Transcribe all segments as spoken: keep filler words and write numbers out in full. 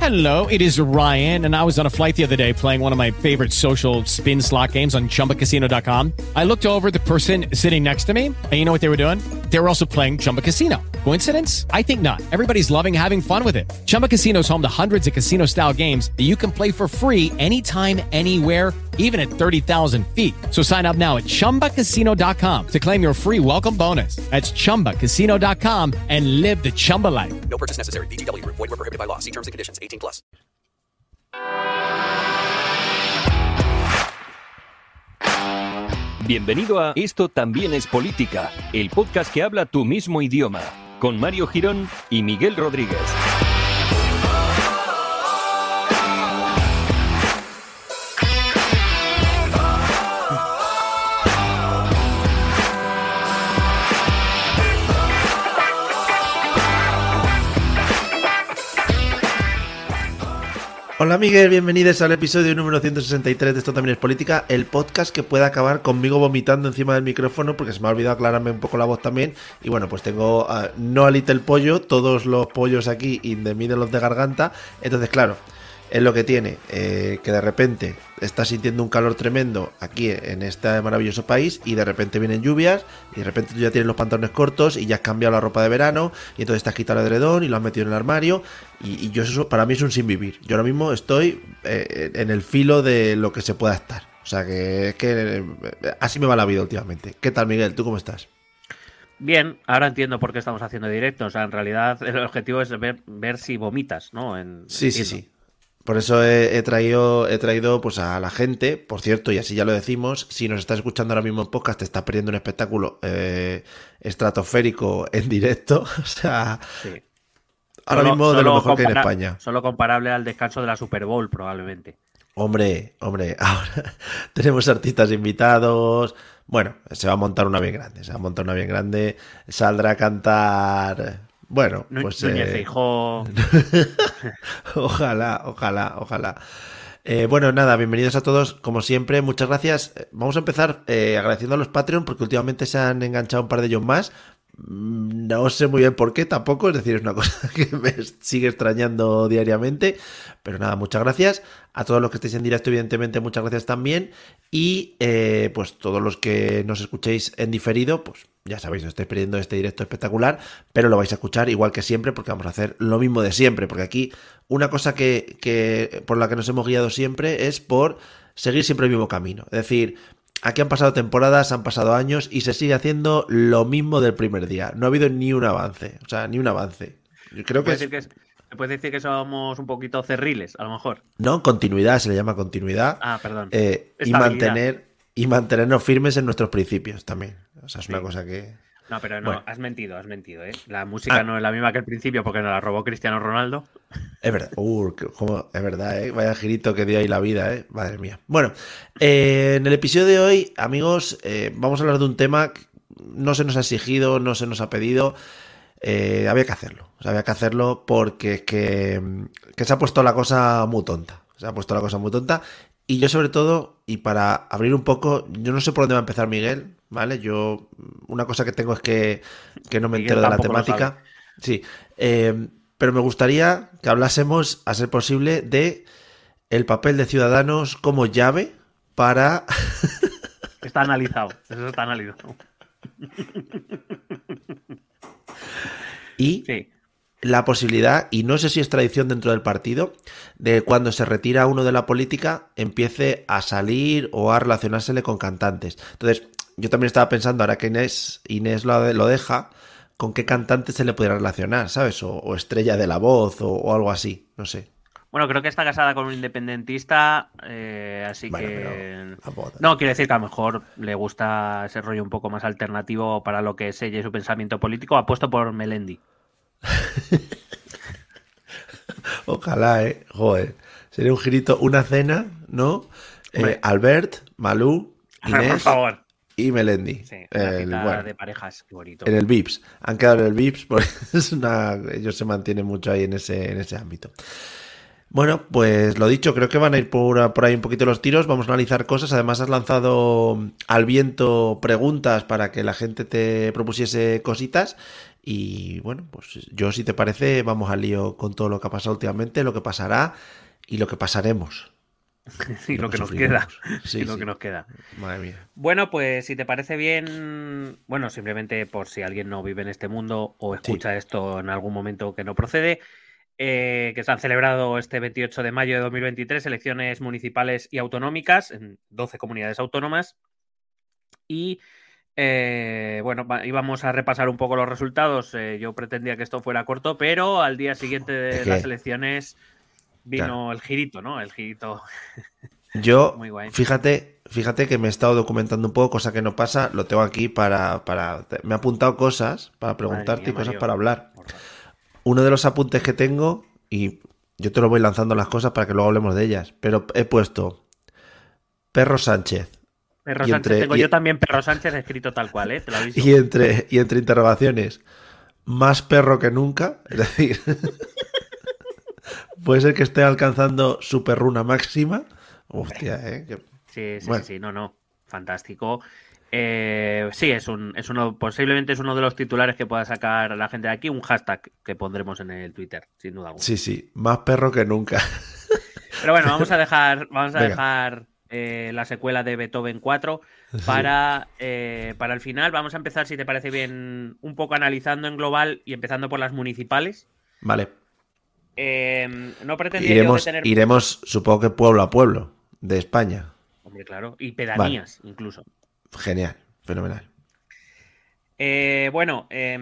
Hello, it is Ryan, and I was on a flight the other day playing one of my favorite social spin slot games on Chumba Casino dot com. I looked over at the person sitting next to me, and you know what they were doing? They were also playing Chumba Casino. Coincidence? I think not. Everybody's loving having fun with it. Chumba Casino is home to hundreds of casino-style games that you can play for free anytime, anywhere, even at thirty thousand feet. So sign up now at Chumba Casino dot com to claim your free welcome bonus. That's Chumba Casino dot com and live the Chumba life. No purchase necessary. V G W. Void where prohibited by law. See terms and conditions. eighteen plus. Bienvenido a Esto también es política, el podcast que habla tu mismo idioma, con Mario Girón y Miguel Rodríguez. Hola Miguel, bienvenidos al episodio número ciento sesenta y tres de Esto también es política, el podcast que puede acabar conmigo vomitando encima del micrófono porque se me ha olvidado aclararme un poco la voz también. Y bueno, pues tengo uh, no a Little Pollo, todos los pollos aquí in the middle of the garganta. Entonces claro, es lo que tiene, eh, que de repente estás sintiendo un calor tremendo aquí en este maravilloso país y de repente vienen lluvias y de repente tú ya tienes los pantalones cortos y ya has cambiado la ropa de verano y entonces te has quitado el edredón y lo has metido en el armario y, y yo eso para mí es un sin vivir. Yo ahora mismo estoy eh, en el filo de lo que se pueda estar. O sea que es que eh, así me va la vida últimamente. ¿Qué tal, Miguel? ¿Tú cómo estás? Bien, ahora entiendo por qué estamos haciendo directo. O sea, en realidad el objetivo es ver, ver si vomitas, ¿no? En, sí, entiendo. sí, sí. Por eso he, he traído, he traído pues a la gente, por cierto, y así ya lo decimos, si nos estás escuchando ahora mismo en podcast, te estás perdiendo un espectáculo eh, estratosférico en directo, o sea, sí. ahora solo, mismo solo de lo mejor que hay en compara- España. Solo comparable al descanso de la Super Bowl, probablemente. Hombre, hombre, ahora tenemos artistas invitados, bueno, se va a montar una bien grande, se va a montar una bien grande, saldrá a cantar... Bueno, pues... Núñez eh... Feijóo. ojalá, ojalá, ojalá. Eh, bueno, nada, bienvenidos a todos, como siempre, muchas gracias. Vamos a empezar eh, agradeciendo a los Patreon porque últimamente se han enganchado un par de ellos más. No sé muy bien por qué tampoco, es decir, es una cosa que me sigue extrañando diariamente, pero nada, muchas gracias a todos los que estéis en directo, evidentemente muchas gracias también, y eh, pues todos los que nos escuchéis en diferido, pues ya sabéis, os estáis perdiendo este directo espectacular, pero lo vais a escuchar igual que siempre porque vamos a hacer lo mismo de siempre, porque aquí una cosa que, que por la que nos hemos guiado siempre es por seguir siempre el mismo camino, es decir... Aquí han pasado temporadas, han pasado años y se sigue haciendo lo mismo del primer día. No ha habido ni un avance, o sea, ni un avance. Yo creo que, ¿Puedes decir que, es, ¿Puedes decir que somos un poquito cerriles, a lo mejor? No, continuidad, se le llama continuidad. Ah, perdón. Eh, y, mantener, y mantenernos firmes en nuestros principios también. O sea, es sí. una cosa que... No, pero no, bueno. has mentido, has mentido, ¿eh? La música ah. no es la misma que el principio porque nos la robó Cristiano Ronaldo. Es verdad, uh, cómo, es verdad, ¿eh? Vaya girito que dio ahí la vida, ¿eh? Madre mía. Bueno, eh, en el episodio de hoy, amigos, eh, vamos a hablar de un tema que no se nos ha exigido, no se nos ha pedido, eh, había que hacerlo. O sea, había que hacerlo porque es que, que se ha puesto la cosa muy tonta. Se ha puesto la cosa muy tonta. Y yo sobre todo, y para abrir un poco, yo no sé por dónde va a empezar Miguel, ¿vale? Yo, una cosa que tengo es que, que no me Miguel entero de la temática. Sí, eh, pero me gustaría que hablásemos, a ser posible, de el papel de Ciudadanos como llave para... Está analizado, eso está analizado. Y... Sí. La posibilidad, y no sé si es tradición dentro del partido, de cuando se retira uno de la política empiece a salir o a relacionársele con cantantes. Entonces, yo también estaba pensando, ahora que Inés, Inés lo, lo deja, ¿con qué cantante se le pudiera relacionar, sabes? O, o estrella de la voz o, o algo así, no sé. Bueno, creo que está casada con un independentista, eh, así bueno, que... No, quiere decir que a lo mejor le gusta ese rollo un poco más alternativo para lo que es ella y su pensamiento político. Apuesto por Melendi. Ojalá, eh, joder, sería un girito, una cena, ¿no? Eh, Albert, Malú, Inés por favor. Y Melendi. Sí, una el, cita bueno, de parejas, qué bonito. En el Vips, han quedado en el Vips porque es una, ellos se mantienen mucho ahí en ese, en ese ámbito. Bueno, pues lo dicho, creo que van a ir por, por ahí un poquito los tiros, vamos a analizar cosas, además has lanzado al viento preguntas para que la gente te propusiese cositas Y bueno, pues yo, si te parece, vamos al lío con todo lo que ha pasado últimamente, lo que pasará y lo que pasaremos. Y lo, lo que, que nos queda. Sí, y lo sí. que nos queda. Madre mía. Bueno, pues si te parece bien, bueno, simplemente por si alguien no vive en este mundo o escucha sí. esto en algún momento que no procede, eh, que se han celebrado este veintiocho de mayo de dos mil veintitrés elecciones municipales y autonómicas en doce comunidades autónomas. Y eh, bueno, íbamos a repasar un poco los resultados. Eh, yo pretendía que esto fuera corto, pero al día siguiente de las elecciones vino claro. el girito, ¿no? El girito. Yo, fíjate, fíjate que me he estado documentando un poco, cosa que no pasa, lo tengo aquí para... para me he apuntado cosas para preguntarte mía, y cosas Mario. Para hablar. Uno de los apuntes que tengo, y yo te lo voy lanzando las cosas para que luego hablemos de ellas, pero he puesto Perro Sánchez. Perro Sánchez, entre, tengo y, yo también Perro Sánchez escrito tal cual, ¿eh? Te lo aviso. Y entre, y entre interrogaciones, más perro que nunca, es decir, puede ser que esté alcanzando su perruna máxima. Hostia, ¿eh? Que, sí, sí, bueno. sí, sí, no, no, fantástico. Eh, sí, es un, es uno, posiblemente es uno de los titulares que pueda sacar la gente de aquí, un hashtag que pondremos en el Twitter, sin duda alguna. Sí, sí, más perro que nunca. Pero bueno, vamos a dejar, vamos a Venga. dejar eh, la secuela de Beethoven cuatro para, sí. eh, para el final. Vamos a empezar, si te parece bien, un poco analizando en global y empezando por las municipales. Vale. Eh, no pretendía iremos, yo tener... iremos, supongo que pueblo a pueblo de España. Hombre, claro, y pedanías vale. incluso. Genial, fenomenal. Eh, bueno, eh,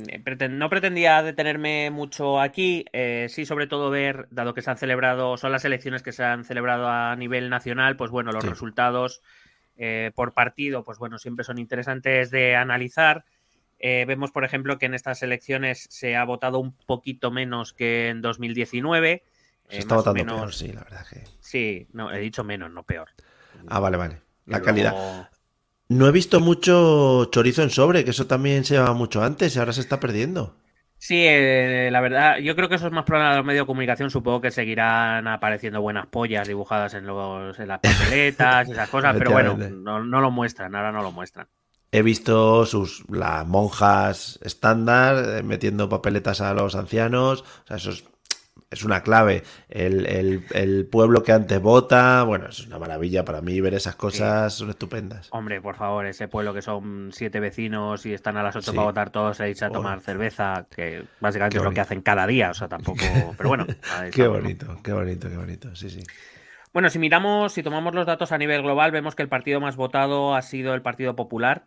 no pretendía detenerme mucho aquí, eh, sí, sobre todo ver, dado que se han celebrado, son las elecciones que se han celebrado a nivel nacional, pues bueno, los sí. resultados eh, por partido, pues bueno, siempre son interesantes de analizar. Eh, vemos, por ejemplo, que en estas elecciones se ha votado un poquito menos que en dos mil diecinueve. Se eh, está votando menos... peor, sí, la verdad que... Sí, no, he dicho menos, no peor. Ah, vale, vale. La Pero... calidad. No he visto mucho chorizo en sobre, que eso también se llevaba mucho antes y ahora se está perdiendo. Sí, eh, la verdad, yo creo que eso es más problema de los medios de comunicación. Supongo que seguirán apareciendo buenas pollas dibujadas en, los, en las papeletas y esas cosas, pero bueno, no, no lo muestran, ahora no lo muestran. He visto sus las monjas estándar metiendo papeletas a los ancianos, o sea, eso es, es una clave. El, el, el pueblo que antes vota, bueno, es una maravilla para mí ver esas cosas, sí. Son estupendas. Hombre, por favor, ese pueblo que son siete vecinos y están a las ocho sí. para votar todos e irse a tomar oh. cerveza, que básicamente qué es bonito. Lo que hacen cada día, o sea, tampoco... Pero bueno. Qué bonito, ¿no? qué bonito, qué bonito, sí, sí. Bueno, si miramos, si tomamos los datos a nivel global, vemos que el partido más votado ha sido el Partido Popular,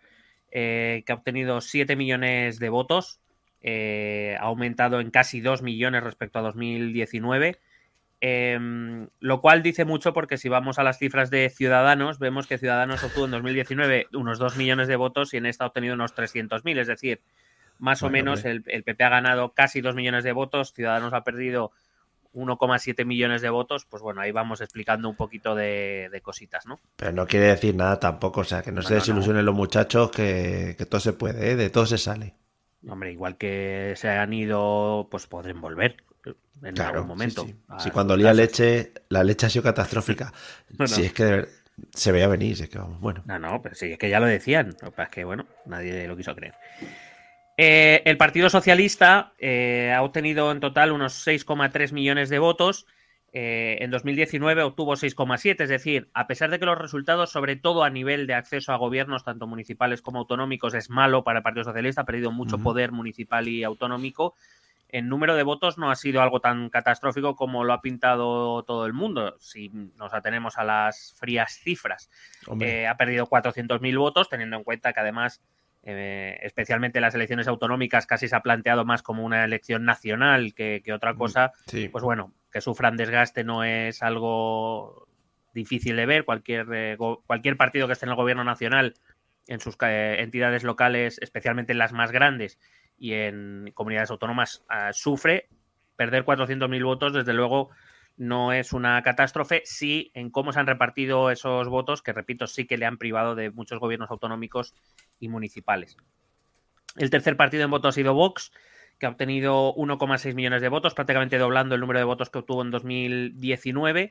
eh, que ha obtenido siete millones de votos. Eh, ha aumentado en casi dos millones respecto a dos mil diecinueve, eh, lo cual dice mucho porque si vamos a las cifras de Ciudadanos, vemos que Ciudadanos obtuvo en dos mil diecinueve unos dos millones de votos y en esta ha obtenido unos trescientos mil, es decir, más bueno, o menos el, el P P ha ganado casi dos millones de votos, Ciudadanos ha perdido uno coma siete millones de votos, pues bueno, ahí vamos explicando un poquito de, de cositas, ¿no? Pero no quiere decir nada tampoco, o sea, que no, no se desilusionen no, no. los muchachos, que, que todo se puede, ¿eh? De todo se sale. Hombre, igual que se han ido, pues podrán volver en claro, algún momento. Sí, sí. Si cuando olía leche, la leche ha sido catastrófica. no, no. Si es que de ver, se veía venir, es que vamos, bueno. No, no, pero sí, es que ya lo decían. Lo que pasa es que, bueno, nadie lo quiso creer. Eh, el Partido Socialista eh, ha obtenido en total unos seis coma tres millones de votos. Eh, en dos mil diecinueve obtuvo seis coma siete, es decir, a pesar de que los resultados, sobre todo a nivel de acceso a gobiernos, tanto municipales como autonómicos, es malo para el Partido Socialista, ha perdido mucho uh-huh. poder municipal y autonómico, en número de votos no ha sido algo tan catastrófico como lo ha pintado todo el mundo, si nos atenemos a las frías cifras. Eh, ha perdido cuatrocientos mil votos, teniendo en cuenta que además, eh, especialmente las elecciones autonómicas, casi se ha planteado más como una elección nacional que, que otra cosa, sí. Pues bueno, que sufran desgaste no es algo difícil de ver. Cualquier, eh, go, cualquier partido que esté en el gobierno nacional, en sus eh, entidades locales, especialmente en las más grandes y en comunidades autónomas, eh, sufre. Perder cuatrocientos mil votos, desde luego, no es una catástrofe. Sí, en cómo se han repartido esos votos, que repito, sí que le han privado de muchos gobiernos autonómicos y municipales. El tercer partido en voto ha sido Vox, que ha obtenido uno coma seis millones de votos, prácticamente doblando el número de votos que obtuvo en dos mil diecinueve.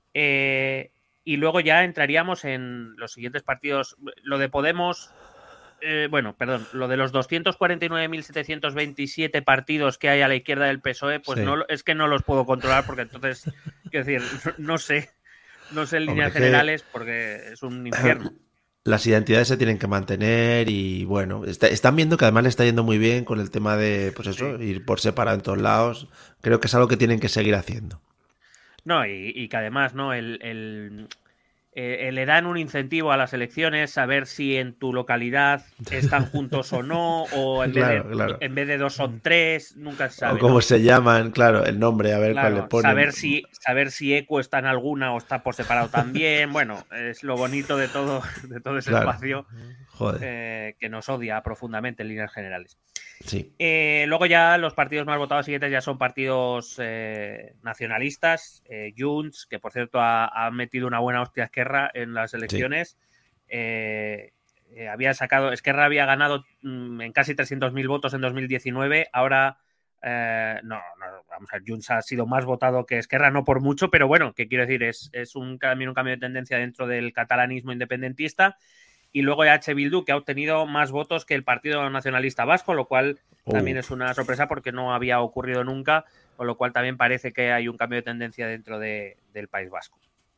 Eh, y luego ya entraríamos en los siguientes partidos. Lo de Podemos eh, bueno, perdón, lo de los doscientos cuarenta y nueve mil setecientos veintisiete partidos que hay a la izquierda del P S O E, pues sí. no es que no los puedo controlar porque entonces, quiero decir, no sé, no sé en líneas Hombre, generales porque es un infierno. Las identidades se tienen que mantener y bueno, está, están viendo que además le está yendo muy bien con el tema de, pues eso, sí. ir por separado en todos lados. Creo que es algo que tienen que seguir haciendo. No, y, y que además, ¿no? El, el, eh, le dan un incentivo a las elecciones, saber si en tu localidad están juntos o no, o en, claro, vez, de, claro. en vez de dos son tres, nunca se sabe. O cómo ¿no? se llaman, claro, el nombre, a ver claro, cuál le ponen. Saber si, saber si Equo está en alguna o está por separado también. Bueno, es lo bonito de todo, de todo ese claro. espacio eh, que nos odia profundamente en líneas generales. Sí. Eh, luego ya los partidos más votados siguientes ya son partidos eh, nacionalistas. Eh, Junts, que por cierto ha, ha metido una buena hostia a Esquerra en las elecciones. Sí. Eh, eh, había sacado, Esquerra había ganado mm, en casi trescientos mil votos en dos mil diecinueve. Ahora, eh, no, no, vamos a ver, Junts ha sido más votado que Esquerra, no por mucho, pero bueno, ¿qué quiero decir? Es, es un, cambio, un cambio de tendencia dentro del catalanismo independentista. Y luego E H Bildu, que ha obtenido más votos que el Partido Nacionalista Vasco, lo cual uh. también es una sorpresa porque no había ocurrido nunca, con lo cual también parece que hay un cambio de tendencia dentro de, del País Vasco.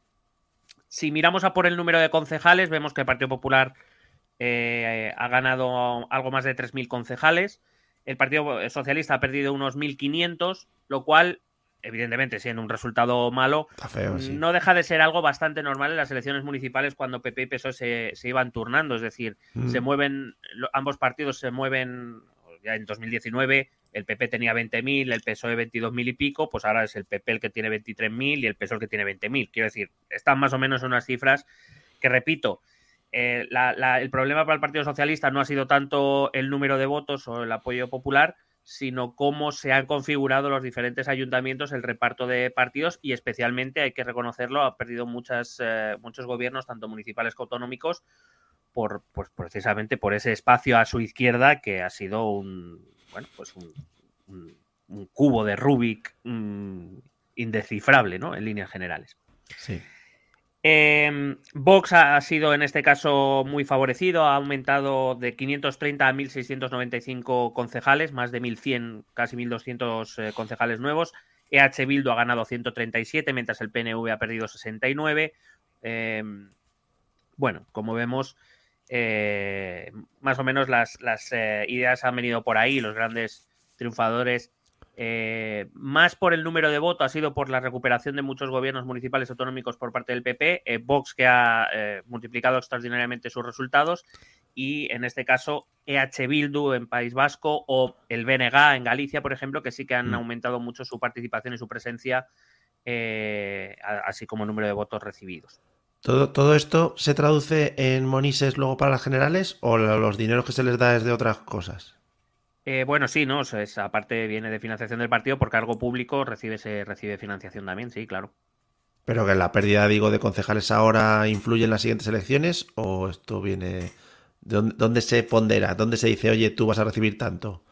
Si miramos a por el número de concejales, vemos que el Partido Popular eh, ha ganado algo más de tres mil concejales. El Partido Socialista ha perdido unos mil quinientos, lo cual, evidentemente, siendo un resultado malo, feo, sí. no deja de ser algo bastante normal en las elecciones municipales cuando P P y P S O E se, se iban turnando. Es decir, mm. se mueven, ambos partidos se mueven, ya en dos mil diecinueve el P P tenía veinte mil, el P S O E veintidós mil y pico, pues ahora es el P P el que tiene veintitrés mil y el P S O E el que tiene veinte mil. Quiero decir, están más o menos en unas cifras que, repito, eh, la, la, el problema para el Partido Socialista no ha sido tanto el número de votos o el apoyo popular, sino cómo se han configurado los diferentes ayuntamientos, el reparto de partidos y especialmente, hay que reconocerlo, ha perdido muchas, eh, muchos gobiernos, tanto municipales como autonómicos, por, pues precisamente por ese espacio a su izquierda que ha sido un, bueno, pues un, un, un cubo de Rubik mmm, indescifrable, ¿no? En líneas generales. Sí. Eh, Vox ha sido en este caso muy favorecido, ha aumentado de quinientos treinta a mil seiscientos noventa y cinco concejales, más de mil cien, casi mil doscientos eh, concejales nuevos. E H Bildu ha ganado ciento treinta y siete, mientras el P N V ha perdido sesenta y nueve. Eh, bueno, como vemos, eh, más o menos las, las eh, ideas han venido por ahí, los grandes triunfadores. Eh, más por el número de votos ha sido por la recuperación de muchos gobiernos municipales autonómicos por parte del P P, eh, Vox, que ha eh, multiplicado extraordinariamente sus resultados, y en este caso E H Bildu en País Vasco o el B N G en Galicia, por ejemplo, que sí que han aumentado mucho su participación y su presencia, eh, así como el número de votos recibidos. ¿Todo, ¿Todo esto se traduce en monises luego para las generales o los dineros que se les da es de otras cosas? Eh, bueno, sí, ¿no? O sea, esa parte viene de financiación del partido, por cargo público recibe, se recibe financiación también, sí, claro. ¿Pero que la pérdida, digo, de concejales ahora influye en las siguientes elecciones o esto viene... ¿De dónde, dónde se pondera? ¿Dónde se dice, oye, tú vas a recibir tanto?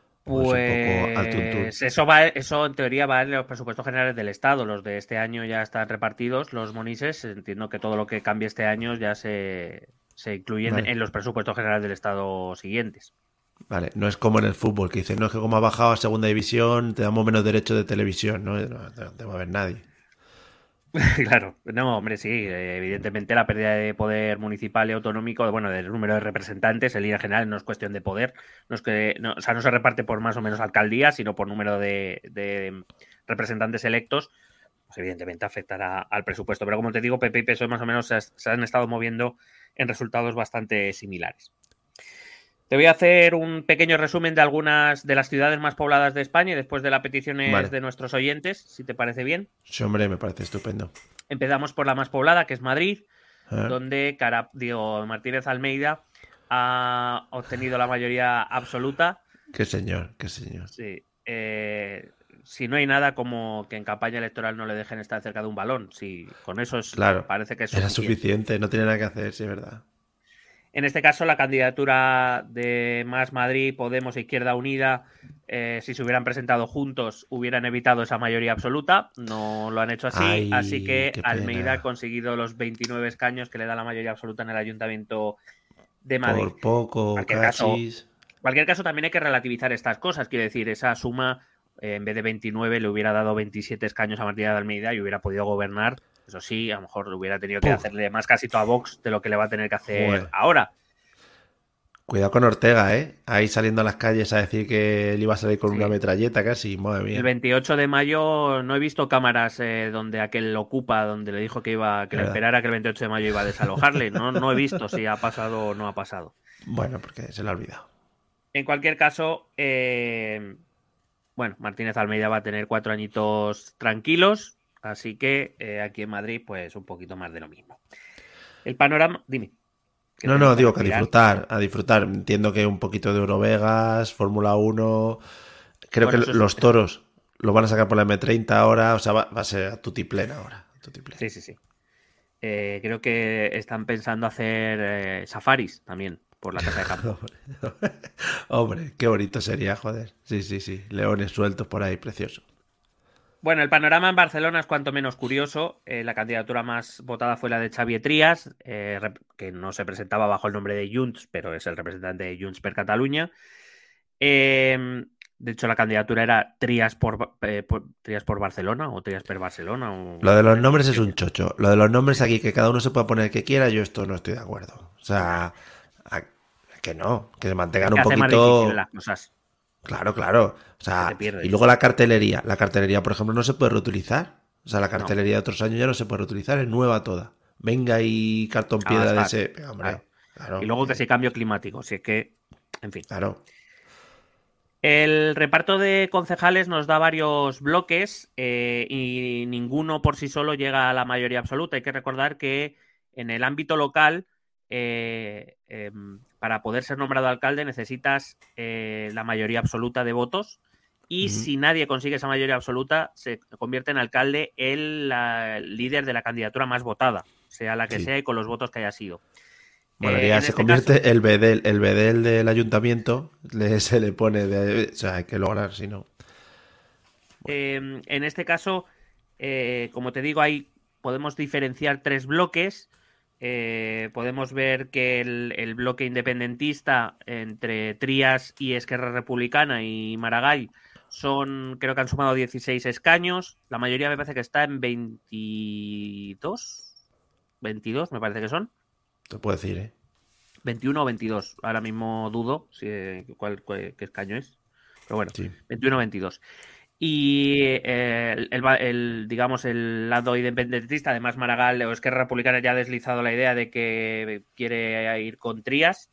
Pues eso va, eso en teoría va en los presupuestos generales del Estado. Los de este año ya están repartidos, los monises. Entiendo que todo lo que cambie este año ya se, se incluye vale. en los presupuestos generales del Estado siguientes. Vale, no es como en el fútbol, que dicen, no, es que como ha bajado a segunda división, te damos menos derechos de televisión, ¿no? No, no te va a ver nadie. Claro, no, hombre, sí, evidentemente la pérdida de poder municipal y autonómico, bueno, del número de representantes, en línea general, no es cuestión de poder, no es que, no, o sea, no se reparte por más o menos alcaldías, sino por número de, de representantes electos, pues evidentemente afectará al presupuesto. Pero como te digo, P P y P S O E más o menos se, se han estado moviendo en resultados bastante similares. Te voy a hacer un pequeño resumen de algunas de las ciudades más pobladas de España y después de las peticiones vale. de nuestros oyentes, si te parece bien. Sí, hombre, me parece estupendo. Empezamos por la más poblada, que es Madrid, ¿Eh? donde Cara, digo, Martínez Almeida ha obtenido la mayoría absoluta. Qué señor, qué señor. Sí. Eh, si no hay nada como que en campaña electoral no le dejen estar cerca de un balón, si con eso es, claro, parece que es suficiente. Era suficiente, no tiene nada que hacer, sí, es verdad. En este caso, la candidatura de Más Madrid, Podemos e Izquierda Unida, eh, si se hubieran presentado juntos, hubieran evitado esa mayoría absoluta. No lo han hecho así, Ay, así que Almeida ha conseguido los veintinueve escaños que le da la mayoría absoluta en el Ayuntamiento de Madrid. Por poco, en cualquier caso, cachis. en cualquier caso, también hay que relativizar estas cosas. Quiero decir, esa suma, eh, en vez de veintinueve, le hubiera dado veintisiete escaños a Martínez Almeida y hubiera podido gobernar. Eso sí, a lo mejor le hubiera tenido que Puf. hacerle más casito a Vox de lo que le va a tener que hacer Joder. ahora. Cuidado con Ortega, ¿eh? Ahí saliendo a las calles a decir que él iba a salir con sí. una metralleta casi, madre mía. El veintiocho de mayo no he visto cámaras eh, donde aquel ocupa, donde le dijo que iba que le esperara que el veintiocho de mayo iba a desalojarle. No, no he visto si ha pasado o no ha pasado. Bueno, porque se le ha olvidado. En cualquier caso, eh, bueno, Martínez Almeida va a tener cuatro añitos tranquilos, así que eh, aquí en Madrid, pues un poquito más de lo mismo. El panorama, dime. No, no, digo que a disfrutar, a disfrutar. Entiendo que un poquito de Eurovegas, Fórmula uno. Creo bueno, que los toros lo van a sacar por la eme treinta ahora, o sea, va, va a ser a tutiplén ahora. A tutiplén. Sí, sí, sí. Eh, creo que están pensando hacer eh, safaris también por la casa de campo. Hombre, qué bonito sería, joder. Sí, sí, sí. Leones sueltos por ahí, precioso. Bueno, el panorama en Barcelona es cuanto menos curioso. Eh, la candidatura más votada fue la de Xavier Trias, eh, que no se presentaba bajo el nombre de Junts, pero es el representante de Junts per Catalunya. Eh, de hecho, la candidatura era Trias por, eh, por, Trias por Barcelona o Trias per Barcelona. O... Lo de los nombres es un chocho. Lo de los nombres aquí, que cada uno se pueda poner el que quiera, yo esto no estoy de acuerdo. O sea, a, que no, que se mantengan un poquito... Más difícil las cosas. Claro, claro. O sea, y luego la cartelería. La cartelería, por ejemplo, no se puede reutilizar. O sea, la cartelería no. de otros años ya no se puede reutilizar, es nueva toda. Venga y cartón piedra ah, de ese... Hombre, claro. Claro. Y luego que si cambio climático, si es que... En fin. Claro. El reparto de concejales nos da varios bloques eh, y ninguno por sí solo llega a la mayoría absoluta. Hay que recordar que en el ámbito local... Eh, eh, para poder ser nombrado alcalde necesitas eh, la mayoría absoluta de votos y uh-huh. si nadie consigue esa mayoría absoluta se convierte en alcalde el la, líder de la candidatura más votada, sea la que sí. sea y con los votos que haya sido. Bueno, eh, ya se este convierte caso, el bedel, el bedel del ayuntamiento, le, se le pone, de, o sea, hay que lograr, si no. Bueno. Eh, en este caso, eh, como te digo, hay podemos diferenciar tres bloques. Eh, podemos ver que el, el bloque independentista entre Trias y Esquerra Republicana y Maragall son, creo que han sumado dieciséis escaños. La mayoría me parece que está en veintidós. veintidós me parece que son. Te puedo decir, ¿eh? veintiuno o veintidós. Ahora mismo dudo si, cuál, cuál, qué escaño es. Pero bueno, sí. veintiuno o veintidós. Y eh, el, el, digamos, el lado independentista, además Maragall o Esquerra Republicana ya ha deslizado la idea de que quiere ir con Trias.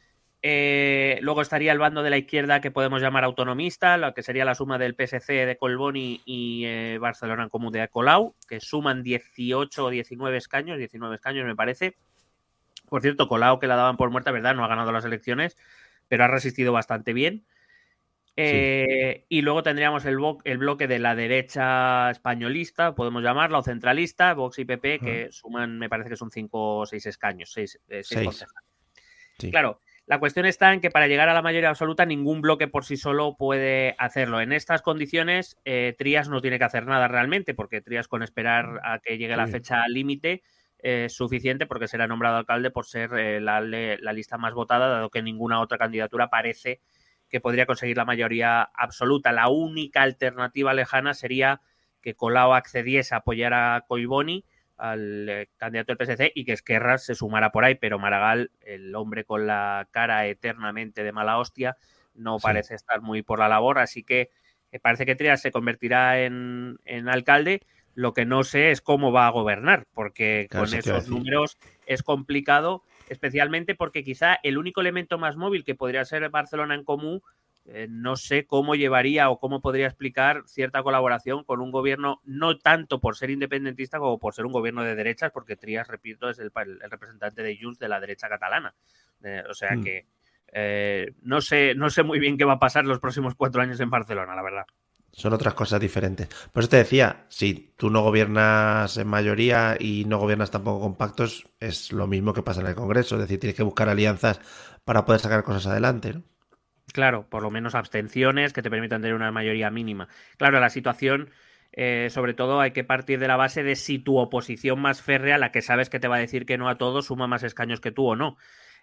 Eh, luego estaría el bando de la izquierda que podemos llamar autonomista, lo que sería la suma del P S C de Collboni y eh, Barcelona en Comú de Colau, que suman dieciocho o diecinueve escaños, diecinueve escaños me parece. Por cierto, Colau, que la daban por muerta, ¿verdad? No ha ganado las elecciones, pero ha resistido bastante bien. Eh, sí. Y luego tendríamos el, bo- el bloque de la derecha españolista, podemos llamarla, o centralista, Vox y P P, que uh-huh. suman, me parece que son cinco o seis escaños. Seis, eh, seis seis. Sí. Claro, la cuestión está en que para llegar a la mayoría absoluta ningún bloque por sí solo puede hacerlo. En estas condiciones, eh, Trias no tiene que hacer nada realmente, porque Trias con esperar a que llegue sí. la fecha límite es eh, suficiente, porque será nombrado alcalde por ser eh, la, la lista más votada, dado que ninguna otra candidatura parece que podría conseguir la mayoría absoluta. La única alternativa lejana sería que Colau accediese a apoyar a Collboni, al eh, candidato del P S C, y que Esquerra se sumara por ahí, pero Maragall, el hombre con la cara eternamente de mala hostia, no sí. parece estar muy por la labor, así que eh, parece que Trias se convertirá en, en alcalde. Lo que no sé es cómo va a gobernar, porque claro, con esos números es complicado, especialmente porque quizá el único elemento más móvil que podría ser Barcelona en Comú, eh, no sé cómo llevaría o cómo podría explicar cierta colaboración con un gobierno, no tanto por ser independentista como por ser un gobierno de derechas, porque Trias, repito, es el, el representante de Junts de la derecha catalana. Eh, o sea mm. que eh, no sé, no sé muy bien qué va a pasar los próximos cuatro años en Barcelona, la verdad. Son otras cosas diferentes. Por eso te decía, si tú no gobiernas en mayoría y no gobiernas tampoco con pactos, es lo mismo que pasa en el Congreso. Es decir, tienes que buscar alianzas para poder sacar cosas adelante, ¿no? Claro, por lo menos abstenciones que te permitan tener una mayoría mínima. Claro, la situación, eh, sobre todo, hay que partir de la base de si tu oposición más férrea, la que sabes que te va a decir que no a todo, suma más escaños que tú o no.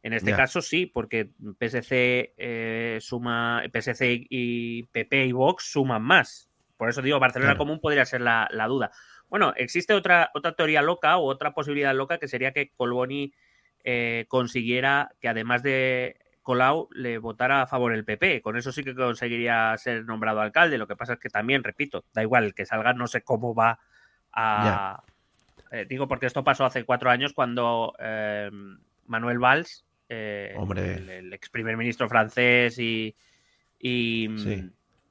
En este Ya. caso sí, porque P S C eh, suma, P S C y P P y Vox suman más. Por eso digo, Barcelona Claro. Común podría ser la, la duda. Bueno, existe otra, otra teoría loca o otra posibilidad loca que sería que Collboni eh, consiguiera que además de Colau le votara a favor el P P. Con eso sí que conseguiría ser nombrado alcalde. Lo que pasa es que también, repito, da igual el que salga, no sé cómo va a... Eh, digo porque esto pasó hace cuatro años cuando eh, Manuel Valls, eh, Hombre. el, el ex primer ministro francés y... y Sí.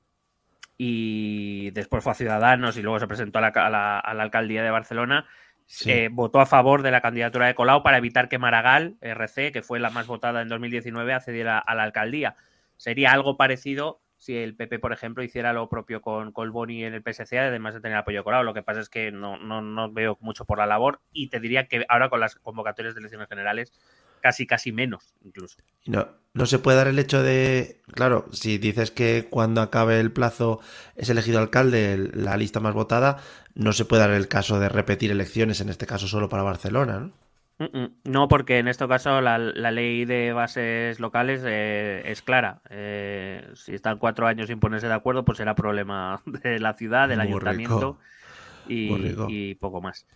y después fue a Ciudadanos y luego se presentó a la, a la, a la alcaldía de Barcelona, Sí. eh, votó a favor de la candidatura de Colau para evitar que Maragall, R C, que fue la más votada en dos mil diecinueve, accediera a la alcaldía. Sería algo parecido si el P P, por ejemplo, hiciera lo propio con Collboni en el P S C, además de tener apoyo de Colau. Lo que pasa es que no, no, no veo mucho por la labor y te diría que ahora con las convocatorias de elecciones generales casi, casi menos, incluso. No, no se puede dar el hecho de... Claro, si dices que cuando acabe el plazo es elegido alcalde la lista más votada, no se puede dar el caso de repetir elecciones, en este caso solo para Barcelona, ¿no? No, porque en este caso la, la ley de bases locales eh, es clara. Eh, si están cuatro años sin ponerse de acuerdo, pues será problema de la ciudad, del Muy ayuntamiento rico. y, Muy rico. y poco más.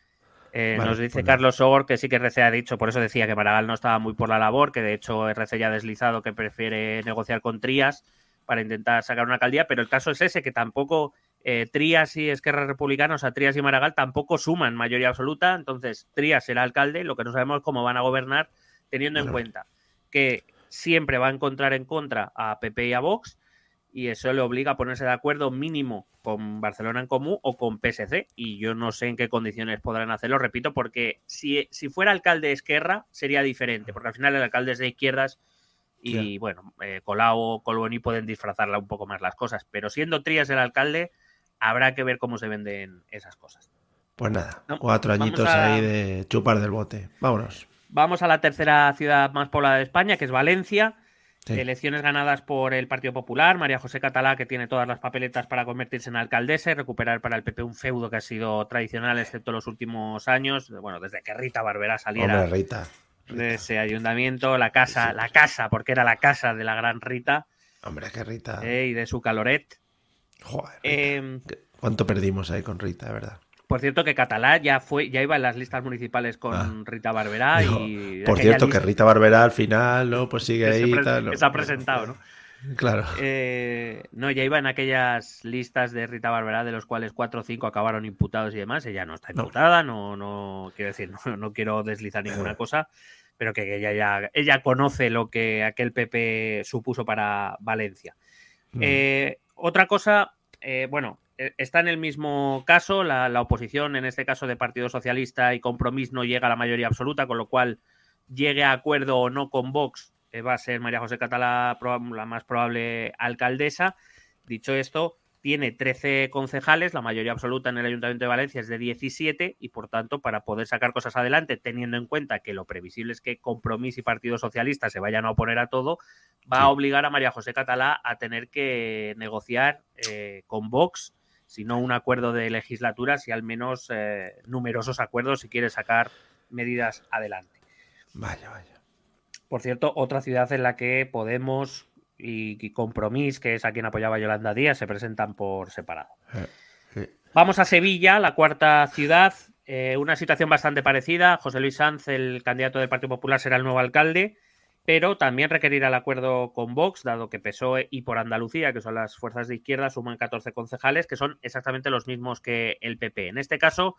Eh, Vale, nos dice pues Carlos Sogor que sí que R C ha dicho, por eso decía que Maragall no estaba muy por la labor, que de hecho R C ya ha deslizado que prefiere negociar con Trías para intentar sacar una alcaldía, pero el caso es ese, que tampoco eh, Trías y Esquerra Republicana, o sea, Trías y Maragall tampoco suman mayoría absoluta, entonces Trías será alcalde, lo que no sabemos es cómo van a gobernar, teniendo en Claro. cuenta que siempre va a encontrar en contra a P P y a Vox, y eso le obliga a ponerse de acuerdo mínimo con Barcelona en Común o con P S C, y yo no sé en qué condiciones podrán hacerlo, repito, porque si, si fuera alcalde Esquerra sería diferente, porque al final el alcalde es de izquierdas y Sí. bueno, eh, Colau o Collboni pueden disfrazarla un poco más las cosas, pero siendo Trías el alcalde habrá que ver cómo se venden esas cosas. Pues nada, No, cuatro vamos añitos a- ahí de chupar del bote. Vámonos. Vamos a la tercera ciudad más poblada de España, que es Valencia. Sí. Elecciones ganadas por el Partido Popular, María José Catalá, que tiene todas las papeletas para convertirse en alcaldesa y recuperar para el P P un feudo que ha sido tradicional, excepto los últimos años, bueno, desde que Rita Barberá saliera Hombre, Rita. Rita. de ese ayuntamiento, la casa, Sí. la casa, porque era la casa de la gran Rita Hombre, que Rita. eh, y de su caloret. Joder, Rita. Eh, ¿Cuánto perdimos ahí con Rita, de verdad? por cierto, que Catalá ya fue, ya iba en las listas municipales con Ah. Rita Barberá. Digo, Y por aquella cierto, que lista Rita Barberá al final, ¿no? Pues sigue que se ahí y pre- tal. ¿no? que se ha presentado, ¿no? Claro. Eh, no, ya iba en aquellas listas de Rita Barberá, de los cuales cuatro o cinco acabaron imputados y demás. Ella no está No. imputada, no, no quiero decir, no, no quiero deslizar ninguna cosa, pero que ella ya ella conoce lo que aquel P P supuso para Valencia. Mm. Eh, otra cosa, eh, bueno, eh, está en el mismo caso, la, la oposición, en este caso de Partido Socialista y Compromís, no llega a la mayoría absoluta, con lo cual llegue a acuerdo o no con Vox, eh, va a ser María José Catalá la más probable alcaldesa. Dicho esto, tiene trece concejales, la mayoría absoluta en el Ayuntamiento de Valencia es de diecisiete y, por tanto, para poder sacar cosas adelante, teniendo en cuenta que lo previsible es que Compromís y Partido Socialista se vayan a oponer a todo, va Sí. a obligar a María José Catalá a tener que negociar eh, con Vox, si no un acuerdo de legislatura, si al menos eh, numerosos acuerdos si quiere sacar medidas adelante. Vaya, vaya. Por cierto, otra ciudad en la que Podemos y, y Compromís, que es a quien apoyaba Yolanda Díaz, se presentan por separado. Eh, sí. Vamos a Sevilla, la cuarta ciudad. Eh, una situación bastante parecida. José Luis Sanz, el candidato del Partido Popular, será el nuevo alcalde, pero también requerirá el acuerdo con Vox, dado que P S O E y por Andalucía, que son las fuerzas de izquierda, suman catorce concejales, que son exactamente los mismos que el P P. En este caso,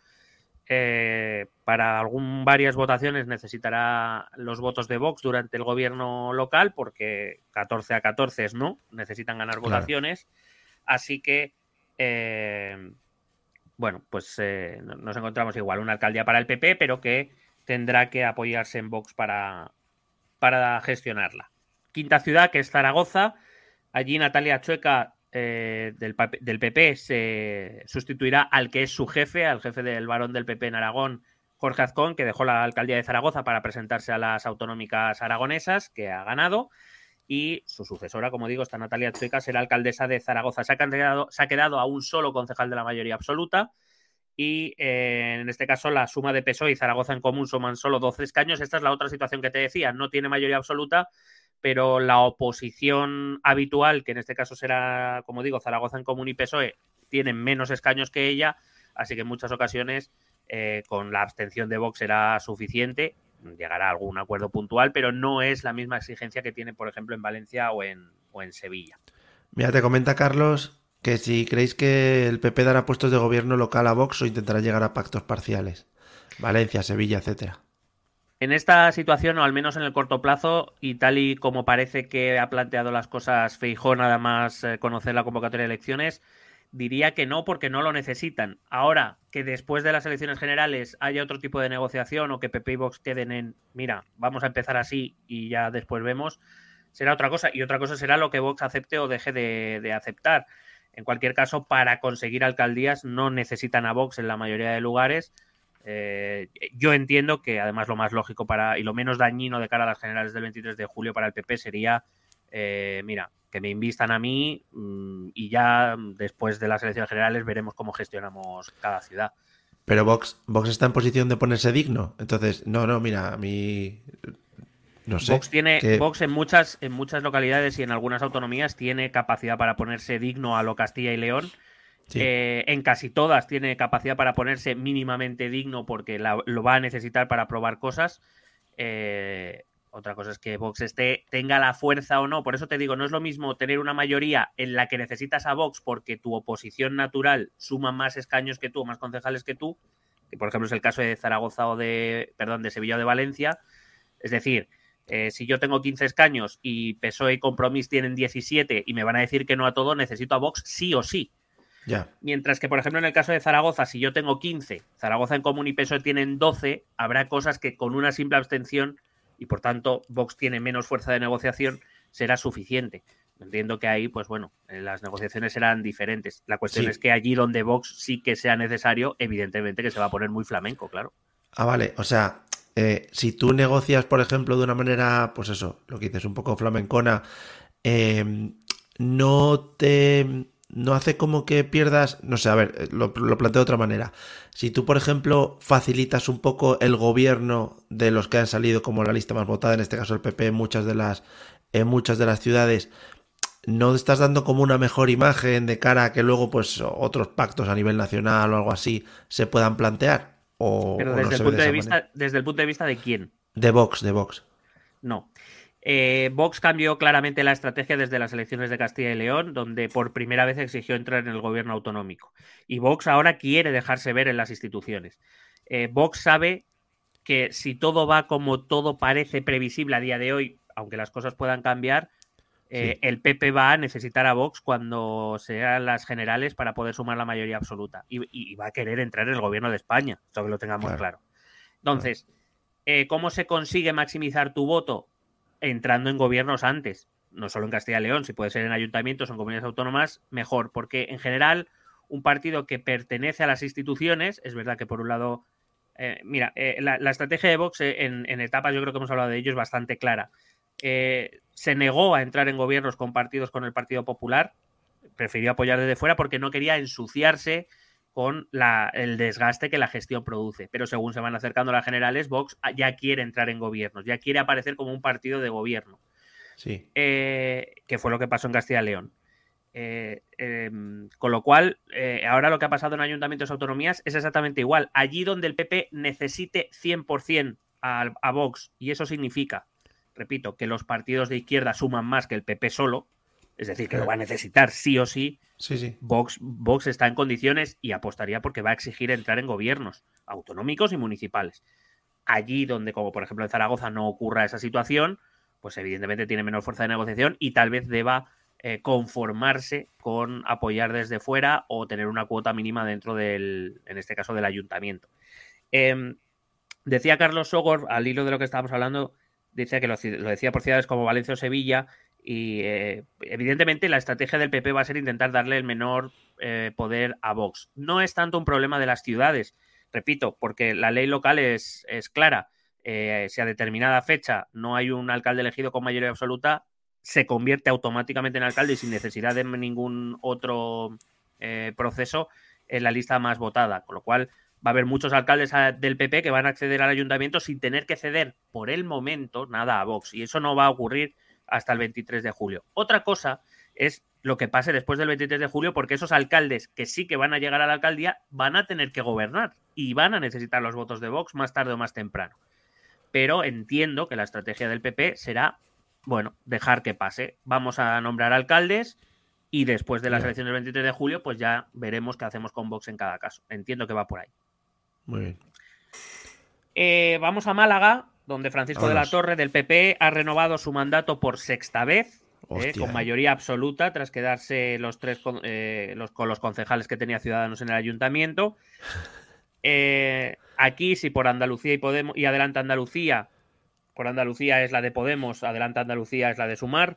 eh, para algún, varias votaciones necesitará los votos de Vox durante el gobierno local, porque catorce a catorce es no, necesitan ganar Claro. votaciones. Así que, eh, bueno, pues eh, nos encontramos igual, una alcaldía para el P P, pero que tendrá que apoyarse en Vox para, para gestionarla. Quinta ciudad, que es Zaragoza. Allí Natalia Chueca, eh, del, del P P, se sustituirá al que es su jefe, al jefe del varón del P P en Aragón, Jorge Azcón, que dejó la alcaldía de Zaragoza para presentarse a las autonómicas aragonesas, que ha ganado. Y su sucesora, como digo, esta Natalia Chueca, será alcaldesa de Zaragoza. Se ha quedado, se ha quedado a un solo concejal de la mayoría absoluta y eh, en este caso la suma de P S O E y Zaragoza en común suman solo doce escaños. Esta es la otra situación que te decía, no tiene mayoría absoluta, pero la oposición habitual, que en este caso será, como digo, Zaragoza en común y P S O E, tienen menos escaños que ella, así que en muchas ocasiones eh, con la abstención de Vox será suficiente, llegará a algún acuerdo puntual, pero no es la misma exigencia que tiene, por ejemplo, en Valencia o en, o en Sevilla. Mira, te comenta Carlos que si creéis que el P P dará puestos de gobierno local a Vox o intentará llegar a pactos parciales. Valencia, Sevilla, etcétera. En esta situación, o al menos en el corto plazo, y tal y como parece que ha planteado las cosas Feijóo, nada más eh, conocer la convocatoria de elecciones, diría que no, porque no lo necesitan. Ahora, que después de las elecciones generales haya otro tipo de negociación o que P P y Vox queden en, mira, vamos a empezar así y ya después vemos, será otra cosa. Y otra cosa será lo que Vox acepte o deje de, de aceptar. En cualquier caso, para conseguir alcaldías no necesitan a Vox en la mayoría de lugares. Eh, yo entiendo que además lo más lógico para y lo menos dañino de cara a las generales del veintitrés de julio para el P P sería, eh, mira, que me invistan a mí mmm, y ya después de las elecciones generales veremos cómo gestionamos cada ciudad. Pero Vox, Vox está en posición de ponerse digno. Entonces, no, no, mira, a mí... No sé. Vox tiene que... Vox en muchas en muchas localidades y en algunas autonomías tiene capacidad para ponerse digno a lo Castilla y León. Sí. Eh, en casi todas tiene capacidad para ponerse mínimamente digno porque la, lo va a necesitar para aprobar cosas. Eh, otra cosa es que Vox esté, tenga la fuerza o no. Por eso te digo, no es lo mismo tener una mayoría en la que necesitas a Vox porque tu oposición natural suma más escaños que tú o más concejales que tú, que por ejemplo es el caso de Zaragoza o de, perdón, de Sevilla o de Valencia. Es decir, Eh, si yo tengo quince escaños y P S O E y Compromís tienen diecisiete y me van a decir que no a todo, necesito a Vox sí o sí. Yeah. Mientras que, por ejemplo, en el caso de Zaragoza, si yo tengo quince, Zaragoza en común y P S O E tienen doce, habrá cosas que con una simple abstención, y por tanto Vox tiene menos fuerza de negociación, será suficiente. Entiendo que ahí, pues bueno, las negociaciones serán diferentes. La cuestión sí. es que allí donde Vox sí que sea necesario, evidentemente que se va a poner muy flamenco, claro. Ah, vale, o sea... Eh, si tú negocias, por ejemplo, de una manera, pues eso, lo que dices, un poco flamencona, eh, no te no hace como que pierdas, no sé, a ver, lo, lo planteo de otra manera. Si tú, por ejemplo, facilitas un poco el gobierno de los que han salido como la lista más votada, en este caso el P P, en muchas de las, en muchas de las ciudades, ¿no estás dando como una mejor imagen de cara a que luego pues otros pactos a nivel nacional o algo así se puedan plantear? O, Pero o desde, no el se punto ve de de esa vista, manera. ¿desde el punto de vista de quién? De Vox, de Vox. No. Eh, Vox cambió claramente la estrategia desde las elecciones de Castilla y León, donde por primera vez exigió entrar en el gobierno autonómico. Y Vox ahora quiere dejarse ver en las instituciones. Eh, Vox sabe que si todo va como todo parece previsible a día de hoy, aunque las cosas puedan cambiar, eh, sí. el P P va a necesitar a Vox cuando sean las generales para poder sumar la mayoría absoluta. Y, y va a querer entrar en el gobierno de España, esto que lo tengamos claro. claro. Entonces, eh, ¿cómo se consigue maximizar tu voto? Entrando en gobiernos antes, no solo en Castilla y León, si puede ser en ayuntamientos o en comunidades autónomas, mejor, porque en general un partido que pertenece a las instituciones, es verdad que por un lado, eh, mira, eh, la, la estrategia de Vox eh, en, en etapas, yo creo que hemos hablado de ello, es bastante clara. Eh, se negó a entrar en gobiernos con partidos con el Partido Popular, prefirió apoyar desde fuera porque no quería ensuciarse con la, el desgaste que la gestión produce. Pero según se van acercando las generales, Vox ya quiere entrar en gobiernos, ya quiere aparecer como un partido de gobierno. Sí. Eh, que fue lo que pasó en Castilla y León. Eh, eh, con lo cual, eh, ahora lo que ha pasado en ayuntamientos y autonomías es exactamente igual. Allí donde el P P necesite cien por ciento a, a Vox, y eso significa, repito, que los partidos de izquierda suman más que el P P solo, es decir, que lo va a necesitar sí o sí, sí, sí. Vox, Vox está en condiciones y apostaría porque va a exigir entrar en gobiernos autonómicos y municipales. Allí donde, como por ejemplo en Zaragoza, no ocurra esa situación, pues evidentemente tiene menor fuerza de negociación y tal vez deba eh, conformarse con apoyar desde fuera o tener una cuota mínima dentro del, en este caso, del ayuntamiento. Eh, decía Carlos Sogor, al hilo de lo que estábamos hablando, decía que lo, lo decía por ciudades como Valencia o Sevilla, y eh, evidentemente la estrategia del P P va a ser intentar darle el menor eh, poder a Vox. No es tanto un problema de las ciudades, repito, porque la ley local es, es clara. Eh, si a determinada fecha no hay un alcalde elegido con mayoría absoluta, se convierte automáticamente en alcalde y sin necesidad de ningún otro eh, proceso es la lista más votada, con lo cual va a haber muchos alcaldes del P P que van a acceder al ayuntamiento sin tener que ceder por el momento nada a Vox, y eso no va a ocurrir hasta el veintitrés de julio. Otra cosa es lo que pase después del veintitrés de julio, porque esos alcaldes que sí que van a llegar a la alcaldía van a tener que gobernar y van a necesitar los votos de Vox más tarde o más temprano. Pero entiendo que la estrategia del P P será, bueno, dejar que pase. Vamos a nombrar alcaldes y después de las Bien. elecciones del veintitrés de julio, pues ya veremos qué hacemos con Vox en cada caso. Entiendo que va por ahí. Muy bien. Eh, vamos a Málaga, donde Francisco Vámonos. de la Torre, del P P, ha renovado su mandato por sexta vez. Hostia, Eh, con eh. mayoría absoluta, tras quedarse los tres con, eh, los, con los concejales que tenía Ciudadanos en el ayuntamiento. Eh, aquí, si por Andalucía y Podemos y Adelante Andalucía, por Andalucía es la de Podemos, Adelante Andalucía es la de Sumar,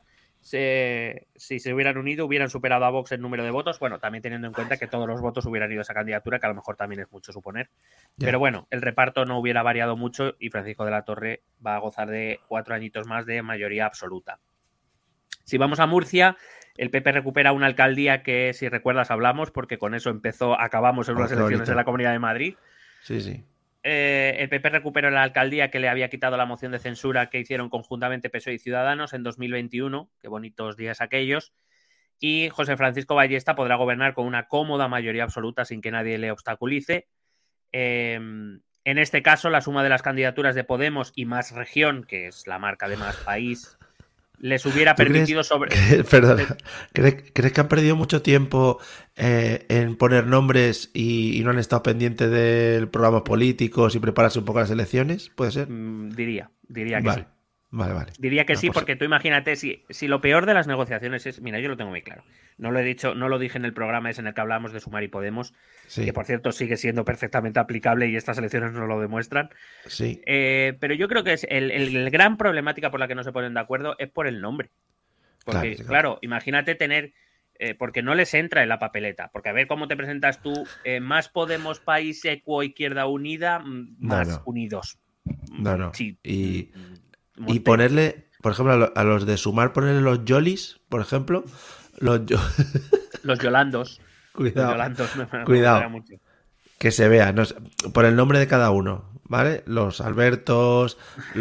se, si se hubieran unido hubieran superado a Vox en número de votos, bueno, también teniendo en cuenta que todos los votos hubieran ido a esa candidatura, que a lo mejor también es mucho suponer. Ya. Pero bueno, el reparto no hubiera variado mucho y Francisco de la Torre va a gozar de cuatro añitos más de mayoría absoluta. Si vamos a Murcia, el P P recupera una alcaldía que, si recuerdas, hablamos, porque con eso empezó, acabamos en Oh, unas qué elecciones bonito. de la Comunidad de Madrid. Sí, sí. Eh, el P P recuperó la alcaldía que le había quitado la moción de censura que hicieron conjuntamente P S O E y Ciudadanos en dos mil veintiuno. Qué bonitos días aquellos. Y José Francisco Ballesta podrá gobernar con una cómoda mayoría absoluta sin que nadie le obstaculice. Eh, en este caso, la suma de las candidaturas de Podemos y Más Región, que es la marca de Más País, les hubiera ¿Tú permitido crees, sobre... que- perdona, ¿crees, crees que han perdido mucho tiempo eh, en poner nombres y, y no han estado pendientes de programas políticos y prepararse un poco las elecciones? ¿Puede ser? Mm, diría, diría que Vale, sí. vale, vale. Diría que No, sí, pues- porque tú imagínate, si, si lo peor de las negociaciones es, mira, yo lo tengo muy claro, no lo he dicho, no lo dije en el programa ese en el que hablamos de Sumar y Podemos, Sí, que por cierto sigue siendo perfectamente aplicable y estas elecciones nos lo demuestran, sí. eh, pero yo creo que es el, el- el gran problemática por la que no se ponen de acuerdo es por el nombre. Porque, Claro, sí, claro, claro. imagínate tener, eh, porque no les entra en la papeleta, porque a ver cómo te presentas tú, eh, Más Podemos, País, Equo, Izquierda Unida, mm, No, más no. unidos. No, no. Sí. Y, Mm, y Monte. ponerle, por ejemplo, a, lo- a los de Sumar, ponerle los Yolis, por ejemplo. Los yo- Los Yolandos. Los Cuidado, Yolandos me- me cuidado. gustaría mucho. que se vea, no sé, por el nombre de cada uno, ¿vale? Los Albertos,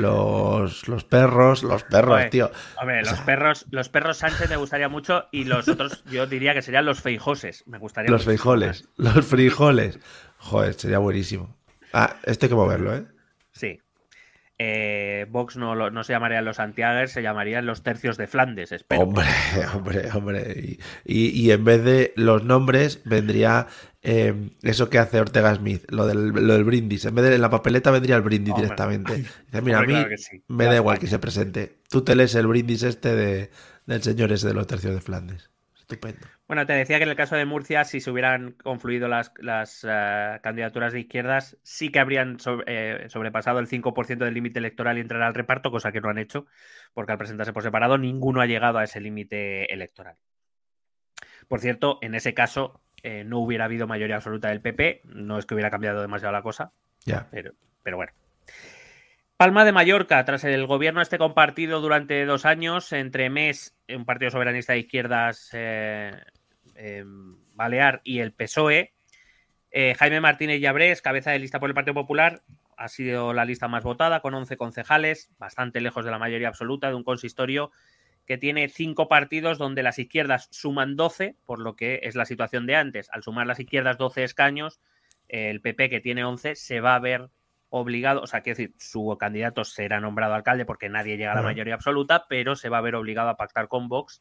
los, los perros, los perros, Joder, tío. Hombre, O los sea, perros, los perros Sánchez me gustaría mucho y los otros yo diría que serían los feijoses. Me gustaría los muchísimo frijoles, los frijoles. Joder, sería buenísimo. Ah, esto hay que moverlo, ¿eh? más. Sí. Eh, Vox no, lo- no se llamarían los Santiagers, se llamarían los tercios de Flandes, espero. Hombre, hombre, hombre. Y, y- y en vez de los nombres vendría eh, eso que hace Ortega Smith, lo del, lo del brindis. En vez de en la papeleta vendría el brindis Hombre. directamente. Dice, mira, Hombre, a mí claro que sí. me Ya da está. igual que se presente. Tú te lees el brindis este de, del señor ese de los tercios de Flandes. Estupendo. Bueno, te decía que en el caso de Murcia, si se hubieran confluido las, las eh, candidaturas de izquierdas, sí que habrían sobre- eh, sobrepasado el cinco por ciento del límite electoral y entrar al reparto, cosa que no han hecho, porque al presentarse por separado, ninguno ha llegado a ese límite electoral. Por cierto, en ese caso, eh, no hubiera habido mayoría absoluta del P P, no es que hubiera cambiado demasiado la cosa, Ya. pero, pero bueno. Palma de Mallorca, tras el gobierno este compartido durante dos años entre M E S, un partido soberanista de izquierdas eh, eh, balear, y el P S O E, eh, Jaime Martínez Llabrés, cabeza de lista por el Partido Popular, ha sido la lista más votada, con once concejales, bastante lejos de la mayoría absoluta, de un consistorio que tiene cinco partidos donde las izquierdas suman doce, por lo que es la situación de antes. Al sumar las izquierdas doce escaños, el P P, que tiene once, se va a ver obligado, o sea, quiero decir, su candidato será nombrado alcalde porque nadie llega a la Claro. mayoría absoluta, pero se va a ver obligado a pactar con Vox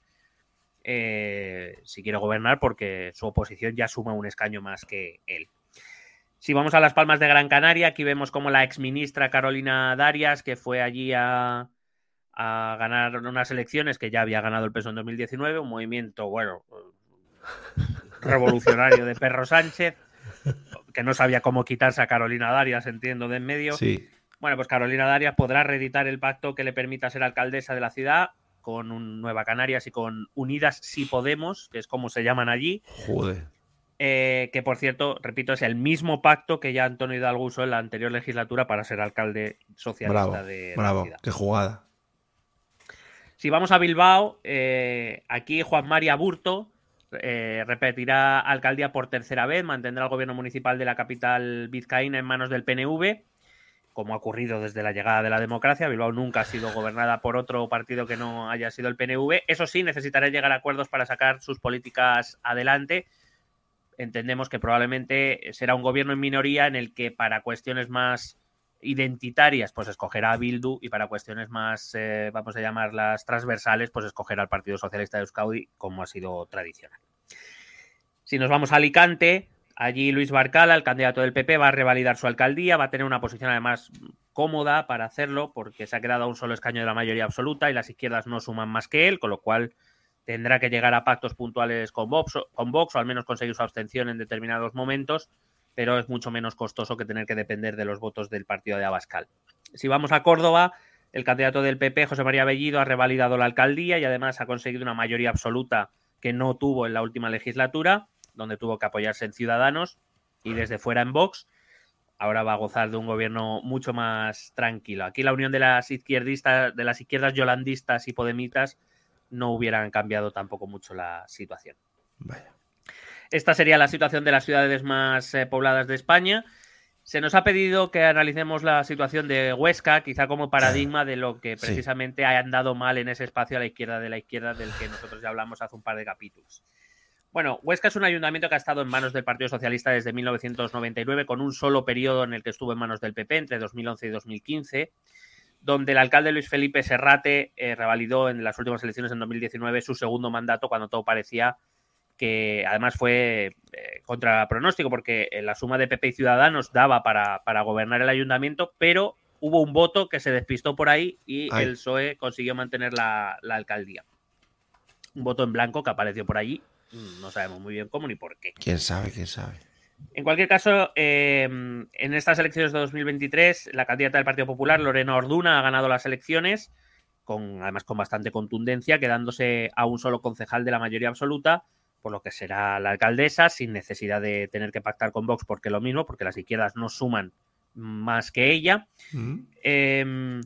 eh, si quiere gobernar, porque su oposición ya suma un escaño más que él. Si vamos a Las Palmas de Gran Canaria, aquí vemos como la exministra Carolina Darias, que fue allí a, a ganar unas elecciones que ya había ganado el P S O E en dos mil diecinueve, un movimiento, bueno, revolucionario de Perro Sánchez, que no sabía cómo quitarse a Carolina Darias, entiendo, de en medio. Sí. Bueno, pues Carolina Darias podrá reeditar el pacto que le permita ser alcaldesa de la ciudad con un Nueva Canarias y con Unidas Si Podemos, que es como se llaman allí. Joder. Eh, que, por cierto, repito, es el mismo pacto que ya Antonio Hidalgo usó en la anterior legislatura para ser alcalde socialista Bravo, de bravo. la ciudad. Qué jugada. Si vamos a Bilbao, eh, aquí Juan María Burto eh, repetirá alcaldía por tercera vez, mantendrá el gobierno municipal de la capital vizcaína en manos del P N V, como ha ocurrido desde la llegada de la democracia. Bilbao nunca ha sido gobernada por otro partido que no haya sido el P N V. Eso sí, necesitará llegar a acuerdos para sacar sus políticas adelante. Entendemos que probablemente será un gobierno en minoría en el que para cuestiones más identitarias pues escogerá a Bildu y para cuestiones más, eh, vamos a llamarlas transversales, pues escogerá al Partido Socialista de Euskadi, como ha sido tradicional. Si nos vamos a Alicante, allí Luis Barcala, el candidato del P P, va a revalidar su alcaldía, va a tener una posición además cómoda para hacerlo porque se ha quedado a un solo escaño de la mayoría absoluta y las izquierdas no suman más que él, con lo cual tendrá que llegar a pactos puntuales con Vox, con Vox o al menos conseguir su abstención en determinados momentos, pero es mucho menos costoso que tener que depender de los votos del partido de Abascal. Si vamos a Córdoba, el candidato del P P, José María Bellido, ha revalidado la alcaldía y además ha conseguido una mayoría absoluta que no tuvo en la última legislatura, donde tuvo que apoyarse en Ciudadanos y desde fuera en Vox. Ahora va a gozar de un gobierno mucho más tranquilo. Aquí la unión de las izquierdistas, de las izquierdas yolandistas y podemitas no hubieran cambiado tampoco mucho la situación. Vaya. Esta sería la situación de las ciudades más eh, pobladas de España. Se nos ha pedido que analicemos la situación de Huesca, quizá como paradigma de lo que precisamente sí. ha andado mal en ese espacio a la izquierda de la izquierda del que nosotros ya hablamos hace un par de capítulos. Bueno, Huesca es un ayuntamiento que ha estado en manos del Partido Socialista desde mil novecientos noventa y nueve, con un solo periodo en el que estuvo en manos del P P, entre dos mil once y dos mil quince, donde el alcalde Luis Felipe Serrate eh, revalidó en las últimas elecciones en dos mil diecinueve su segundo mandato, cuando todo parecía que además fue eh, contra pronóstico, porque la suma de P P y Ciudadanos daba para, para gobernar el ayuntamiento, pero hubo un voto que se despistó por ahí y Ay. el P S O E consiguió mantener la, la alcaldía. Un voto en blanco que apareció por allí, no sabemos muy bien cómo ni por qué. ¿Quién sabe? ¿Quién sabe? En cualquier caso, eh, en estas elecciones de dos mil veintitrés, la candidata del Partido Popular, Lorena Orduna, ha ganado las elecciones, con, además con bastante contundencia, quedándose a un solo concejal de la mayoría absoluta, por lo que será la alcaldesa, sin necesidad de tener que pactar con Vox, porque lo mismo, porque las izquierdas no suman más que ella. Mm. Eh,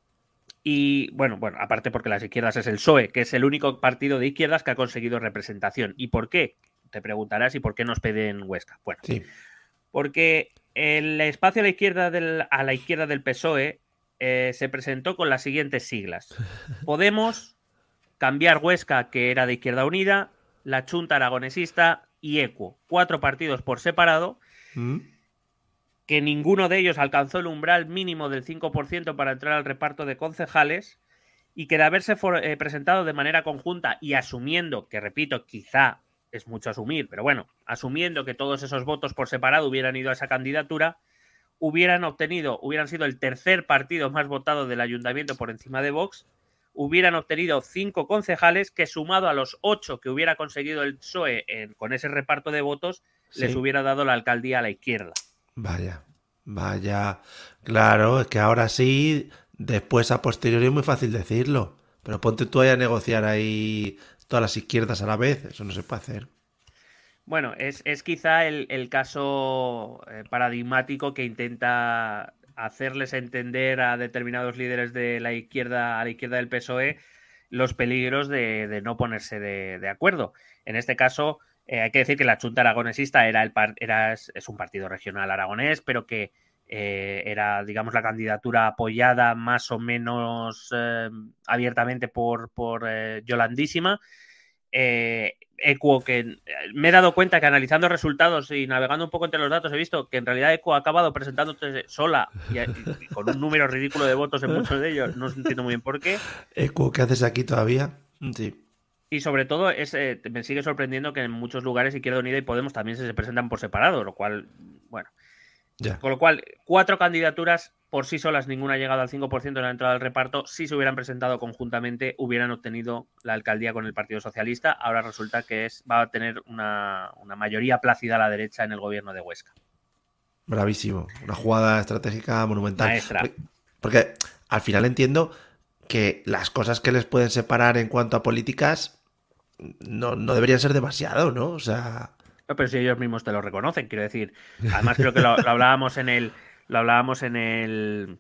y bueno, bueno, aparte porque las izquierdas es el P S O E, que es el único partido de izquierdas que ha conseguido representación. ¿Y por qué? Te preguntarás, ¿y por qué nos piden Huesca? Bueno, sí. porque el espacio a la izquierda del, a la izquierda del P S O E eh, se presentó con las siguientes siglas: Podemos, Cambiar Huesca, que era de Izquierda Unida, la Chunta Aragonesista y Equo. Cuatro partidos por separado, ¿Mm? que ninguno de ellos alcanzó el umbral mínimo del cinco por ciento para entrar al reparto de concejales, y que de haberse for, eh, presentado de manera conjunta y asumiendo, que repito, quizá es mucho asumir, pero bueno, asumiendo que todos esos votos por separado hubieran ido a esa candidatura, hubieran obtenido, hubieran sido el tercer partido más votado del ayuntamiento por encima de Vox, hubieran obtenido cinco concejales que, sumado a los ocho que hubiera conseguido el P S O E en, con ese reparto de votos, sí. les hubiera dado la alcaldía a la izquierda. Vaya, vaya. Claro, es que ahora sí, después a posteriori es muy fácil decirlo. Pero ponte tú ahí a negociar ahí todas las izquierdas a la vez. Eso no se puede hacer. Bueno, es, es quizá el, el caso eh, paradigmático que intenta hacerles entender a determinados líderes de la izquierda, a la izquierda del P S O E, los peligros de, de no ponerse de, de acuerdo. En este caso, eh, hay que decir que la Chunta Aragonesista era el par, era, es, es un partido regional aragonés, pero que eh, era, digamos, la candidatura apoyada más o menos eh, abiertamente por, por eh, Yolandísima. Eh, Equo, que me he dado cuenta que analizando resultados y navegando un poco entre los datos he visto que en realidad Equo ha acabado presentándose sola y, y, y con un número ridículo de votos en muchos de ellos, no entiendo muy bien por qué. Equo, ¿qué haces aquí todavía? Sí. Y sobre todo es, eh, me sigue sorprendiendo que en muchos lugares Izquierda Unida y Podemos también se, se presentan por separado, lo cual, bueno. Ya. Con lo cual, cuatro candidaturas por sí solas, ninguna ha llegado al cinco por ciento en la entrada del reparto. Si se hubieran presentado conjuntamente, hubieran obtenido la alcaldía con el Partido Socialista. Ahora resulta que es va a tener una, una mayoría plácida a la derecha en el gobierno de Huesca. Bravísimo. Una jugada estratégica monumental. Maestra. Porque, porque al final entiendo que las cosas que les pueden separar en cuanto a políticas no, no deberían ser demasiado, ¿no? O sea... No, pero si ellos mismos te lo reconocen, quiero decir. Además creo que lo, lo hablábamos en el lo hablábamos en el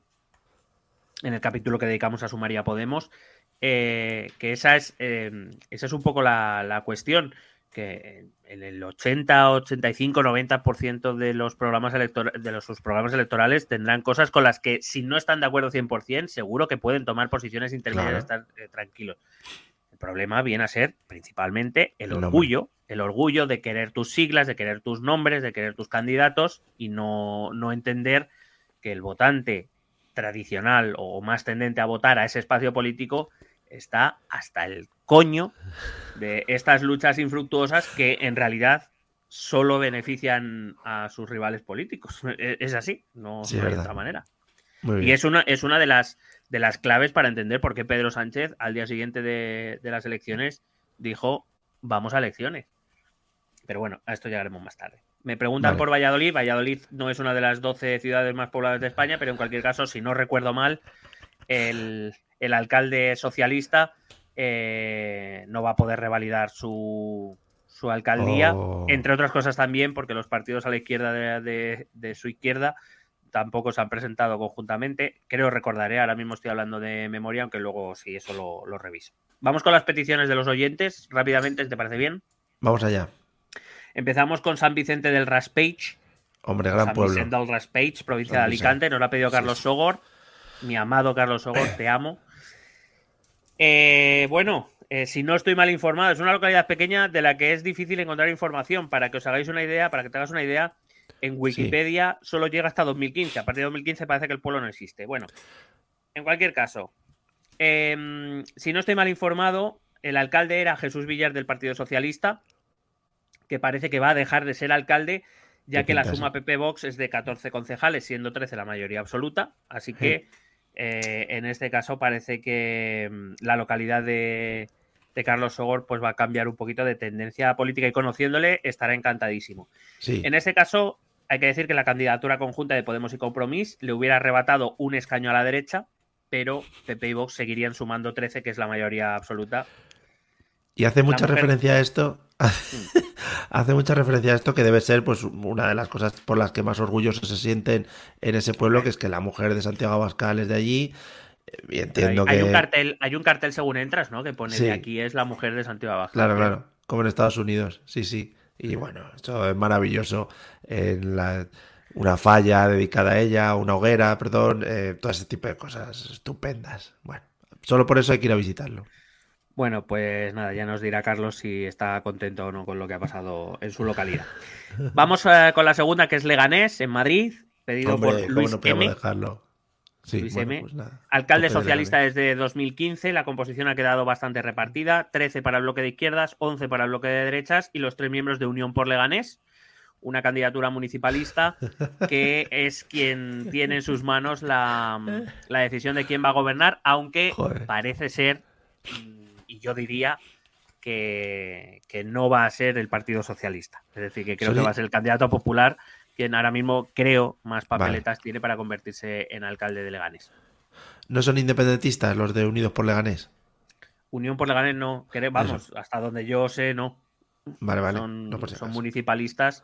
en el capítulo que dedicamos a Sumar y a Podemos, eh, que esa es eh, esa es un poco la, la cuestión, que en el ochenta, ochenta y cinco, noventa por ciento de los programas electorales, de los, sus programas electorales tendrán cosas con las que, si no están de acuerdo cien por ciento, seguro que pueden tomar posiciones intermedias, claro. estar eh, tranquilos. El problema viene a ser principalmente el, el orgullo, nombre. el orgullo de querer tus siglas, de querer tus nombres, de querer tus candidatos y no, no entender que el votante tradicional o más tendente a votar a ese espacio político está hasta el coño de estas luchas infructuosas que en realidad solo benefician a sus rivales políticos. Es así, no sí, de otra manera. Y es una, es una de las de las claves para entender por qué Pedro Sánchez al día siguiente de, de las elecciones dijo vamos a elecciones. Pero bueno, a esto llegaremos más tarde. Me preguntan vale. por Valladolid. Valladolid no es una de las doce ciudades más pobladas de España, pero en cualquier caso, si no recuerdo mal, el, el alcalde socialista eh, no va a poder revalidar su, su alcaldía, oh. entre otras cosas también porque los partidos a la izquierda de, de, de su izquierda tampoco se han presentado conjuntamente. Creo recordaré, ahora mismo estoy hablando de memoria, aunque luego sí, eso lo, lo reviso. Vamos con las peticiones de los oyentes, rápidamente, ¿te parece bien? Vamos allá. Empezamos con San Vicente del Raspeig. Hombre, gran San pueblo. San Vicente del Raspeig, provincia San de Alicante. Vicente. Nos lo ha pedido Carlos sí. Sogor. Mi amado Carlos Sogor, te amo. Eh, bueno, eh, si no estoy mal informado, es una localidad pequeña de la que es difícil encontrar información. Para que os hagáis una idea, para que te hagas una idea, en Wikipedia sí. solo llega hasta dos mil quince. A partir de dos mil quince parece que el pueblo no existe. Bueno, en cualquier caso, eh, si no estoy mal informado, el alcalde era Jesús Villar del Partido Socialista, que parece que va a dejar de ser alcalde, ya que la suma P P Vox es de catorce concejales, siendo trece la mayoría absoluta. Así que, eh, en este caso, parece que la localidad de, de Carlos Sogor pues va a cambiar un poquito de tendencia política y conociéndole estará encantadísimo. Sí. En este caso, hay que decir que la candidatura conjunta de Podemos y Compromís le hubiera arrebatado un escaño a la derecha, pero P P y Vox seguirían sumando trece, que es la mayoría absoluta. Y hace mucha mujer... referencia a esto... Hace mucha referencia a esto, que debe ser pues una de las cosas por las que más orgullosos se sienten en ese pueblo, que es que la mujer de Santiago Abascal es de allí. Y entiendo hay, que... Hay un, cartel, hay un cartel según entras, ¿no? Que pone sí. de aquí es la mujer de Santiago Abascal. Claro, claro. Como en Estados Unidos. Sí, sí. Y bueno, esto es maravilloso. En la... Una falla dedicada a ella, una hoguera, perdón, eh, todo ese tipo de cosas estupendas. Bueno, solo por eso hay que ir a visitarlo. Bueno, pues nada, ya nos dirá Carlos si está contento o no con lo que ha pasado en su localidad. Vamos uh, con la segunda, que es Leganés, en Madrid, pedido Hombre, por Luis no M. Dejarlo? Sí, Luis bueno, M. Pues nada, alcalde socialista desde dos mil quince, la composición ha quedado bastante repartida, trece para el bloque de izquierdas, once para el bloque de derechas y los tres miembros de Unión por Leganés, una candidatura municipalista que es quien tiene en sus manos la, la decisión de quién va a gobernar, aunque Joder. parece ser... y yo diría que, que no va a ser el Partido Socialista. Es decir, que creo ¿Sí? que va a ser el candidato popular quien ahora mismo, creo, más papeletas vale. tiene para convertirse en alcalde de Leganés. ¿No son independentistas los de Unidos por Leganés? Unión por Leganés no. Vamos, Eso. hasta donde yo sé, no. Vale, vale. Son, no por si son municipalistas.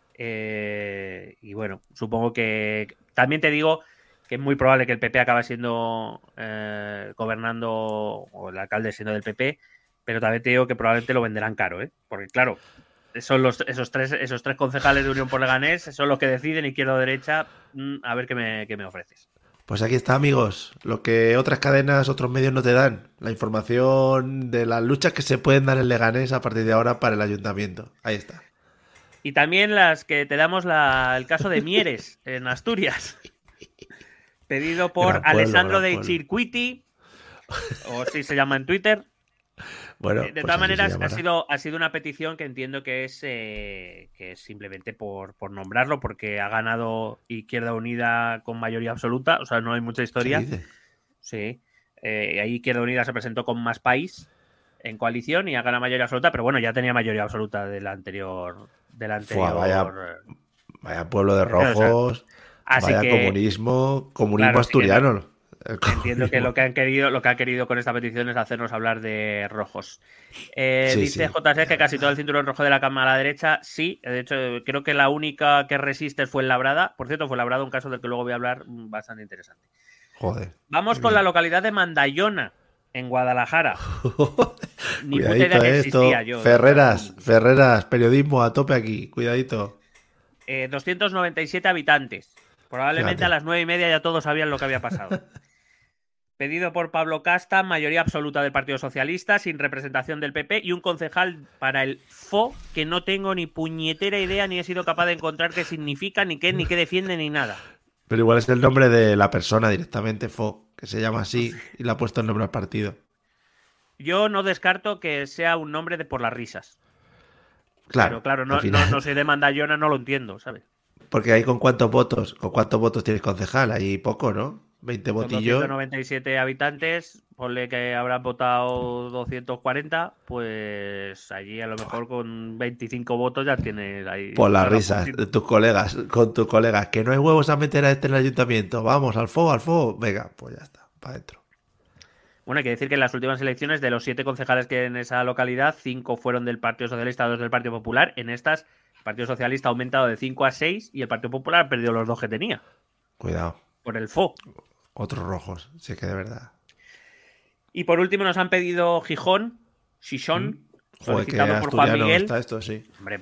Eh, y bueno, supongo que... También te digo... que es muy probable que el P P acabe siendo eh, gobernando, o el alcalde siendo del P P, pero también te digo que probablemente lo venderán caro, ¿eh? Porque claro, son los, esos, tres, esos tres concejales de Unión por Leganés, son los que deciden, izquierda o derecha, a ver qué me, qué me ofreces. Pues aquí está, amigos, lo que otras cadenas, otros medios no te dan, la información de las luchas que se pueden dar en Leganés a partir de ahora para el ayuntamiento. Ahí está. Y también las que te damos la, el caso de Mieres, en Asturias. Pedido por pueblo, Alessandro de Circuiti, o si se llama en Twitter. Bueno, de pues todas maneras, ha sido, ha sido una petición que entiendo que es, eh, que es simplemente por, por nombrarlo, porque ha ganado Izquierda Unida con mayoría absoluta, o sea, no hay mucha historia. Sí. Eh, ahí Izquierda Unida se presentó con Más País en coalición y ha ganado mayoría absoluta, pero bueno, ya tenía mayoría absoluta de la anterior. De la anterior... Fua, vaya, vaya pueblo de rojos. Así Vaya que, comunismo, comunismo claro, asturiano. Sí, entiendo que lo que han querido, lo que ha querido con esta petición es hacernos hablar de rojos. Eh, sí, dice sí. J C que casi todo el cinturón rojo de la cama a la derecha, sí. De hecho, creo que la única que resiste fue Fuenlabrada. Por cierto, Fuenlabrada, un caso del que luego voy a hablar bastante interesante. Joder. Vamos con bien. La localidad de Mandayona, en Guadalajara. Ni puta Cuidadito idea que esto. existía yo. Ferreras, Ferreras, periodismo a tope aquí. Cuidadito. Eh, doscientos noventa y siete habitantes. Probablemente Fíjate. a las nueve y media ya todos sabían lo que había pasado. Pedido por Pablo Casta, mayoría absoluta del Partido Socialista, sin representación del P P y un concejal para el F O que no tengo ni puñetera idea ni he sido capaz de encontrar qué significa, ni qué, ni qué defiende, ni nada. Pero igual es el nombre de la persona directamente, F O, que se llama así y le ha puesto el nombre al partido. Yo no descarto que sea un nombre de por las risas. Claro, Pero claro, no, al final. no, no soy de Mandayona, no lo entiendo, ¿sabes? Porque ahí con cuántos votos, con cuántos votos tienes concejal, ahí poco, ¿no? veinte Con votillos. doscientos noventa y siete habitantes, ponle que habrán votado doscientos cuarenta, pues allí a lo mejor con veinticinco votos ya tienes ahí. Por las para risas puntito. de tus colegas, con tus colegas, que no hay huevos a meter a este en el ayuntamiento. Vamos, al F O, al F O. Venga, pues ya está, para adentro. Bueno, hay que decir que en las últimas elecciones, de los siete concejales que hay en esa localidad, cinco fueron del Partido Socialista, dos del Partido Popular. En estas, el Partido Socialista ha aumentado de cinco a seis y el Partido Popular ha perdido los dos que tenía. Cuidado. Por el F O. Otros rojos, sí que de verdad. Y por último nos han pedido Gijón, Xixón, Joder, que solicitado por Juan asturiano Miguel. está esto, sí. Hombre,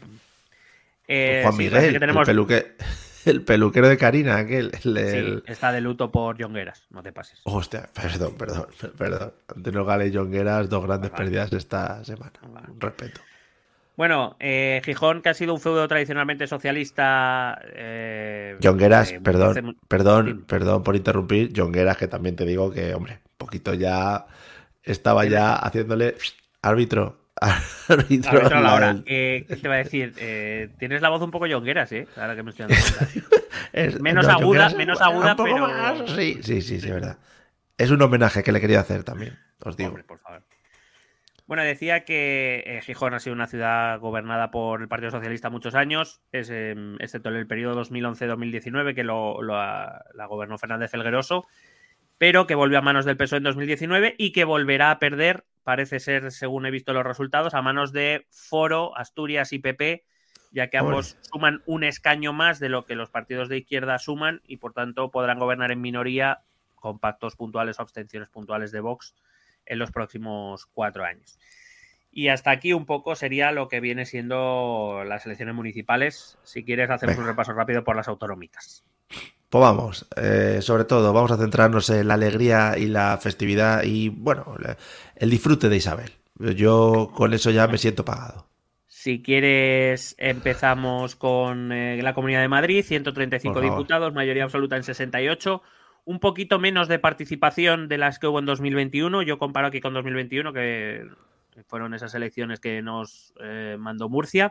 eh, Juan sí, Miguel, parece que tenemos... el, peluque... el peluquero de Karina, aquel. El, el... Sí, está de luto por Jongueras, no te pases. Hostia, perdón, perdón, perdón. Antonio Gale y Jongueras, dos grandes Vale. pérdidas esta semana. Vale. Un respeto. Bueno, eh, Gijón, que ha sido un feudo tradicionalmente socialista. Eh, Jongueras, eh, perdón, hace mu- perdón, sí. perdón por interrumpir. Jongueras, que también te digo que, hombre, un poquito ya estaba ya haciéndole árbitro. Árbitro, Árbitro a la al hora. lado del- Eh, ¿Qué te va a decir? Eh, tienes la voz un poco Jongueras, ¿eh? Ahora que me estoy dando cuenta. Es- Menos no, aguda, Jongueras es menos un aguda, poco pero- más, Sí, sí, sí, sí, verdad. Es un homenaje que le quería hacer también, os digo. Hombre, por favor. Bueno, decía que eh, Gijón ha sido una ciudad gobernada por el Partido Socialista muchos años, es, eh, excepto en el periodo dos mil once a dos mil diecinueve, que lo, lo ha- la gobernó Fernández Felgueroso, pero que volvió a manos del P S O E en dos mil diecinueve y que volverá a perder, parece ser, según he visto los resultados, a manos de Foro, Asturias y P P, ya que ambos Hombre. suman un escaño más de lo que los partidos de izquierda suman y, por tanto, podrán gobernar en minoría con pactos puntuales o abstenciones puntuales de Vox en los próximos cuatro años. Y hasta aquí un poco sería lo que viene siendo las elecciones municipales. Si quieres, hacemos Venga. un repaso rápido por las autonómicas. Pues vamos, eh, sobre todo vamos a centrarnos en la alegría y la festividad y, bueno, le- el disfrute de Isabel. Yo con eso ya me siento pagado. Si quieres, empezamos con eh, la Comunidad de Madrid, ciento treinta y cinco Por favor. diputados, mayoría absoluta en sesenta y ocho. Un poquito menos de participación de las que hubo en dos mil veintiuno. Yo comparo aquí con dos mil veintiuno, que fueron esas elecciones que nos eh, mandó Murcia,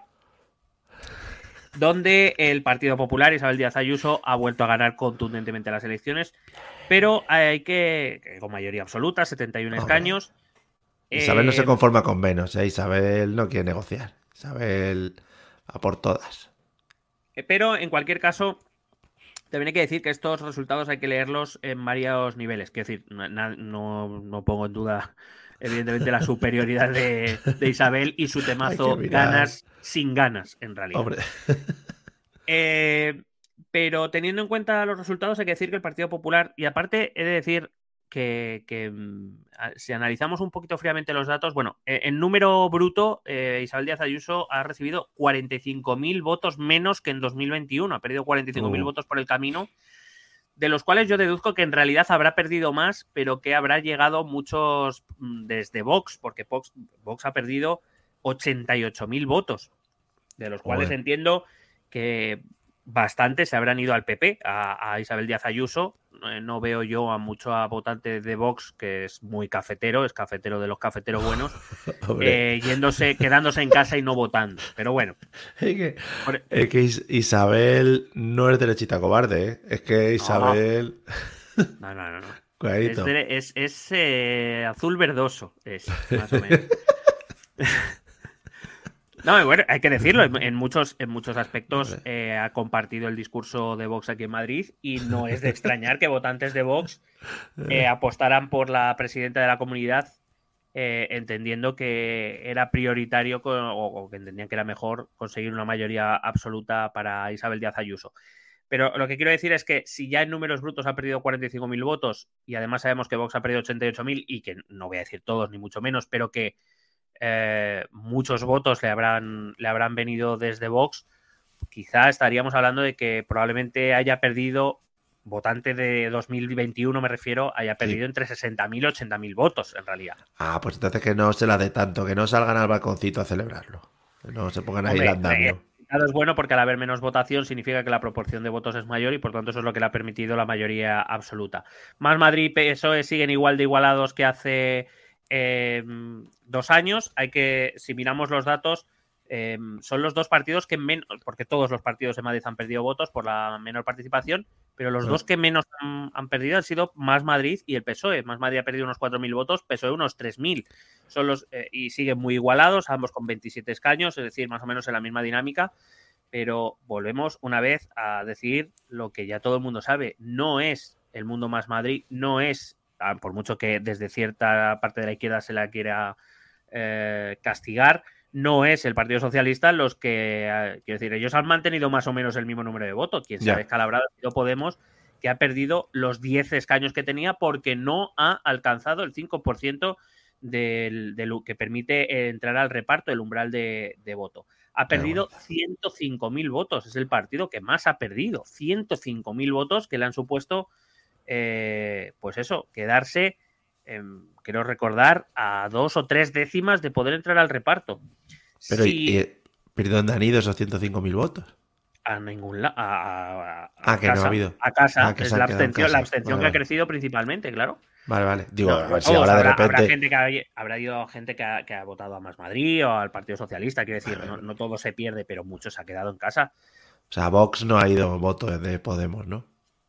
donde el Partido Popular, Isabel Díaz Ayuso, ha vuelto a ganar contundentemente las elecciones, pero hay que, que con mayoría absoluta, setenta y uno Hombre. escaños. Isabel no se Eh, conforma con menos, ¿eh? Isabel no quiere negociar. Isabel a por todas. Eh, Pero en cualquier caso, también hay que decir que estos resultados hay que leerlos en varios niveles. Quiero decir, na- na- no, no pongo en duda, evidentemente, la superioridad de, de Isabel y su temazo Hay que mirar. ganas sin ganas, en realidad. Hombre, Eh, pero teniendo en cuenta los resultados, hay que decir que el Partido Popular, y aparte he de decir que, que, mm, a- si analizamos un poquito fríamente los datos, bueno, eh, en número bruto, eh, Isabel Díaz Ayuso ha recibido cuarenta y cinco mil votos menos que en dos mil veintiuno, ha perdido cuarenta y cinco mil Uh. votos por el camino, de los cuales yo deduzco que en realidad habrá perdido más, pero que habrá llegado muchos mm, desde Vox, porque Vox, Vox ha perdido ochenta y ocho mil votos, de los cuales Joder. entiendo que bastante se habrán ido al P P, a, a Isabel Díaz Ayuso. Eh, No veo yo a mucho a votante de Vox, que es muy cafetero, es cafetero de los cafeteros buenos, hombre. eh, yéndose, quedándose en casa y no votando. Pero bueno, Es que, por- es que Is- Isabel no es derechita cobarde, ¿eh? Es que Isabel... no, no, no. no. Es, Cuidadito. de- es- es, eh, azul verdoso, es, más o menos. No, y bueno, hay que decirlo, en, en muchos, en muchos aspectos eh, ha compartido el discurso de Vox aquí en Madrid y no es de extrañar que votantes de Vox eh, apostaran por la presidenta de la comunidad, eh, entendiendo que era prioritario co- o, o que entendían que era mejor conseguir una mayoría absoluta para Isabel Díaz Ayuso. Pero lo que quiero decir es que si ya en números brutos ha perdido cuarenta y cinco mil votos y además sabemos que Vox ha perdido ochenta y ocho mil y que no voy a decir todos ni mucho menos, pero que eh, muchos votos le habrán, le habrán venido desde Vox, quizá estaríamos hablando de que probablemente haya perdido, votante de dos mil veintiuno me refiero, haya perdido sí. entre sesenta mil y ochenta mil votos en realidad. Ah, pues entonces que no se la dé tanto, que no salgan al balconcito a celebrarlo, que no se pongan ahí andando. Eh, Es bueno porque al haber menos votación significa que la proporción de votos es mayor y por tanto eso es lo que le ha permitido la mayoría absoluta. Más Madrid y P S O E siguen igual de igualados que hace eh, dos años. Hay que, si miramos los datos, eh, son los dos partidos que menos, porque todos los partidos de Madrid han perdido votos por la menor participación, pero los sí. dos que menos han, han perdido han sido Más Madrid y el P S O E. Más Madrid ha perdido unos cuatro mil votos, P S O E unos tres mil. Son los, eh, y siguen muy igualados, ambos con veintisiete escaños, es decir, más o menos en la misma dinámica, pero volvemos una vez a decir lo que ya todo el mundo sabe, no es el Mundo Más Madrid, no es, por mucho que desde cierta parte de la izquierda se la quiera eh, castigar, no es el Partido Socialista los que, eh, quiero decir, ellos han mantenido más o menos el mismo número de votos, quien se ha descalabrado ha sido Podemos, que ha perdido los diez escaños que tenía porque no ha alcanzado el cinco por ciento del, del que permite entrar al reparto, el umbral de, de voto. Ha perdido ciento cinco mil votos, es el partido que más ha perdido, ciento cinco mil votos que le han supuesto, eh, pues eso, quedarse, eh, quiero recordar, a dos o tres décimas de poder entrar al reparto. Pero, si... y, ¿pero dónde han ido esos ciento cinco mil votos? A ningún lado. A, a, ah, que casa, no ha habido. A casa, ah, que es se la abstención, abstención, la abstención vale, que ha vale. crecido principalmente, claro. Vale, vale. Digo, no, a ver si todos, ahora de habrá, repente... habrá gente que ha, habrá ido gente que ha, que ha votado a Más Madrid o al Partido Socialista, quiero decir, no, no todo se pierde, pero mucho se ha quedado en casa. O sea, Vox no ha ido voto de Podemos, ¿no?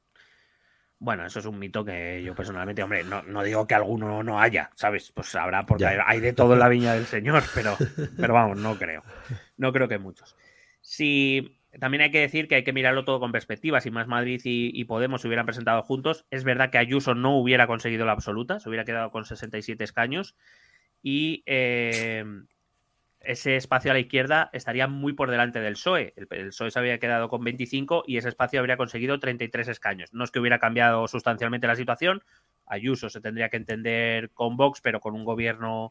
Bueno, eso es un mito que yo personalmente, hombre, no, no digo que alguno no haya, ¿sabes? Pues habrá, porque hay, hay de todo en la viña del señor, pero, pero vamos, no creo. No creo que muchos. Si... También hay que decir que hay que mirarlo todo con perspectiva. Si Más Madrid y, y Podemos se hubieran presentado juntos, es verdad que Ayuso no hubiera conseguido la absoluta, se hubiera quedado con sesenta y siete escaños y eh, ese espacio a la izquierda estaría muy por delante del P S O E. El, el P S O E se había quedado con veinticinco y ese espacio habría conseguido treinta y tres escaños. No es que hubiera cambiado sustancialmente la situación. Ayuso se tendría que entender con Vox, pero con un gobierno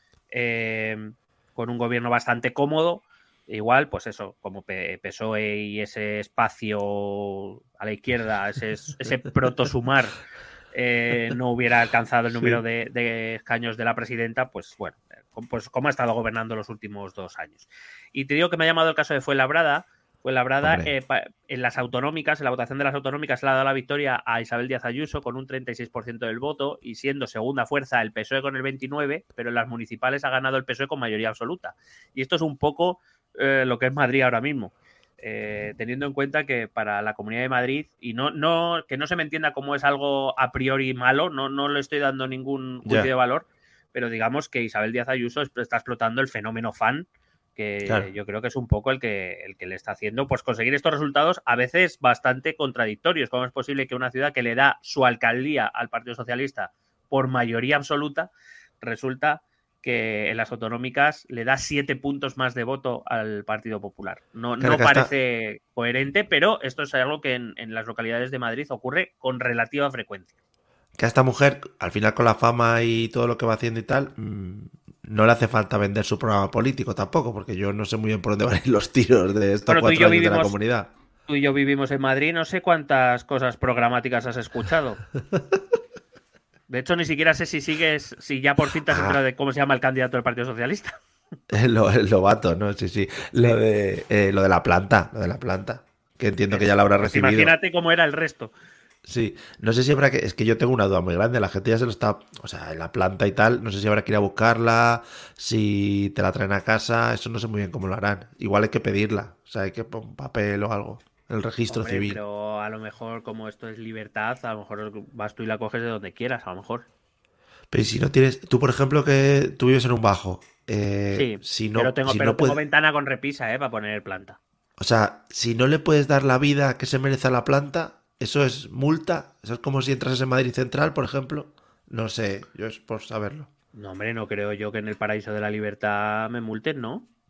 eh, con un gobierno bastante cómodo. Igual, pues eso, como P S O E y ese espacio a la izquierda, ese, ese protosumar, eh, no hubiera alcanzado el número sí. de, de escaños de la presidenta, pues bueno, pues como ha estado gobernando los últimos dos años. Y te digo que me ha llamado el caso de Fuenlabrada. Fuenlabrada, eh, en las autonómicas, en la votación de las autonómicas, se le ha dado la victoria a Isabel Díaz Ayuso con un treinta y seis por ciento del voto y siendo segunda fuerza el P S O E con el veintinueve por ciento, pero en las municipales ha ganado el P S O E con mayoría absoluta. Y esto es un poco... Eh, lo que es Madrid ahora mismo, eh, teniendo en cuenta que para la Comunidad de Madrid, y no, no que no se me entienda como es algo a priori malo, no, no le estoy dando ningún juicio yeah. de valor, pero digamos que Isabel Díaz Ayuso está explotando el fenómeno fan, que claro. yo creo que es un poco el que, el que le está haciendo pues conseguir estos resultados a veces bastante contradictorios. ¿Cómo es posible que una ciudad que le da su alcaldía al Partido Socialista por mayoría absoluta resulta que en las autonómicas le da siete puntos más de voto al Partido Popular? No, claro no parece está... coherente, pero esto es algo que en, en las localidades de Madrid ocurre con relativa frecuencia. Que a esta mujer, al final con la fama y todo lo que va haciendo y tal, mmm, no le hace falta vender su programa político tampoco, porque yo no sé muy bien por dónde van a ir los tiros de estos bueno, cuatro años vivimos, de la comunidad. Tú y yo vivimos en Madrid, no sé cuántas cosas programáticas has escuchado. De hecho, ni siquiera sé si sigues, si ya por fin te has enterado ah. de cómo se llama el candidato del Partido Socialista. El, el Lobato, ¿no? Sí, sí. Lo de, eh, lo de la planta, lo de la planta. Que entiendo que ya la habrá pues recibido. Imagínate cómo era el resto. Sí. No sé si habrá que... Es que yo tengo una duda muy grande. La gente ya se lo está... O sea, en la planta y tal, no sé si habrá que ir a buscarla, si te la traen a casa, eso no sé muy bien cómo lo harán. Igual hay que pedirla. O sea, hay que poner un papel o algo. El registro Hombre, civil. Pero a lo mejor, como esto es libertad, a lo mejor vas tú y la coges de donde quieras, a lo mejor. Pero si no tienes... Tú, por ejemplo, que tú vives en un bajo. Eh, sí, si no, pero tengo, si pero no tengo puede... ventana con repisa, ¿eh? Para poner planta. O sea, si no le puedes dar la vida que se merece a la planta, ¿eso es multa? ¿Eso es como si entras en Madrid Central, por ejemplo? No sé, yo es por saberlo. No, hombre, no creo yo que en el Paraíso de la Libertad me multen, ¿no?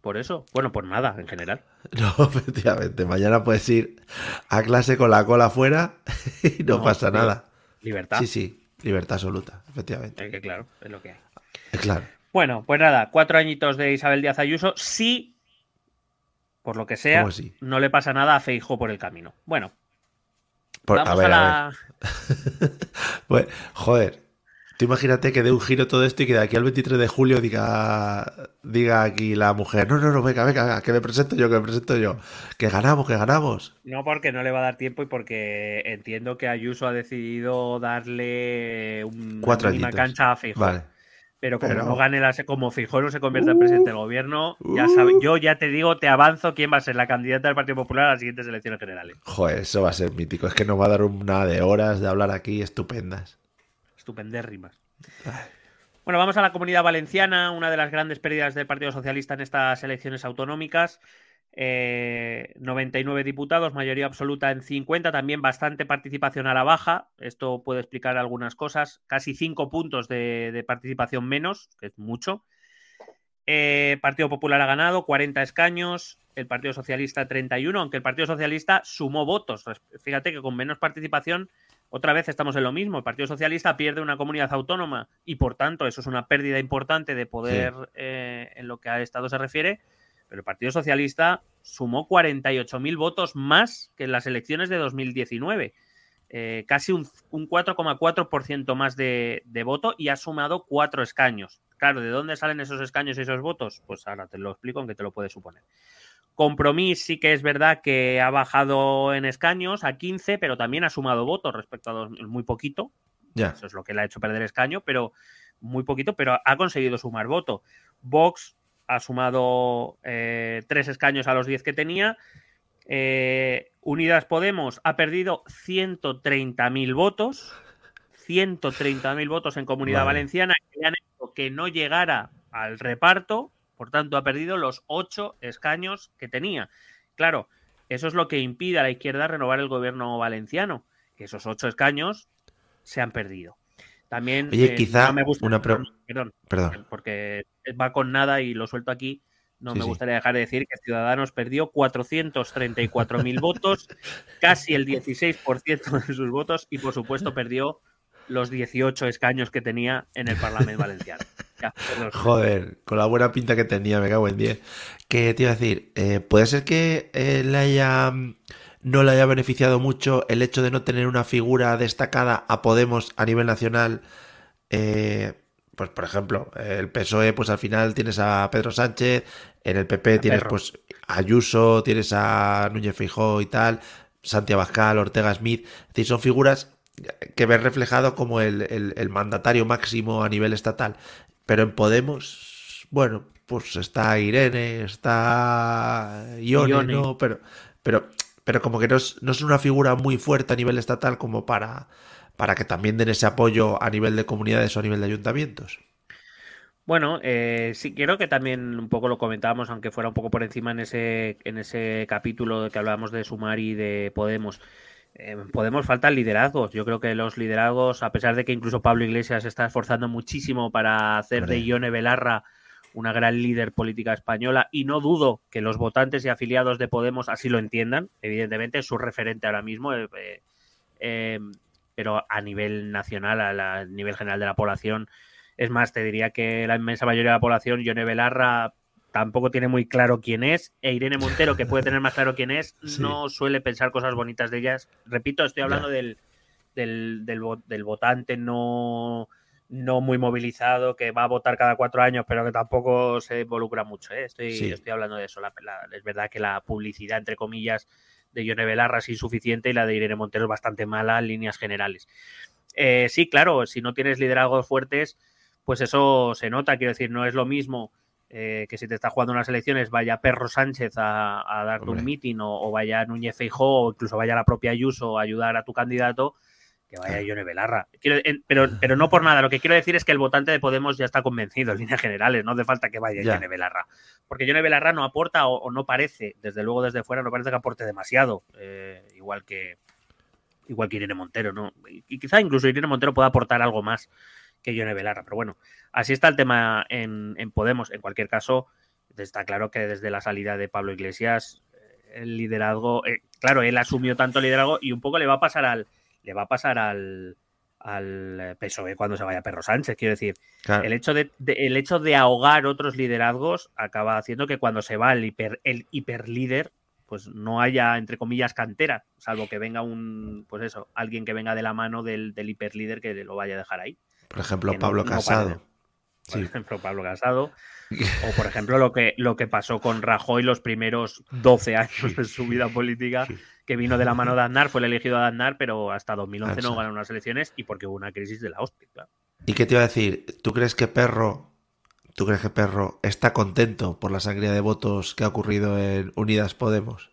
por eso. Bueno, pues nada, en general. No, efectivamente. Mañana puedes ir a clase con la cola afuera y no, no pasa sí. nada. Libertad. Sí, sí, libertad absoluta, efectivamente. Es que claro, es lo que hay. Es claro. Bueno, pues nada, cuatro añitos de Isabel Díaz Ayuso. Sí, por lo que sea, sí? no le pasa nada a Feijóo por el camino. Bueno, por, vamos a, ver, a la... A ver. Pues, joder, tú imagínate que dé un giro todo esto y que de aquí al veintitrés de julio diga, diga aquí la mujer, no, no, no, venga, venga, que me presento yo, que me presento yo, que ganamos, que ganamos. No, porque no le va a dar tiempo y porque entiendo que Ayuso ha decidido darle un, Cuatro una añitos. cancha a Feijóo. Vale. Pero como Pero... no gane la, como Feijóo no se convierta en presidente del gobierno, ya sabe, yo ya te digo, te avanzo quién va a ser la candidata del Partido Popular a las siguientes elecciones generales. Joder, eso va a ser mítico. Es que nos va a dar una de horas de hablar aquí estupendas. Estupendérrimas. Ay. Bueno, vamos a la Comunidad Valenciana, una de las grandes pérdidas del Partido Socialista en estas elecciones autonómicas. Eh, noventa y nueve diputados, mayoría absoluta en cincuenta, también bastante participación a la baja. Esto puede explicar algunas cosas. Casi cinco puntos de, de participación menos, que es mucho. Eh, Partido Popular ha ganado cuarenta escaños, el Partido Socialista treinta y uno, aunque el Partido Socialista sumó votos. Fíjate que con menos participación, otra vez estamos en lo mismo. El Partido Socialista pierde una comunidad autónoma y, por tanto, eso es una pérdida importante de poder sí. eh, en lo que a Estado se refiere. Pero el Partido Socialista sumó cuarenta y ocho mil votos más que en las elecciones de dos mil diecinueve. Eh, casi un, un cuatro coma cuatro por ciento más de, de voto y ha sumado cuatro escaños. Claro, ¿de dónde salen esos escaños y esos votos? Pues ahora te lo explico, aunque te lo puedes suponer. Compromís sí que es verdad que ha bajado en escaños a quince, pero también ha sumado votos respecto a dos, muy poquito. Ya. Eso es lo que le ha hecho perder escaño, pero muy poquito, pero ha conseguido sumar voto. Vox ha sumado eh, tres escaños a los diez que tenía. Eh, Unidas Podemos ha perdido ciento treinta mil votos. ciento treinta mil votos en Comunidad vale. Valenciana, que le han hecho que no llegara al reparto. Por tanto, ha perdido los ocho escaños que tenía. Claro, eso es lo que impide a la izquierda renovar el gobierno valenciano, que esos ocho escaños se han perdido. También Oye, eh, quizá no me gusta, una pro... perdón, perdón, porque va con nada y lo suelto aquí. No sí, me sí. gustaría dejar de decir que Ciudadanos perdió cuatrocientos treinta y cuatro mil votos, casi el dieciséis por ciento de sus votos, y por supuesto perdió los dieciocho escaños que tenía en el Parlamento Valenciano. Ya, joder, con la buena pinta que tenía, me cago en diez. ¿Qué te iba a decir? Eh, ¿Puede ser que eh, le haya, no le haya beneficiado mucho el hecho de no tener una figura destacada a Podemos a nivel nacional? Eh, pues, por ejemplo, el P S O E, pues al final tienes a Pedro Sánchez, en el P P a tienes Perro. pues a Ayuso, tienes a Núñez Feijóo y tal, Santiago Abascal, Ortega Smith. Es decir, son figuras que ves reflejado como el, el, el mandatario máximo a nivel estatal. Pero en Podemos, bueno, pues está Irene, está Ione, Ione. ¿no? Pero, pero, pero como que no es, no es una figura muy fuerte a nivel estatal como para, para que también den ese apoyo a nivel de comunidades o a nivel de ayuntamientos. Bueno, eh, sí, creo que también un poco lo comentábamos, aunque fuera un poco por encima en ese, en ese capítulo que hablábamos de Sumar y de Podemos. Eh, Podemos faltan liderazgos. Yo creo que los liderazgos, a pesar de que incluso Pablo Iglesias se está esforzando muchísimo para hacer Hombre. de Ione Belarra una gran líder política española, y no dudo que los votantes y afiliados de Podemos así lo entiendan, evidentemente es su referente ahora mismo, eh, eh, pero a nivel nacional, a, la, a nivel general de la población, es más, te diría que la inmensa mayoría de la población, Ione Belarra tampoco tiene muy claro quién es, e Irene Montero, que puede tener más claro quién es, sí. no suele pensar cosas bonitas de ellas. Repito, estoy hablando yeah. del, del, del, del votante no, no muy movilizado, que va a votar cada cuatro años, pero que tampoco se involucra mucho. ¿eh? Estoy, sí. estoy hablando de eso. La, la, es verdad que la publicidad, entre comillas, de Ione Belarra es insuficiente y la de Irene Montero es bastante mala en líneas generales. Eh, sí, claro, si no tienes liderazgos fuertes, pues eso se nota. Quiero decir, no es lo mismo Eh, que si te está jugando unas elecciones vaya Perro Sánchez a, a darte Hombre. un mitin o, o vaya Núñez Feijóo o incluso vaya la propia Ayuso a ayudar a tu candidato, que vaya Ione Belarra. Quiero, en, pero, pero no por nada, lo que quiero decir es que el votante de Podemos ya está convencido en líneas generales, no hace falta que vaya ya. Ione Belarra, porque Ione Belarra no aporta o, o no parece, desde luego desde fuera no parece que aporte demasiado, eh, igual que igual que Irene Montero, ¿no? Y, y quizá incluso Irene Montero pueda aportar algo más que Ione Belarra, pero bueno, así está el tema en, en Podemos. En cualquier caso, está claro que desde la salida de Pablo Iglesias, el liderazgo, eh, claro, él asumió tanto liderazgo y un poco le va a pasar al, le va a pasar al, al P S O E cuando se vaya Pedro Sánchez. Quiero decir, claro. el hecho de, de, el hecho de ahogar otros liderazgos acaba haciendo que cuando se va el hiper, el hiperlíder, pues no haya, entre comillas, cantera, salvo que venga un, pues eso, alguien que venga de la mano del, del hiperlíder que lo vaya a dejar ahí. Por ejemplo, que Pablo no, Casado. No por sí. ejemplo, Pablo Casado. O, por ejemplo, lo que, lo que pasó con Rajoy los primeros doce años de su vida política, que vino de la mano de Aznar, fue el elegido de Aznar, pero hasta dos mil once no ganaron unas elecciones y porque hubo una crisis de la hostia. Claro. ¿Y qué te iba a decir? ¿Tú crees que Perro, tú crees que Perro está contento por la sangría de votos que ha ocurrido en Unidas Podemos?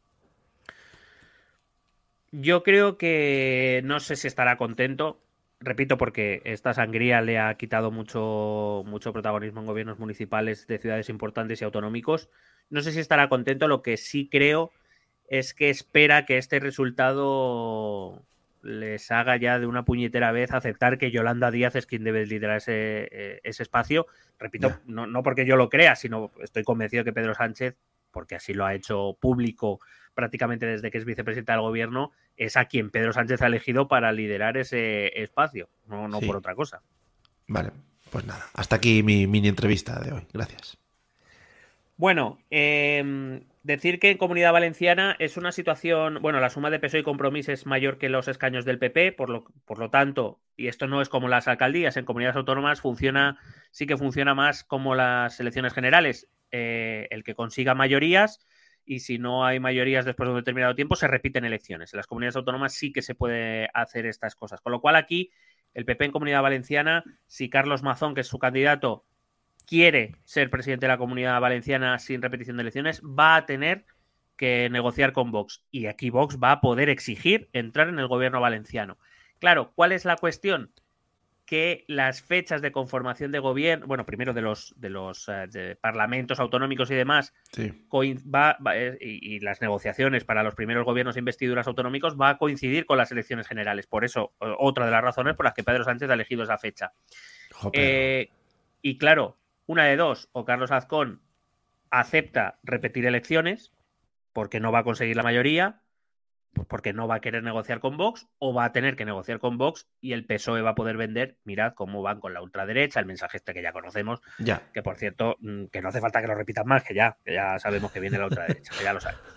Yo creo que no sé si estará contento. Repito, porque esta sangría le ha quitado mucho, mucho protagonismo en gobiernos municipales de ciudades importantes y autonómicos. No sé si estará contento. Lo que sí creo es que espera que este resultado les haga ya de una puñetera vez aceptar que Yolanda Díaz es quien debe liderar ese, ese espacio. Repito, yeah. no, no porque yo lo crea, sino estoy convencido que Pedro Sánchez, porque así lo ha hecho público prácticamente desde que es vicepresidenta del gobierno, es a quien Pedro Sánchez ha elegido para liderar ese espacio, no, no sí. por otra cosa. Vale, pues nada, hasta aquí mi mini entrevista de hoy. Gracias. Bueno, eh, decir que en Comunidad Valenciana es una situación, bueno, la suma de P S O E y Compromís es mayor que los escaños del P P, por lo, por lo tanto, y esto no es como las alcaldías, en comunidades autónomas funciona, sí que funciona más como las elecciones generales, eh, el que consiga mayorías. Y si no hay mayorías después de un determinado tiempo, se repiten elecciones. En las comunidades autónomas sí que se puede hacer estas cosas. Con lo cual aquí, el P P en Comunidad Valenciana, si Carlos Mazón, que es su candidato, quiere ser presidente de la Comunidad Valenciana sin repetición de elecciones, va a tener que negociar con Vox. Y aquí Vox va a poder exigir entrar en el gobierno valenciano. Claro, ¿cuál es la cuestión? Que las fechas de conformación de gobierno, bueno, primero de los de los uh, de parlamentos autonómicos y demás, sí. va, va, y, y las negociaciones para los primeros gobiernos e investiduras autonómicos va a coincidir con las elecciones generales. Por eso, otra de las razones por las que Pedro Sánchez ha elegido esa fecha. Eh, y claro, una de dos, o Carlos Azcón acepta repetir elecciones porque no va a conseguir la mayoría, pues porque no va a querer negociar con Vox, o va a tener que negociar con Vox y el P S O E va a poder vender, mirad cómo van con la ultraderecha, el mensaje este que ya conocemos, ya. que por cierto, que no hace falta que lo repitan más, que ya, que ya sabemos que viene la ultraderecha, que ya lo saben.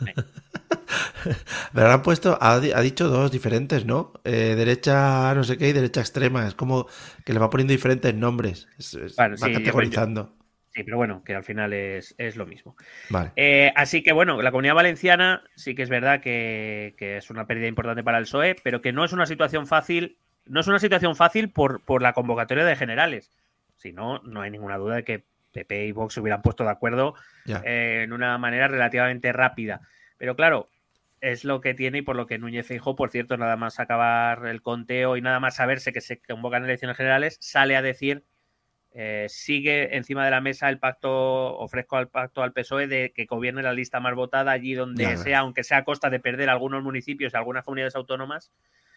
Pero han puesto, ha, ha dicho dos diferentes, ¿no? Eh, derecha no sé qué y derecha extrema, es como que le va poniendo diferentes nombres, es, es, bueno, va sí, categorizando. Yo, Sí, pero bueno, que al final es, es lo mismo. Vale. Eh, así que bueno, la Comunidad Valenciana sí que es verdad que, que es una pérdida importante para el P S O E, pero que no es una situación fácil, no es una situación fácil por, por la convocatoria de generales. Si no, no hay ninguna duda de que P P y Vox se hubieran puesto de acuerdo eh, en una manera relativamente rápida. Pero claro, es lo que tiene y por lo que Núñez Feijóo, por cierto, nada más acabar el conteo y nada más saberse que se convocan elecciones generales, sale a decir Eh, sigue encima de la mesa el pacto, ofrezco al pacto al P S O E de que gobierne la lista más votada allí donde ya, sea, aunque sea a costa de perder algunos municipios y algunas comunidades autónomas,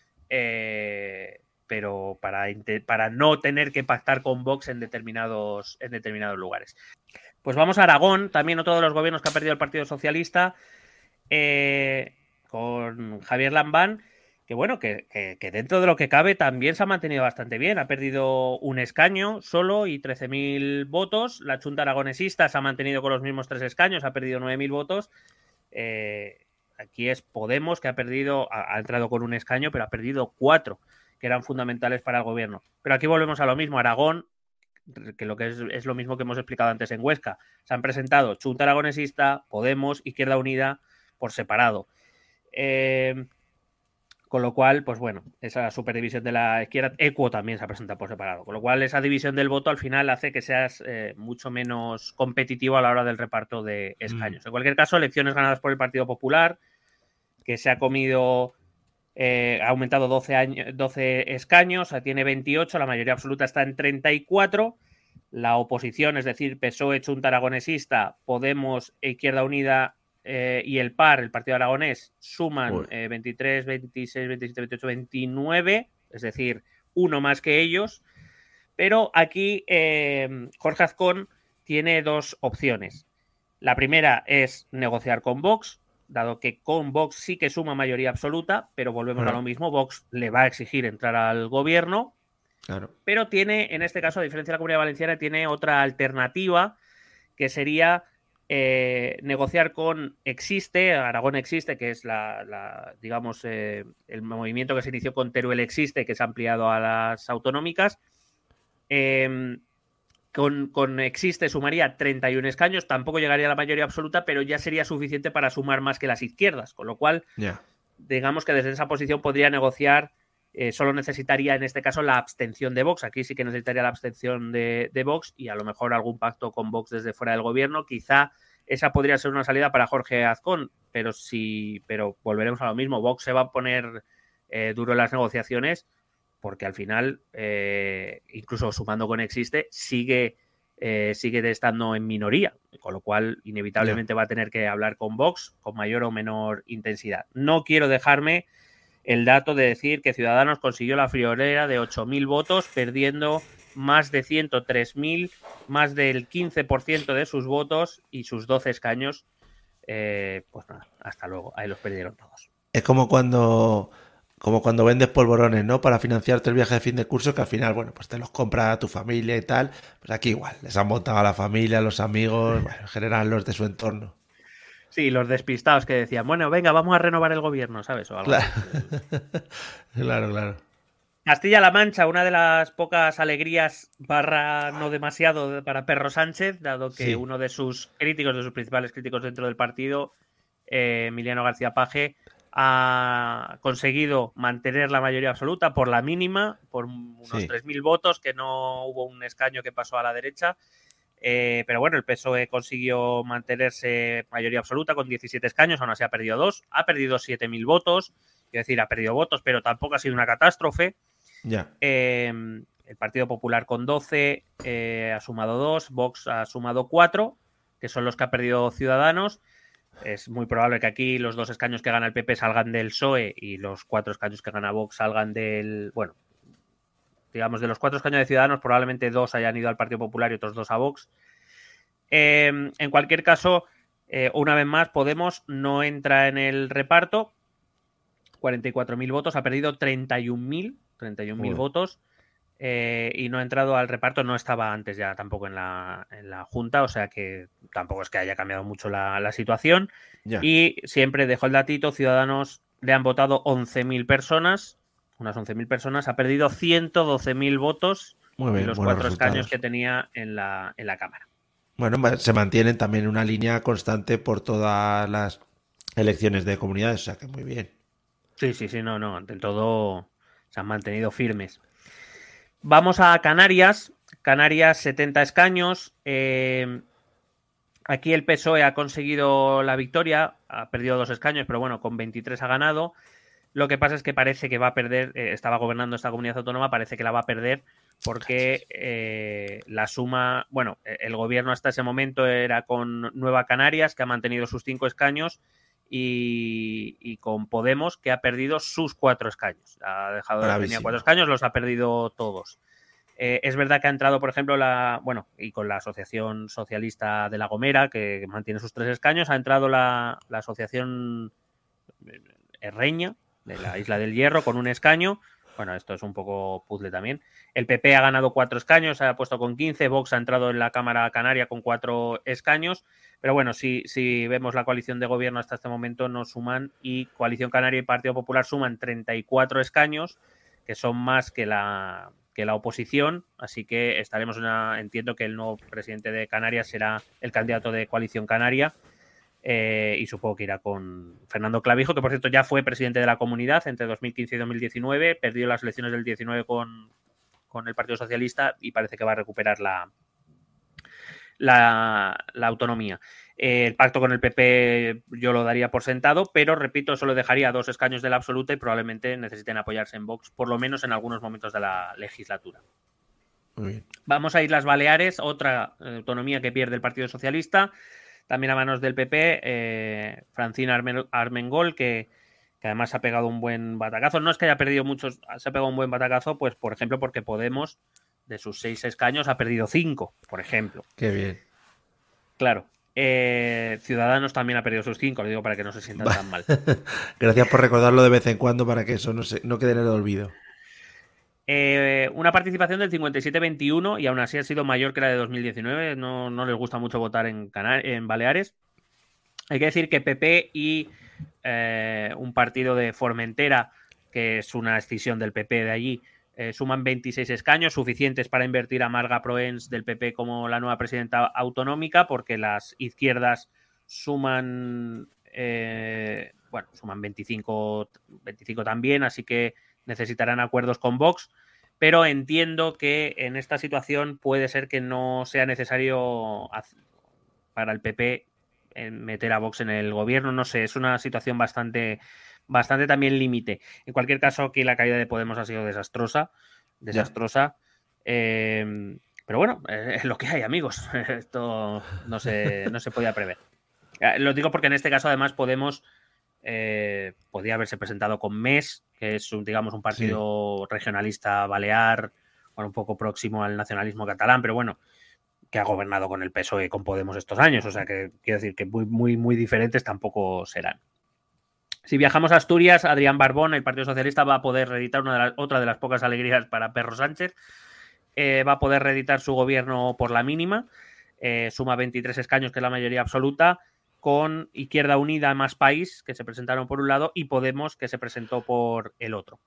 eh, pero para, para no tener que pactar con Vox en determinados, en determinados lugares. Pues vamos a Aragón, también otro de los gobiernos que ha perdido el Partido Socialista, eh, con Javier Lambán, que bueno, que, que, que dentro de lo que cabe también se ha mantenido bastante bien. Ha perdido un escaño solo y trece mil votos. La Chunta Aragonesista se ha mantenido con los mismos tres escaños, ha perdido nueve mil votos. Eh, aquí es Podemos, que ha perdido, ha, ha entrado con un escaño, pero ha perdido cuatro, que eran fundamentales para el gobierno. Pero aquí volvemos a lo mismo. Aragón, que lo que es, es lo mismo que hemos explicado antes en Huesca. Se han presentado Chunta Aragonesista, Podemos, Izquierda Unida por separado. Eh... Con lo cual, pues bueno, esa superdivisión de la izquierda, Equo también se ha presentado por separado. Con lo cual, esa división del voto al final hace que seas eh, mucho menos competitivo a la hora del reparto de escaños. Mm. En cualquier caso, elecciones ganadas por el Partido Popular, que se ha comido, eh, ha aumentado doce, años, doce escaños, tiene veintiocho, la mayoría absoluta está en treinta y cuatro. La oposición, es decir, P S O E, Chunta Aragonesista, Podemos e Izquierda Unida, Eh, y el P A R, el Partido Aragonés, suman eh, veintitrés, veintiséis, veintisiete, veintiocho, veintinueve, es decir, uno más que ellos. Pero aquí eh, Jorge Azcón tiene dos opciones. La primera es negociar con Vox, dado que con Vox sí que suma mayoría absoluta, pero volvemos claro. a lo mismo, Vox le va a exigir entrar al gobierno, claro. pero tiene, en este caso, a diferencia de la Comunidad Valenciana, tiene otra alternativa, que sería eh, negociar con Existe, Aragón Existe, que es la, la digamos, eh, el movimiento que se inició con Teruel Existe, que se ha ampliado a las autonómicas. Eh, Con, con Existe sumaría treinta y un escaños, tampoco llegaría a la mayoría absoluta, pero ya sería suficiente para sumar más que las izquierdas, con lo cual, yeah. digamos que desde esa posición podría negociar, eh, solo necesitaría en este caso la abstención de Vox, aquí sí que necesitaría la abstención de, de Vox y a lo mejor algún pacto con Vox desde fuera del gobierno, quizá esa podría ser una salida para Jorge Azcón, pero sí, pero volveremos a lo mismo, Vox se va a poner eh, duro en las negociaciones, porque al final, eh, incluso sumando con Existe, sigue, eh, sigue estando en minoría, con lo cual inevitablemente yeah. va a tener que hablar con Vox con mayor o menor intensidad. No quiero dejarme el dato de decir que Ciudadanos consiguió la friolera de ocho mil votos, perdiendo más de ciento tres mil, más del quince por ciento de sus votos y sus doce escaños. Eh, pues nada, hasta luego, ahí los perdieron todos. Es como cuando... Como cuando vendes polvorones, ¿no? Para financiarte el viaje de fin de curso, que al final, bueno, pues te los compra tu familia y tal. Pues aquí igual, les han montado a la familia, a los amigos, bueno, en general los de su entorno. Sí, los despistados que decían, bueno, venga, vamos a renovar el gobierno, ¿sabes? O algo claro. claro, claro. Castilla-La Mancha, una de las pocas alegrías barra no demasiado para Perro Sánchez, dado que sí. uno de sus críticos, de sus principales críticos dentro del partido, eh, Emiliano García Paje, ha conseguido mantener la mayoría absoluta por la mínima, por unos sí. tres mil votos, que no hubo un escaño que pasó a la derecha. Eh, pero bueno, el P S O E consiguió mantenerse mayoría absoluta con diecisiete escaños, aún así ha perdido dos. Ha perdido siete mil votos, quiero decir, ha perdido votos, pero tampoco ha sido una catástrofe. Ya. Eh, el Partido Popular con doce eh, ha sumado dos, Vox ha sumado cuatro, que son los que ha perdido Ciudadanos. Es muy probable que aquí los dos escaños que gana el P P salgan del P S O E y los cuatro escaños que gana Vox salgan del... Bueno, digamos, de los cuatro escaños de Ciudadanos, probablemente dos hayan ido al Partido Popular y otros dos a Vox. Eh, en cualquier caso, eh, una vez más, Podemos no entra en el reparto. cuarenta y cuatro mil votos, ha perdido treinta y un mil votos. Eh, y no ha entrado al reparto, no estaba antes ya tampoco en la, en la Junta, o sea que tampoco es que haya cambiado mucho la, la situación. Ya. Y siempre dejo el datito, Ciudadanos le han votado once mil personas, unas once mil personas, ha perdido ciento doce mil votos Muy bien, en los cuatro resultados. escaños que tenía en la, en la Cámara. Bueno, se mantienen también una línea constante por todas las elecciones de comunidades, o sea que muy bien. Sí, sí, sí, no, no, del todo se han mantenido firmes. Vamos a Canarias. Canarias, setenta escaños. Eh, aquí el P S O E ha conseguido la victoria. Ha perdido dos escaños, pero bueno, con veintitrés ha ganado. Lo que pasa es que parece que va a perder. Eh, estaba gobernando esta comunidad autónoma, parece que la va a perder porque eh, la suma... Bueno, el gobierno hasta ese momento era con Nueva Canarias, que ha mantenido sus cinco escaños, y, y con Podemos, que ha perdido sus cuatro escaños. Ha dejado de tenía cuatro escaños, los ha perdido todos. Eh, es verdad que ha entrado, por ejemplo, la bueno, y con la Asociación Socialista de La Gomera, que mantiene sus tres escaños, ha entrado la, la Asociación Herreña, de la Isla del Hierro, con un escaño. Bueno, esto es un poco puzzle también. El P P ha ganado cuatro escaños, se ha puesto con quince. Vox ha entrado en la Cámara Canaria con cuatro escaños. Pero bueno, si, si vemos la coalición de gobierno hasta este momento, no suman, y Coalición Canaria y Partido Popular suman treinta y cuatro escaños, que son más que la, que la oposición. Así que estaremos en una, entiendo que el nuevo presidente de Canarias será el candidato de Coalición Canaria. Eh, y supongo que irá con Fernando Clavijo, que por cierto ya fue presidente de la comunidad entre dos mil quince y dos mil diecinueve, perdió las elecciones del diecinueve con, con el Partido Socialista y parece que va a recuperar la, la, la autonomía. Eh, el pacto con el P P yo lo daría por sentado, pero repito, solo dejaría dos escaños de la absoluta y probablemente necesiten apoyarse en Vox, por lo menos en algunos momentos de la legislatura. Muy bien. Vamos a Islas Baleares, otra autonomía que pierde el Partido Socialista, también a manos del P P, eh, Francina Armengol, que, que además ha pegado un buen batacazo. No es que haya perdido muchos, se ha pegado un buen batacazo, pues por ejemplo, porque Podemos, de sus seis escaños, ha perdido cinco, por ejemplo. Qué bien. Claro. Eh, Ciudadanos también ha perdido sus cinco, lo digo para que no se sientan tan mal. Gracias por recordarlo de vez en cuando para que eso no, se, no quede en el olvido. Eh, una participación del cincuenta y siete veintiuno y aún así ha sido mayor que la de dos mil diecinueve. No, no les gusta mucho votar en, Cana- en Baleares. Hay que decir que P P y eh, un partido de Formentera, que es una escisión del P P de allí, eh, suman veintiséis escaños, suficientes para invertir a Marga Proens del P P como la nueva presidenta autonómica, porque las izquierdas suman, eh, bueno, suman veinticinco, veinticinco también, así que necesitarán acuerdos con Vox, pero entiendo que en esta situación puede ser que no sea necesario para el P P meter a Vox en el gobierno, no sé, es una situación bastante, bastante también límite. En cualquier caso, aquí la caída de Podemos ha sido desastrosa, desastrosa. Eh, pero bueno, es lo que hay, amigos. Esto no se, no se podía prever. Lo digo porque en este caso, además, Podemos eh, podía haberse presentado con M E S, que es, un, digamos, un partido sí. regionalista balear, bueno, un poco próximo al nacionalismo catalán, pero bueno, que ha gobernado con el P S O E y con Podemos estos años, o sea que quiero decir que muy, muy, muy diferentes tampoco serán. Si viajamos a Asturias, Adrián Barbón, el Partido Socialista, va a poder reeditar una de las, otra de las pocas alegrías para Pedro Sánchez, eh, va a poder reeditar su gobierno por la mínima, eh, suma veintitrés escaños, que es la mayoría absoluta, con Izquierda Unida, Más País, que se presentaron por un lado, y Podemos, que se presentó por el otro.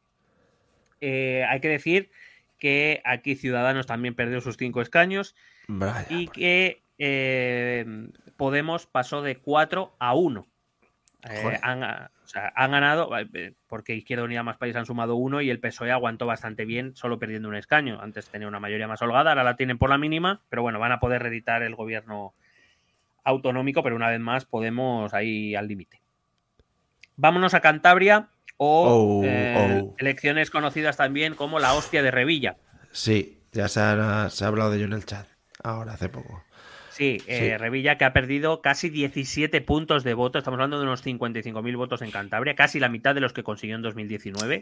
Eh, hay que decir que aquí Ciudadanos también perdió sus cinco escaños, Vaya, y que eh, Podemos pasó de cuatro a uno. Eh, han, o sea, han ganado, porque Izquierda Unida Más País han sumado uno y el P S O E aguantó bastante bien, solo perdiendo un escaño. Antes tenía una mayoría más holgada, ahora la tienen por la mínima, pero bueno, van a poder reeditar el gobierno autonómico, pero una vez más Podemos ahí al límite. Vámonos a Cantabria, o oh, eh, oh. elecciones conocidas también como la hostia de Revilla. Sí, ya se ha, se ha hablado de ello en el chat, ahora hace poco. Sí, eh, sí, Revilla, que ha perdido casi diecisiete puntos de voto. Estamos hablando de unos cincuenta y cinco mil votos en Cantabria, casi la mitad de los que consiguió en dos mil diecinueve.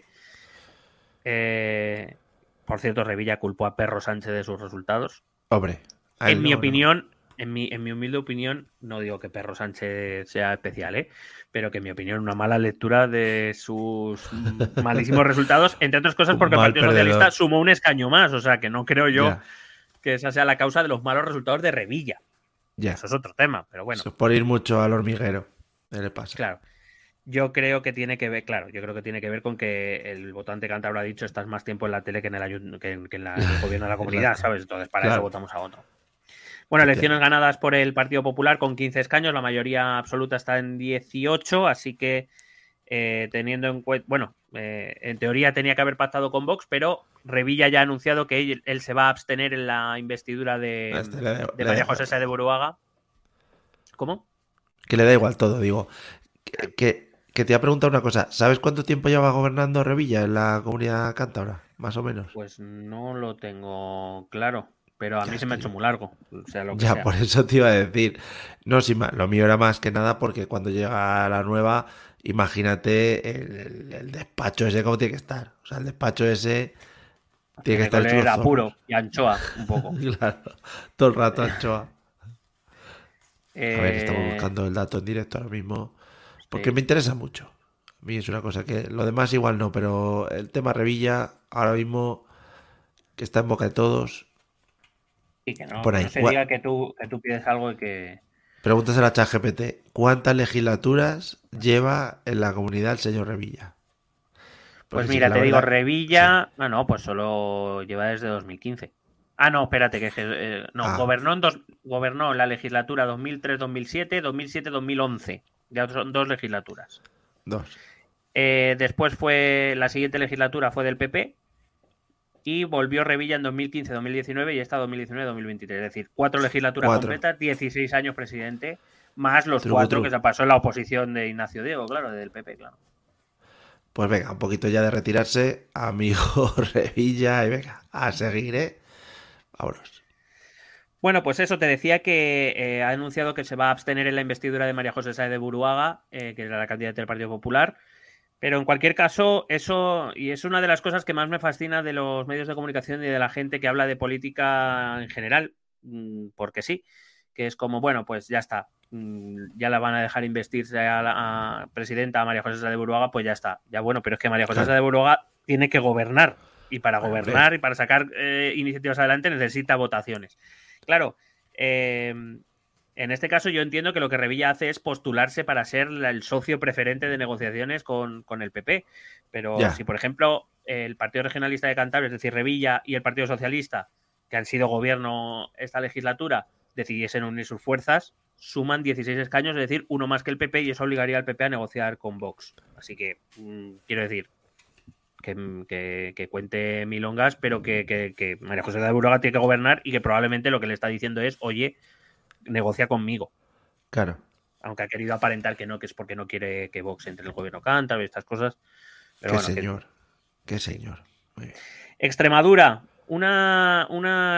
Eh, por cierto, Revilla culpó a Pedro Sánchez de sus resultados. Hombre, en mi no, opinión, no. En, mi, en mi humilde opinión, no digo que Pedro Sánchez sea especial, ¿eh? Pero que en mi opinión una mala lectura de sus malísimos resultados, entre otras cosas porque el Partido perdedor. Socialista sumó un escaño más, o sea que no creo yo yeah. que esa sea la causa de los malos resultados de Revilla. Ya. Eso es otro tema, pero bueno. Eso es por ir mucho al hormiguero. ¿Qué le pasa? Claro. Yo creo que tiene que ver, claro, yo creo que tiene que ver con que el votante cántabro ha dicho estás más tiempo en la tele que en el, que, que en, la, en el gobierno de la comunidad, claro. ¿Sabes? Entonces para claro. eso votamos a otro. Bueno, elecciones ganadas por el Partido Popular con quince escaños, la mayoría absoluta está en dieciocho, así que eh, teniendo en cuenta, bueno, eh, en teoría tenía que haber pactado con Vox, pero Revilla ya ha anunciado que él, él se va a abstener en la investidura de, este le, de María José Sáez de Buruaga. ¿Cómo? Que le da igual todo, digo. Que, que, que te ha preguntado una cosa. ¿Sabes cuánto tiempo lleva gobernando Revilla en la comunidad cántabra? Más o menos. Pues no lo tengo claro. Pero a mí ya, se me ha hecho muy largo. O sea, lo que ya, sea. Por eso te iba a decir. No, sí, lo mío era más que nada porque cuando llega la nueva, imagínate el, el, el despacho ese cómo tiene que estar. O sea, el despacho ese tiene, tiene que estar hecho apuro y anchoa un poco. Claro, todo el rato anchoa. Eh... A ver, estamos buscando el dato en directo ahora mismo. Porque sí. me interesa mucho. A mí es una cosa que... Lo demás igual no, pero el tema Revilla, ahora mismo, que está en boca de todos... Y que no, no se diga que tú, que tú pides algo y que... Pregúntaselo a ChatGPT. ¿Cuántas legislaturas lleva en la comunidad el señor Revilla? Porque pues mira, si te verdad... digo, Revilla... Sí. No, no, pues solo lleva desde dos mil quince. Ah, no, espérate, que eh, no, ah. gobernó, en dos, gobernó en la legislatura dos mil tres dos mil siete, dos mil siete dos mil once. Ya son dos legislaturas. Dos. Eh, después fue... La siguiente legislatura fue del P P... Y volvió Revilla en dos mil quince dos mil diecinueve y esta dos mil diecinueve dos mil veintitrés. Es decir, cuatro legislaturas cuatro. completas, dieciséis años presidente, más los truco, cuatro truco. que se pasó en la oposición de Ignacio Diego, claro, del P P, claro. Pues venga, un poquito ya de retirarse, amigo Revilla, y venga, a seguir, ¿eh? Vámonos. Bueno, pues eso, te decía que eh, ha anunciado que se va a abstener en la investidura de María José Sáez de Buruaga, eh, que era la candidata del Partido Popular. Pero en cualquier caso, eso, y es una de las cosas que más me fascina de los medios de comunicación y de la gente que habla de política en general, porque sí, que es como, bueno, pues ya está, ya la van a dejar investirse a la a presidenta, a María José Sáenz de Buruaga, pues ya está, ya bueno, pero es que María José Sáenz de Buruaga tiene que gobernar, y para bueno, gobernar y para sacar eh, iniciativas adelante necesita votaciones. Claro, eh, en este caso yo entiendo que lo que Revilla hace es postularse para ser el socio preferente de negociaciones con, con el P P, pero yeah. si por ejemplo el Partido Regionalista de Cantabria, es decir, Revilla, y el Partido Socialista, que han sido gobierno esta legislatura, decidiesen unir sus fuerzas, suman dieciséis escaños, es decir, uno más que el P P, y eso obligaría al P P a negociar con Vox. Así que, mmm, quiero decir, que, que, que cuente milongas, pero que, que, que María José de Buruaga tiene que gobernar y que probablemente lo que le está diciendo es, oye, negocia conmigo. Claro. Aunque ha querido aparentar que no, que es porque no quiere que Vox entre en el gobierno cántabro y estas cosas. Pero qué bueno, señor, que... qué señor. Muy bien. Extremadura. Una,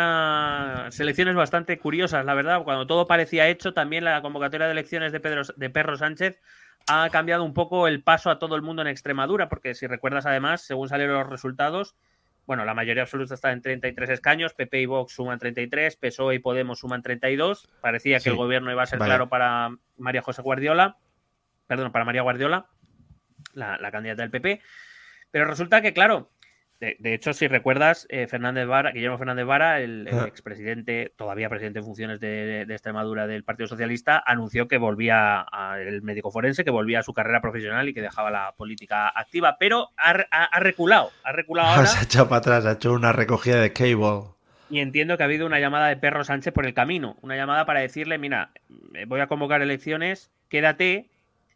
una selecciones bastante curiosas, la verdad. Cuando todo parecía hecho, también la convocatoria de elecciones de, Pedro, de Perro Sánchez ha cambiado un poco el paso a todo el mundo en Extremadura, porque si recuerdas además, según salieron los resultados, bueno, la mayoría absoluta está en treinta y tres escaños, P P y Vox suman treinta y tres, P S O E y Podemos suman treinta y dos, parecía que sí, el gobierno iba a ser vale. claro para María José Guardiola, perdón, para María Guardiola, la, la candidata del P P, pero resulta que, claro, De, de hecho, si recuerdas, eh, Fernández Vara, Guillermo Fernández Vara, el, el expresidente, todavía presidente en funciones de, de, de Extremadura del Partido Socialista, anunció que volvía a, el médico forense, que volvía a su carrera profesional y que dejaba la política activa, pero ha, ha, ha reculado, ha reculado ahora. Se ha echado para atrás, ha hecho una recogida de cable. Y entiendo que ha habido una llamada de Perro Sánchez por el camino, una llamada para decirle, mira, voy a convocar elecciones, quédate,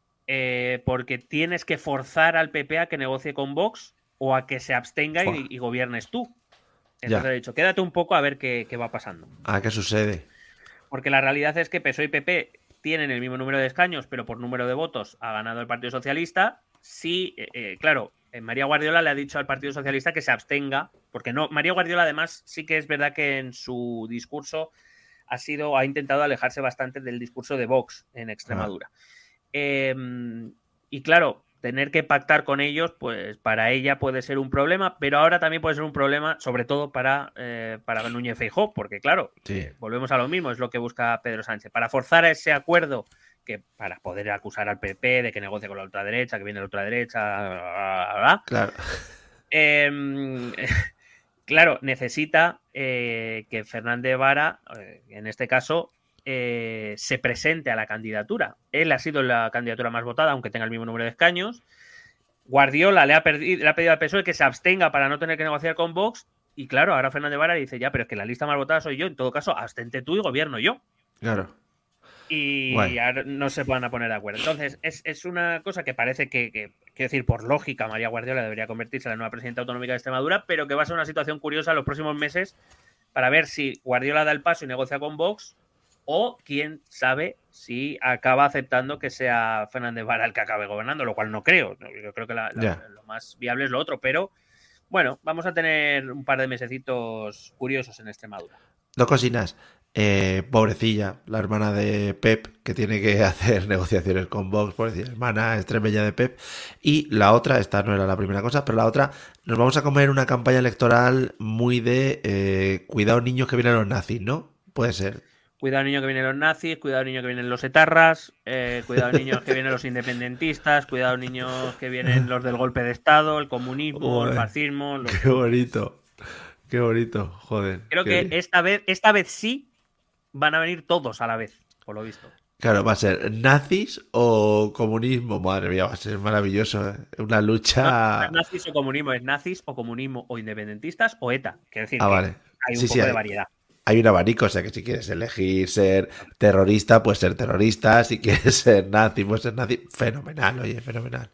eh, porque tienes que forzar al P P a que negocie con Vox, o a que se abstenga y, y gobiernes tú. Entonces ya. he dicho, quédate un poco a ver qué, qué va pasando. Ah, ¿qué sucede? Porque la realidad es que P S O E y P P tienen el mismo número de escaños, pero por número de votos ha ganado el Partido Socialista. Sí, eh, eh, claro, eh, María Guardiola le ha dicho al Partido Socialista que se abstenga, porque no, María Guardiola además sí que es verdad que en su discurso ha sido, ha intentado alejarse bastante del discurso de Vox en Extremadura. Ah. Eh, y claro, tener que pactar con ellos, pues para ella puede ser un problema, pero ahora también puede ser un problema, sobre todo para, eh, para Núñez Feijóo, porque claro, sí. eh, volvemos a lo mismo, es lo que busca Pedro Sánchez, para forzar a ese acuerdo, que para poder acusar al P P de que negocie con la ultraderecha, que viene la ultraderecha, bla, bla, bla. Claro. Eh, claro, necesita eh, que Fernández Vara, eh, en este caso, Eh, se presente a la candidatura. Él ha sido la candidatura más votada, aunque tenga el mismo número de escaños. Guardiola le ha, perdido, le ha pedido al P S O E que se abstenga para no tener que negociar con Vox. Y claro, ahora Fernández Vara dice, ya, pero es que la lista más votada soy yo. En todo caso, abstente tú y gobierno yo. Claro. Y bueno. ahora no se van a poner de acuerdo. Entonces, es, es una cosa que parece que, que, quiero decir, por lógica, María Guardiola debería convertirse en la nueva presidenta autonómica de Extremadura, pero que va a ser una situación curiosa en los próximos meses para ver si Guardiola da el paso y negocia con Vox, o quién sabe si acaba aceptando que sea Fernández Vara el que acabe gobernando, lo cual no creo. Yo creo que la, la, yeah. lo más viable es lo otro, pero bueno, vamos a tener un par de mesecitos curiosos en Extremadura. Dos cocinas. Eh, pobrecilla, la hermana de Pep, que tiene que hacer negociaciones con Vox, pobrecilla, hermana extremeña de Pep. Y la otra, esta no era la primera cosa, pero la otra, nos vamos a comer una campaña electoral muy de eh, cuidado niños que vienen los nazis, ¿no? Puede ser. Cuidado niño que vienen los nazis, cuidado niño que vienen los etarras, eh, cuidado niños que vienen los independentistas, cuidado niños que vienen los del golpe de estado, el comunismo, joder, el fascismo. Los... Qué bonito, qué bonito, joder. Creo que bien. esta vez, esta vez sí van a venir todos a la vez, por lo visto. Claro, va a ser nazis o comunismo, madre mía, va a ser maravilloso, ¿eh? Una lucha... No, no es nazis o comunismo, es nazis o comunismo o independentistas o ETA, quiero decir ah, que vale. hay un sí, poco sí, de hay... variedad. Hay un abanico, o sea que si quieres elegir ser terrorista, pues ser terrorista. Si quieres ser nazi, pues ser nazi. Fenomenal, oye, fenomenal.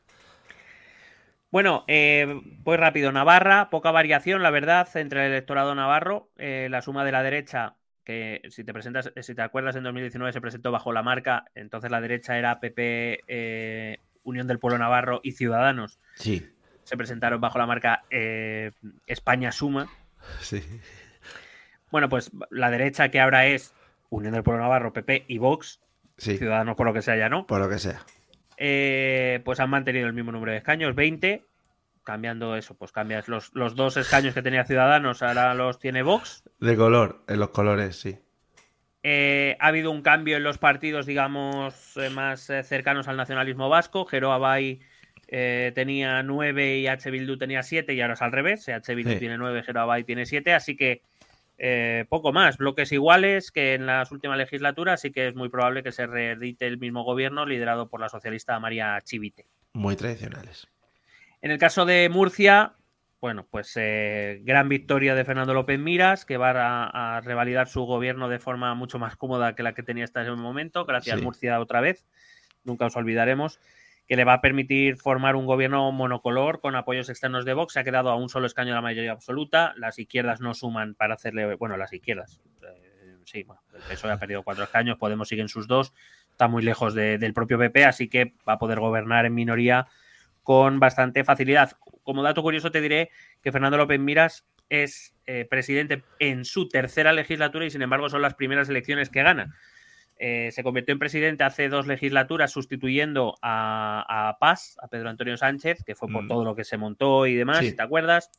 Bueno, eh, pues rápido, Navarra, poca variación, la verdad, entre el electorado navarro. Eh, la suma de la derecha, que si te presentas, si te acuerdas, en dos mil diecinueve se presentó bajo la marca, entonces la derecha era P P, eh, Unión del Pueblo Navarro y Ciudadanos. Sí. Se presentaron bajo la marca eh, España Suma. Sí. Bueno, pues la derecha, que ahora es Unión del Pueblo Navarro, P P y Vox, sí. Ciudadanos por lo que sea ya no. Por lo que sea. Eh, pues han mantenido el mismo número de escaños, veinte, cambiando eso, pues cambias los, los dos escaños que tenía Ciudadanos, ahora los tiene Vox. De color, en los colores, sí. Eh, ha habido un cambio en los partidos, digamos, eh, más eh, cercanos al nacionalismo vasco. Geroa Bai eh, tenía nueve y H. Bildu tenía siete, y ahora es al revés. H. Bildu sí. tiene nueve, Geroa Bai tiene siete, así que eh, poco más. Bloques iguales que en las últimas legislaturas, así que es muy probable que se reedite el mismo gobierno liderado por la socialista María Chivite. Muy tradicionales. En el caso de Murcia, bueno, pues eh, gran victoria de Fernando López Miras, que va a, a revalidar su gobierno de forma mucho más cómoda que la que tenía hasta ese momento. Gracias, sí. Murcia, otra vez. Nunca os olvidaremos. Que le va a permitir formar un gobierno monocolor con apoyos externos de Vox. Se ha quedado a un solo escaño de la mayoría absoluta. Las izquierdas no suman para hacerle... Bueno, las izquierdas. Eh, sí, bueno, el P S O E ha perdido cuatro escaños. Podemos sigue en sus dos. Está muy lejos de, del propio P P, así que va a poder gobernar en minoría con bastante facilidad. Como dato curioso te diré que Fernando López Miras es eh, presidente en su tercera legislatura y sin embargo son las primeras elecciones que gana. Eh, se convirtió en presidente hace dos legislaturas sustituyendo a, a Paz, a Pedro Antonio Sánchez, que fue por mm. todo lo que se montó y demás, sí. si te acuerdas,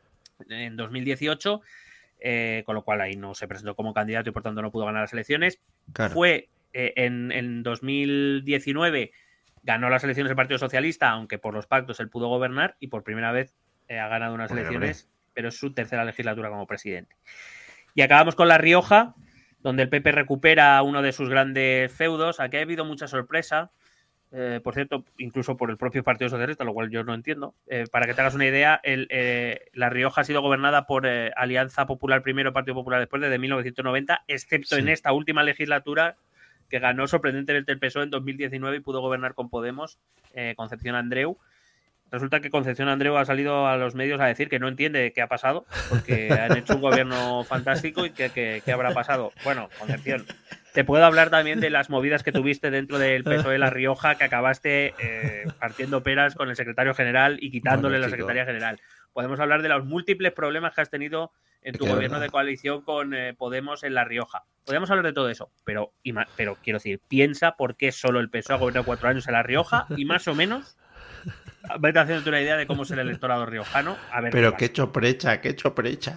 en dos mil dieciocho, eh, con lo cual ahí no se presentó como candidato y por tanto no pudo ganar las elecciones. Claro. Fue eh, en, en dos mil diecinueve... ganó las elecciones del Partido Socialista, aunque por los pactos él pudo gobernar y por primera vez eh, ha ganado unas bueno, elecciones, hombre. pero es su tercera legislatura como presidente. Y acabamos con La Rioja, donde el P P recupera uno de sus grandes feudos. Aquí ha habido mucha sorpresa, eh, por cierto, incluso por el propio Partido Socialista, lo cual yo no entiendo. Eh, para que te hagas una idea, el, eh, La Rioja ha sido gobernada por eh, Alianza Popular primero, Partido Popular después, desde mil novecientos noventa, excepto sí. en esta última legislatura, que ganó sorprendentemente el P S O E en dos mil diecinueve y pudo gobernar con Podemos, eh, Concepción Andreu. Resulta que Concepción Andreu ha salido a los medios a decir que no entiende qué ha pasado, porque han hecho un gobierno fantástico y que, que, que habrá pasado. Bueno, Concepción, te puedo hablar también de las movidas que tuviste dentro del P S O E La Rioja, que acabaste eh, partiendo peras con el secretario general y quitándole bueno, la secretaría general. Podemos hablar de los múltiples problemas que has tenido en tu gobierno verdad. de coalición con eh, Podemos en La Rioja. Podemos hablar de todo eso, pero, pero quiero decir, piensa por qué solo el P S O E ha gobernado cuatro años en La Rioja y más o menos vete haciéndote una idea de cómo es el electorado riojano. A ver pero qué, qué choprecha, qué choprecha.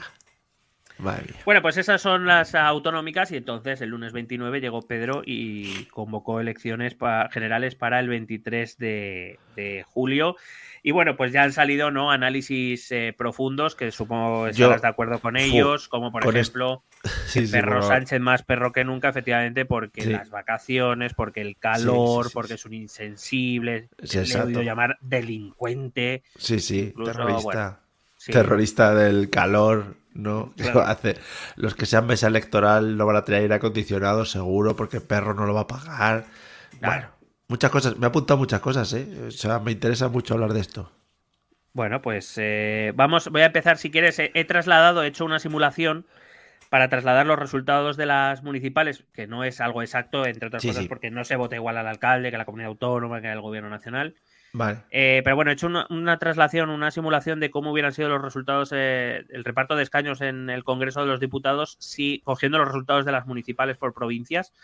Vale. Bueno, pues esas son las autonómicas y entonces el lunes veintinueve llegó Pedro y convocó elecciones pa- generales para el veintitrés de, de julio. Y bueno, pues ya han salido no análisis eh, profundos que supongo que estarás de acuerdo con ellos, fu, como por ejemplo sí, sí, Perro bueno. Sánchez más perro que nunca, efectivamente, porque sí. las vacaciones, porque el calor, sí, sí, sí, porque es un insensible, sí, le he oído llamar delincuente. Sí, sí, incluso, terrorista. Bueno, sí. Terrorista del calor, ¿no? Claro. Hace, los que sean mesa electoral no van a tener aire acondicionado seguro porque el perro no lo va a pagar. Claro. Bueno. Muchas cosas, me ha apuntado muchas cosas, ¿eh? O sea, me interesa mucho hablar de esto. Bueno, pues eh, vamos, voy a empezar si quieres. He, he trasladado, he hecho una simulación para trasladar los resultados de las municipales, que no es algo exacto, entre otras sí, cosas, sí. porque no se vota igual al alcalde que a la comunidad autónoma, que al gobierno nacional. Vale. Eh, pero bueno, he hecho una, una traslación, una simulación de cómo hubieran sido los resultados, eh, el reparto de escaños en el Congreso de los Diputados, si cogiendo los resultados de las municipales por provincias.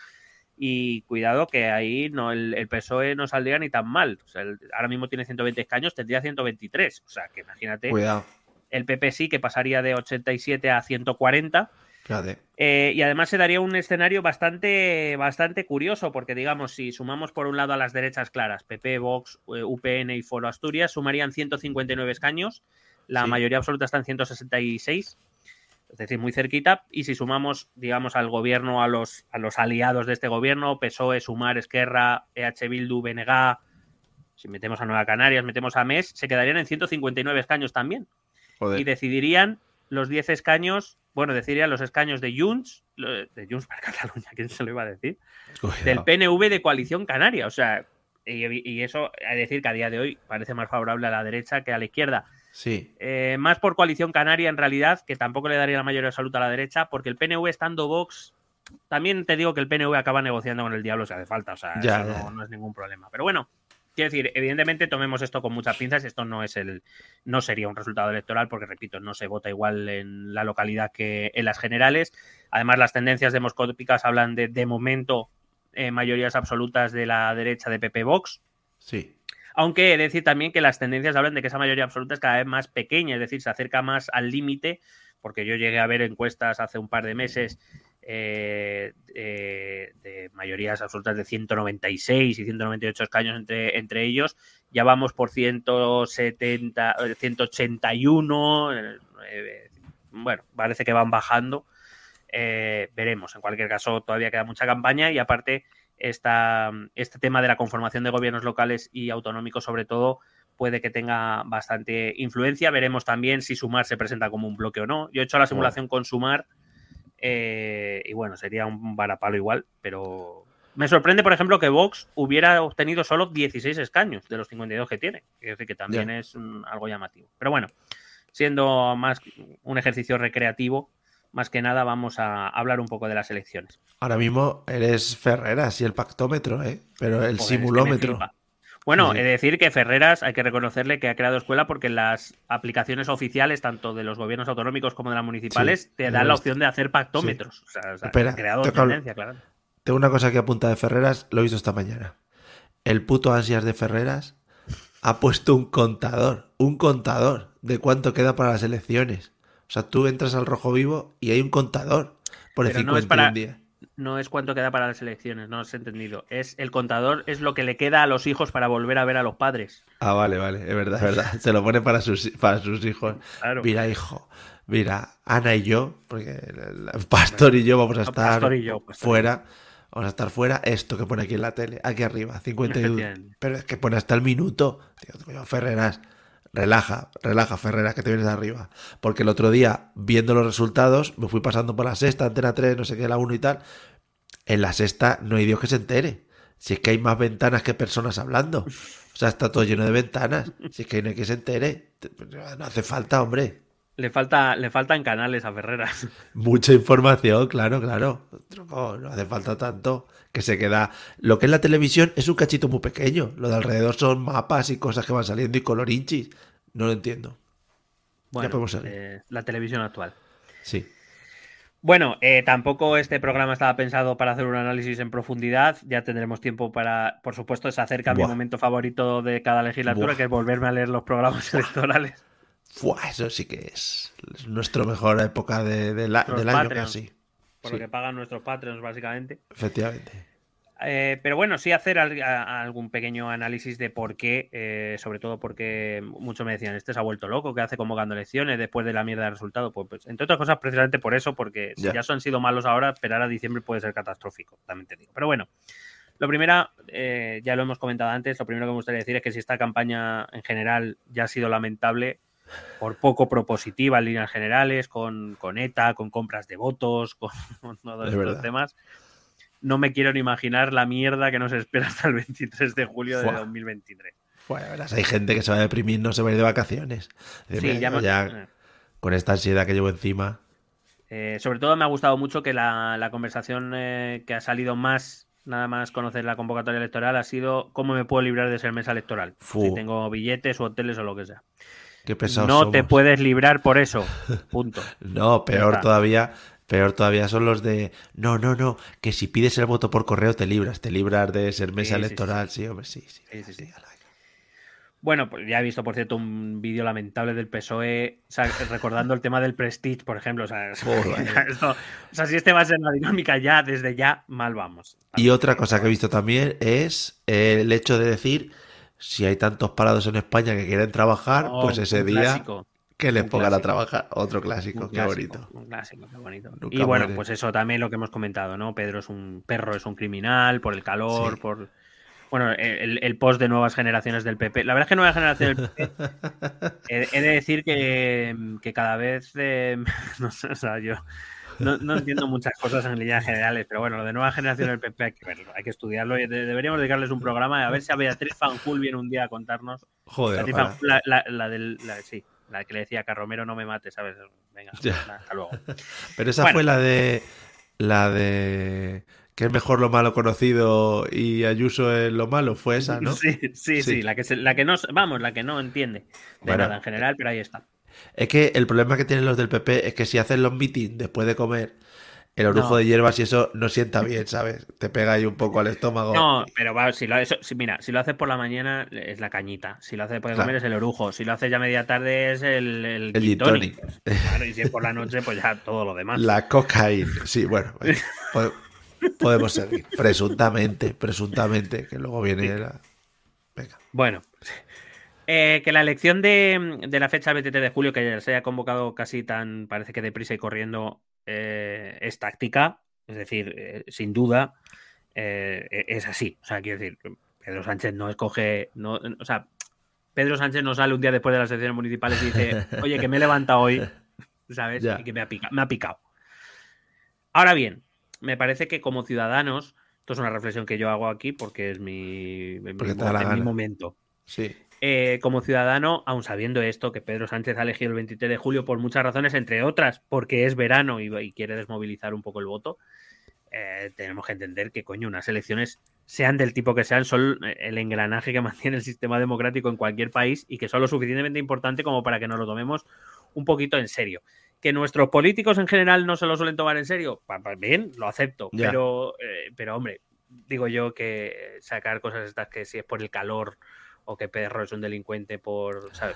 Y cuidado que ahí no el, el P S O E no saldría ni tan mal. O sea, el, ahora mismo tiene ciento veinte escaños, tendría ciento veintitrés. O sea, que imagínate. Cuidado. El P P sí que pasaría de ochenta y siete a ciento cuarenta. Eh, y además se daría un escenario bastante, bastante curioso, porque digamos, si sumamos por un lado a las derechas claras, P P, Vox, U P N y Foro Asturias, sumarían ciento cincuenta y nueve escaños. La sí. mayoría absoluta está en ciento sesenta y seis. Es decir, muy cerquita, y si sumamos, digamos, al gobierno, a los, a los aliados de este gobierno, P S O E, Sumar, Esquerra, E H Bildu, B N G, si metemos a Nueva Canarias, metemos a M E S, se quedarían en ciento cincuenta y nueve escaños también. Joder. Y decidirían los diez escaños, bueno, decidirían los escaños de Junts, de Junts per Cataluña, ¿quién se lo iba a decir? Cuidado. Del P N V de Coalición Canaria, o sea, y, y eso, hay que decir que a día de hoy parece más favorable a la derecha que a la izquierda. Sí. Eh, más por Coalición Canaria en realidad, que tampoco le daría la mayoría absoluta a la derecha, porque el P N V estando Vox, también te digo que el P N V acaba negociando con el diablo si hace falta, o sea, ya, eso ya. No, no es ningún problema. Pero bueno, quiero decir, evidentemente tomemos esto con muchas pinzas, esto no es el, no sería un resultado electoral, porque repito, no se vota igual en la localidad que en las generales. Además, las tendencias demoscópicas hablan de, de momento, eh, mayorías absolutas de la derecha de P P Vox. Sí. Aunque he de decir también que las tendencias hablan de que esa mayoría absoluta es cada vez más pequeña, es decir, se acerca más al límite, porque yo llegué a ver encuestas hace un par de meses eh, eh, de mayorías absolutas de ciento noventa y seis y ciento noventa y ocho escaños entre, entre ellos. Ya vamos por ciento setenta, ciento ochenta y uno. Eh, bueno, parece que van bajando. Eh, veremos. En cualquier caso, todavía queda mucha campaña y aparte esta, este tema de la conformación de gobiernos locales y autonómicos, sobre todo, puede que tenga bastante influencia. Veremos también si Sumar se presenta como un bloque o no. Yo he hecho la simulación con Sumar eh, y bueno, sería un varapalo igual, pero me sorprende, por ejemplo, que Vox hubiera obtenido solo dieciséis escaños de los cincuenta y dos que tiene. Es decir, que también yeah. es un, algo llamativo. Pero bueno, siendo más un ejercicio recreativo, más que nada vamos a hablar un poco de las elecciones. Ahora mismo eres Ferreras y el pactómetro, ¿eh? Pero el Joder, simulómetro. Es que bueno, sí. He de decir que Ferreras hay que reconocerle que ha creado escuela porque las aplicaciones oficiales, tanto de los gobiernos autonómicos como de las municipales, sí, te dan la opción de hacer pactómetros. Sí. O sea, o sea Espera, ha creado tendencia, claro. Tengo una cosa que apunta de Ferreras, lo he visto esta mañana. El puto ansias de Ferreras ha puesto un contador, un contador de cuánto queda para las elecciones. O sea, tú entras al Rojo Vivo y hay un contador por el cincuenta y un no es para, día. No es cuánto queda para las elecciones, no os he entendido. Es el contador, es lo que le queda a los hijos para volver a ver a los padres. Ah, vale, vale, es verdad, es verdad. Se lo pone para sus, para sus hijos. Claro. Mira, hijo, mira, Ana y yo, porque el Pastor y yo vamos a estar y yo, fuera. Vamos a estar fuera. Esto que pone aquí en la tele, aquí arriba, cincuenta y uno. Pero es que pone hasta el minuto. Tío, Ferreras. Relaja, relaja, Ferreras, que te vienes de arriba. Porque el otro día, viendo los resultados, me fui pasando por la sexta, Antena tres, no sé qué, la uno y tal. En la sexta no hay Dios que se entere. Si es que hay más ventanas que personas hablando. O sea, está todo lleno de ventanas. Si es que no hay que se entere. No hace falta, hombre. Le falta, le faltan canales a Ferreras. Mucha información, claro, claro. No, no hace falta tanto. Que se queda... Lo que es la televisión es un cachito muy pequeño. Lo de alrededor son mapas y cosas que van saliendo y colorinchis. No lo entiendo. Bueno, eh, la televisión actual. Sí. Bueno, eh, tampoco este programa estaba pensado para hacer un análisis en profundidad. Ya tendremos tiempo para... Por supuesto, se acerca Buah. mi momento favorito de cada legislatura, Buah. que es volverme a leer los programas Buah. electorales. Buah, eso sí que es nuestra mejor época de, de la, del año casi. Por sí. lo que pagan nuestros Patreons, básicamente. Efectivamente. Eh, pero bueno, sí hacer al, a, algún pequeño análisis de por qué, eh, sobre todo porque muchos me decían, este se ha vuelto loco, ¿qué hace convocando elecciones después de la mierda de resultado? Pues, pues entre otras cosas, precisamente por eso, porque ya. si ya son sido malos ahora, esperar a diciembre puede ser catastrófico, también te digo. Pero bueno, lo primero, eh, ya lo hemos comentado antes, lo primero que me gustaría decir es que si esta campaña en general ya ha sido lamentable, por poco propositiva en líneas generales, con, con ETA, con compras de votos, con, con todos estos verdad. temas. No me quiero ni imaginar la mierda que nos espera hasta el veintitrés de julio Fua. de dos mil veintitrés. Fua, verás, hay gente que se va a deprimir, no se va a ir de vacaciones. Sí, ya, me... ya con esta ansiedad que llevo encima. Eh, sobre todo me ha gustado mucho que la, la conversación eh, que ha salido más, nada más conocer la convocatoria electoral, ha sido cómo me puedo librar de ser mesa electoral. Fu. Si tengo billetes o hoteles o lo que sea. Qué pesados no somos. Te puedes librar por eso. Punto. No, peor todavía, peor todavía son los de no, no, no, que si pides el voto por correo te libras, te libras de ser mesa sí, electoral, sí, sí. sí, hombre, sí, sí. sí, sí, sí. Bueno, pues ya he visto, por cierto, un vídeo lamentable del P S O E, o sea, recordando el tema del Prestige, por ejemplo. O sea, esto, o sea, si este va a ser la dinámica ya, desde ya, mal vamos. Y otra cosa que he visto también es el hecho de decir, si hay tantos parados en España que quieren trabajar, oh, pues ese día clásico. que les pongan a trabajar. Otro clásico, un qué clásico, bonito. Un clásico, qué bonito. Nunca y bueno, muere. Pues eso también lo que hemos comentado, ¿no? Pedro es un perro, es un criminal, por el calor, sí. por... Bueno, el, el post de nuevas generaciones del P P. La verdad es que nuevas generaciones del P P, he, he de decir que, que cada vez, eh, no sé, o sea, yo no, no entiendo muchas cosas en líneas generales, pero bueno, lo de nuevas generaciones del P P hay que verlo, hay que estudiarlo y de, deberíamos dedicarles un programa a ver si a Beatriz Fanjul viene un día a contarnos. Joder, Beatriz Fanjul, la, la, la del, la, sí, la que le decía que a Romero no me mate, ¿sabes? Venga, hasta luego. Pero esa bueno. fue la de, la de... que es mejor lo malo conocido y Ayuso es lo malo, fue esa, ¿no? Sí, sí, sí, sí. La que se, la que no, vamos, la que no entiende de bueno, nada en general, pero ahí está. Es que el problema que tienen los del P P es que si hacen los meetings después de comer el orujo No. de hierbas y eso no sienta bien, ¿sabes? Te pega ahí un poco al estómago. No, pero va, si lo, eso, si, mira, si lo haces por la mañana es la cañita, si lo haces después de Claro. comer es el orujo, si lo haces ya media tarde es el, el, El gin gin tonic. tonic. Pues, claro, y si es por la noche, pues ya todo lo demás. La cocaína. Sí, bueno, bueno, pod- podemos seguir. Presuntamente, presuntamente, que luego viene la... Venga. Bueno, eh, que la elección de, de la fecha del veintitrés de julio, que se haya convocado casi tan, parece que deprisa y corriendo, eh, es táctica, es decir, eh, sin duda, eh, es así. O sea, quiero decir, Pedro Sánchez no escoge, no, o sea, Pedro Sánchez no sale un día después de las elecciones municipales y dice, oye, que me he levantado hoy, ¿sabes? Ya. Y que me ha, pica, me ha picado. Ahora bien, me parece que como ciudadanos, esto es una reflexión que yo hago aquí porque es mi, mi, Porque mi, te da la en mi gana. momento. Sí. Eh, como ciudadano, aun sabiendo esto, que Pedro Sánchez ha elegido el veintitrés de julio por muchas razones, entre otras porque es verano y, y quiere desmovilizar un poco el voto, eh, tenemos que entender que, coño, unas elecciones, sean del tipo que sean, son el engranaje que mantiene el sistema democrático en cualquier país y que son lo suficientemente importante como para que nos lo tomemos un poquito en serio. Que nuestros políticos en general no se lo suelen tomar en serio, pues bien, lo acepto, Ya. pero, eh, pero hombre, digo yo que sacar cosas estas que si es por el calor o que Pedro es un delincuente por, ¿sabes?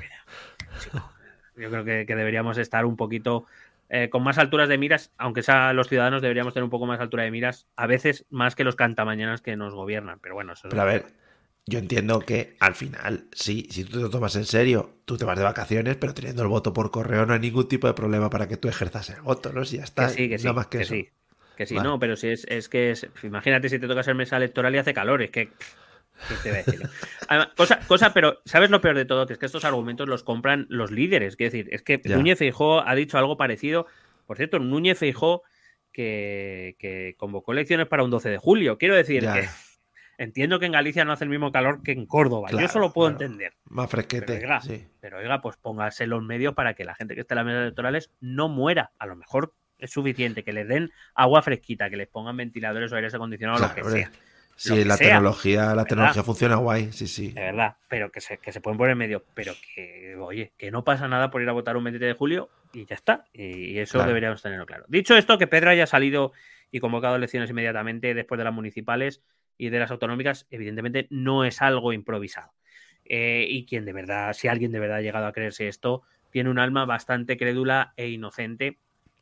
Chico, yo creo que, que deberíamos estar un poquito eh, con más alturas de miras, aunque sea los ciudadanos deberíamos tener un poco más altura de miras, a veces más que los cantamañanas que nos gobiernan, pero bueno, eso es Pero a lo- ver, yo entiendo que al final, sí, si tú te lo tomas en serio, tú te vas de vacaciones, pero teniendo el voto por correo no hay ningún tipo de problema para que tú ejerzas el voto, ¿no? Si ya está, que sí, que sí, nada más que, que eso. sí, que sí, Vale. no, pero si es, es que es, imagínate si te toca ser mesa electoral y hace calor, es que ¿qué te voy a decir? Además, cosa, cosa, pero ¿sabes lo peor de todo? Que es que estos argumentos los compran los líderes. Quiero decir, es que Ya. Núñez Feijóo ha dicho algo parecido. Por cierto, Núñez Feijóo que, que convocó elecciones para un doce de julio. Quiero decir Ya. que entiendo que en Galicia no hace el mismo calor que en Córdoba. Claro, Yo eso lo puedo claro. entender. Más Pero fresquete, oiga, sí. pero oiga, pues póngase los medios para que la gente que esté en las mesas electorales no muera. A lo mejor es suficiente que les den agua fresquita, que les pongan ventiladores o aires acondicionados, Claro, lo que hombre. sea. Sí, Lo que la sea, tecnología, la ¿verdad? tecnología funciona guay, sí, sí. De verdad, pero que se, que se pueden poner en medio, pero que, oye, que no pasa nada por ir a votar un veintitrés de julio y ya está. Y, y eso Claro. deberíamos tenerlo claro. Dicho esto, que Pedro haya salido y convocado elecciones inmediatamente después de las municipales y de las autonómicas, evidentemente no es algo improvisado. Eh, y quien de verdad, si alguien de verdad ha llegado a creerse esto, tiene un alma bastante crédula e inocente,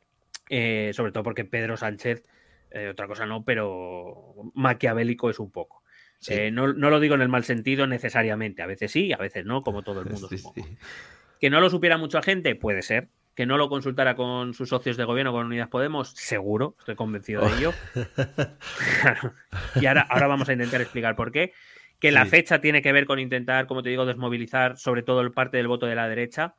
eh, sobre todo porque Pedro Sánchez, eh, otra cosa no, pero maquiavélico es un poco. Sí. Eh, no, no lo digo en el mal sentido necesariamente, a veces sí, a veces no, como todo el mundo, Sí, supongo. sí. Que no lo supiera mucha gente, puede ser. Que no lo consultara con sus socios de gobierno, con Unidas Podemos, seguro, estoy convencido de ello. Claro. Y ahora, ahora vamos a intentar explicar por qué. Que la Sí. fecha tiene que ver con intentar, como te digo, desmovilizar sobre todo el parte del voto de la derecha.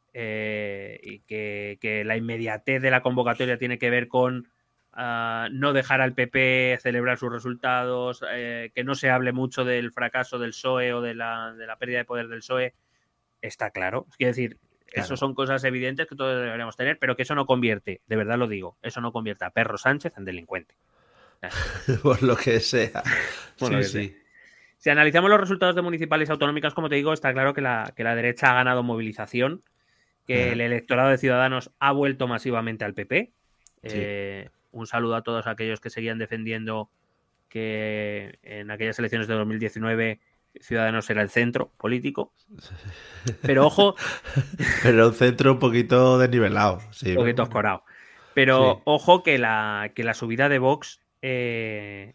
Eh, y que, que la inmediatez de la convocatoria tiene que ver con uh, no dejar al P P celebrar sus resultados, eh, que no se hable mucho del fracaso del P S O E o de la, de la pérdida de poder del P S O E. Está claro. Es decir, Claro. eso son cosas evidentes que todos deberíamos tener, pero que eso no convierte, de verdad lo digo, eso no convierte a Perro Sánchez en delincuente. Por lo que sea. Por sí, lo que sí. Si analizamos los resultados de municipales y autonómicas, como te digo, está claro que la, que la derecha ha ganado movilización, que Ajá. el electorado de Ciudadanos ha vuelto masivamente al P P. Sí. Eh, un saludo a todos aquellos que seguían defendiendo que en aquellas elecciones de dos mil diecinueve Ciudadanos era el centro político. Pero ojo, Pero un centro un poquito desnivelado. Sí, un poquito pero bueno. oscorado. Pero Sí. ojo que la, que la subida de Vox, eh,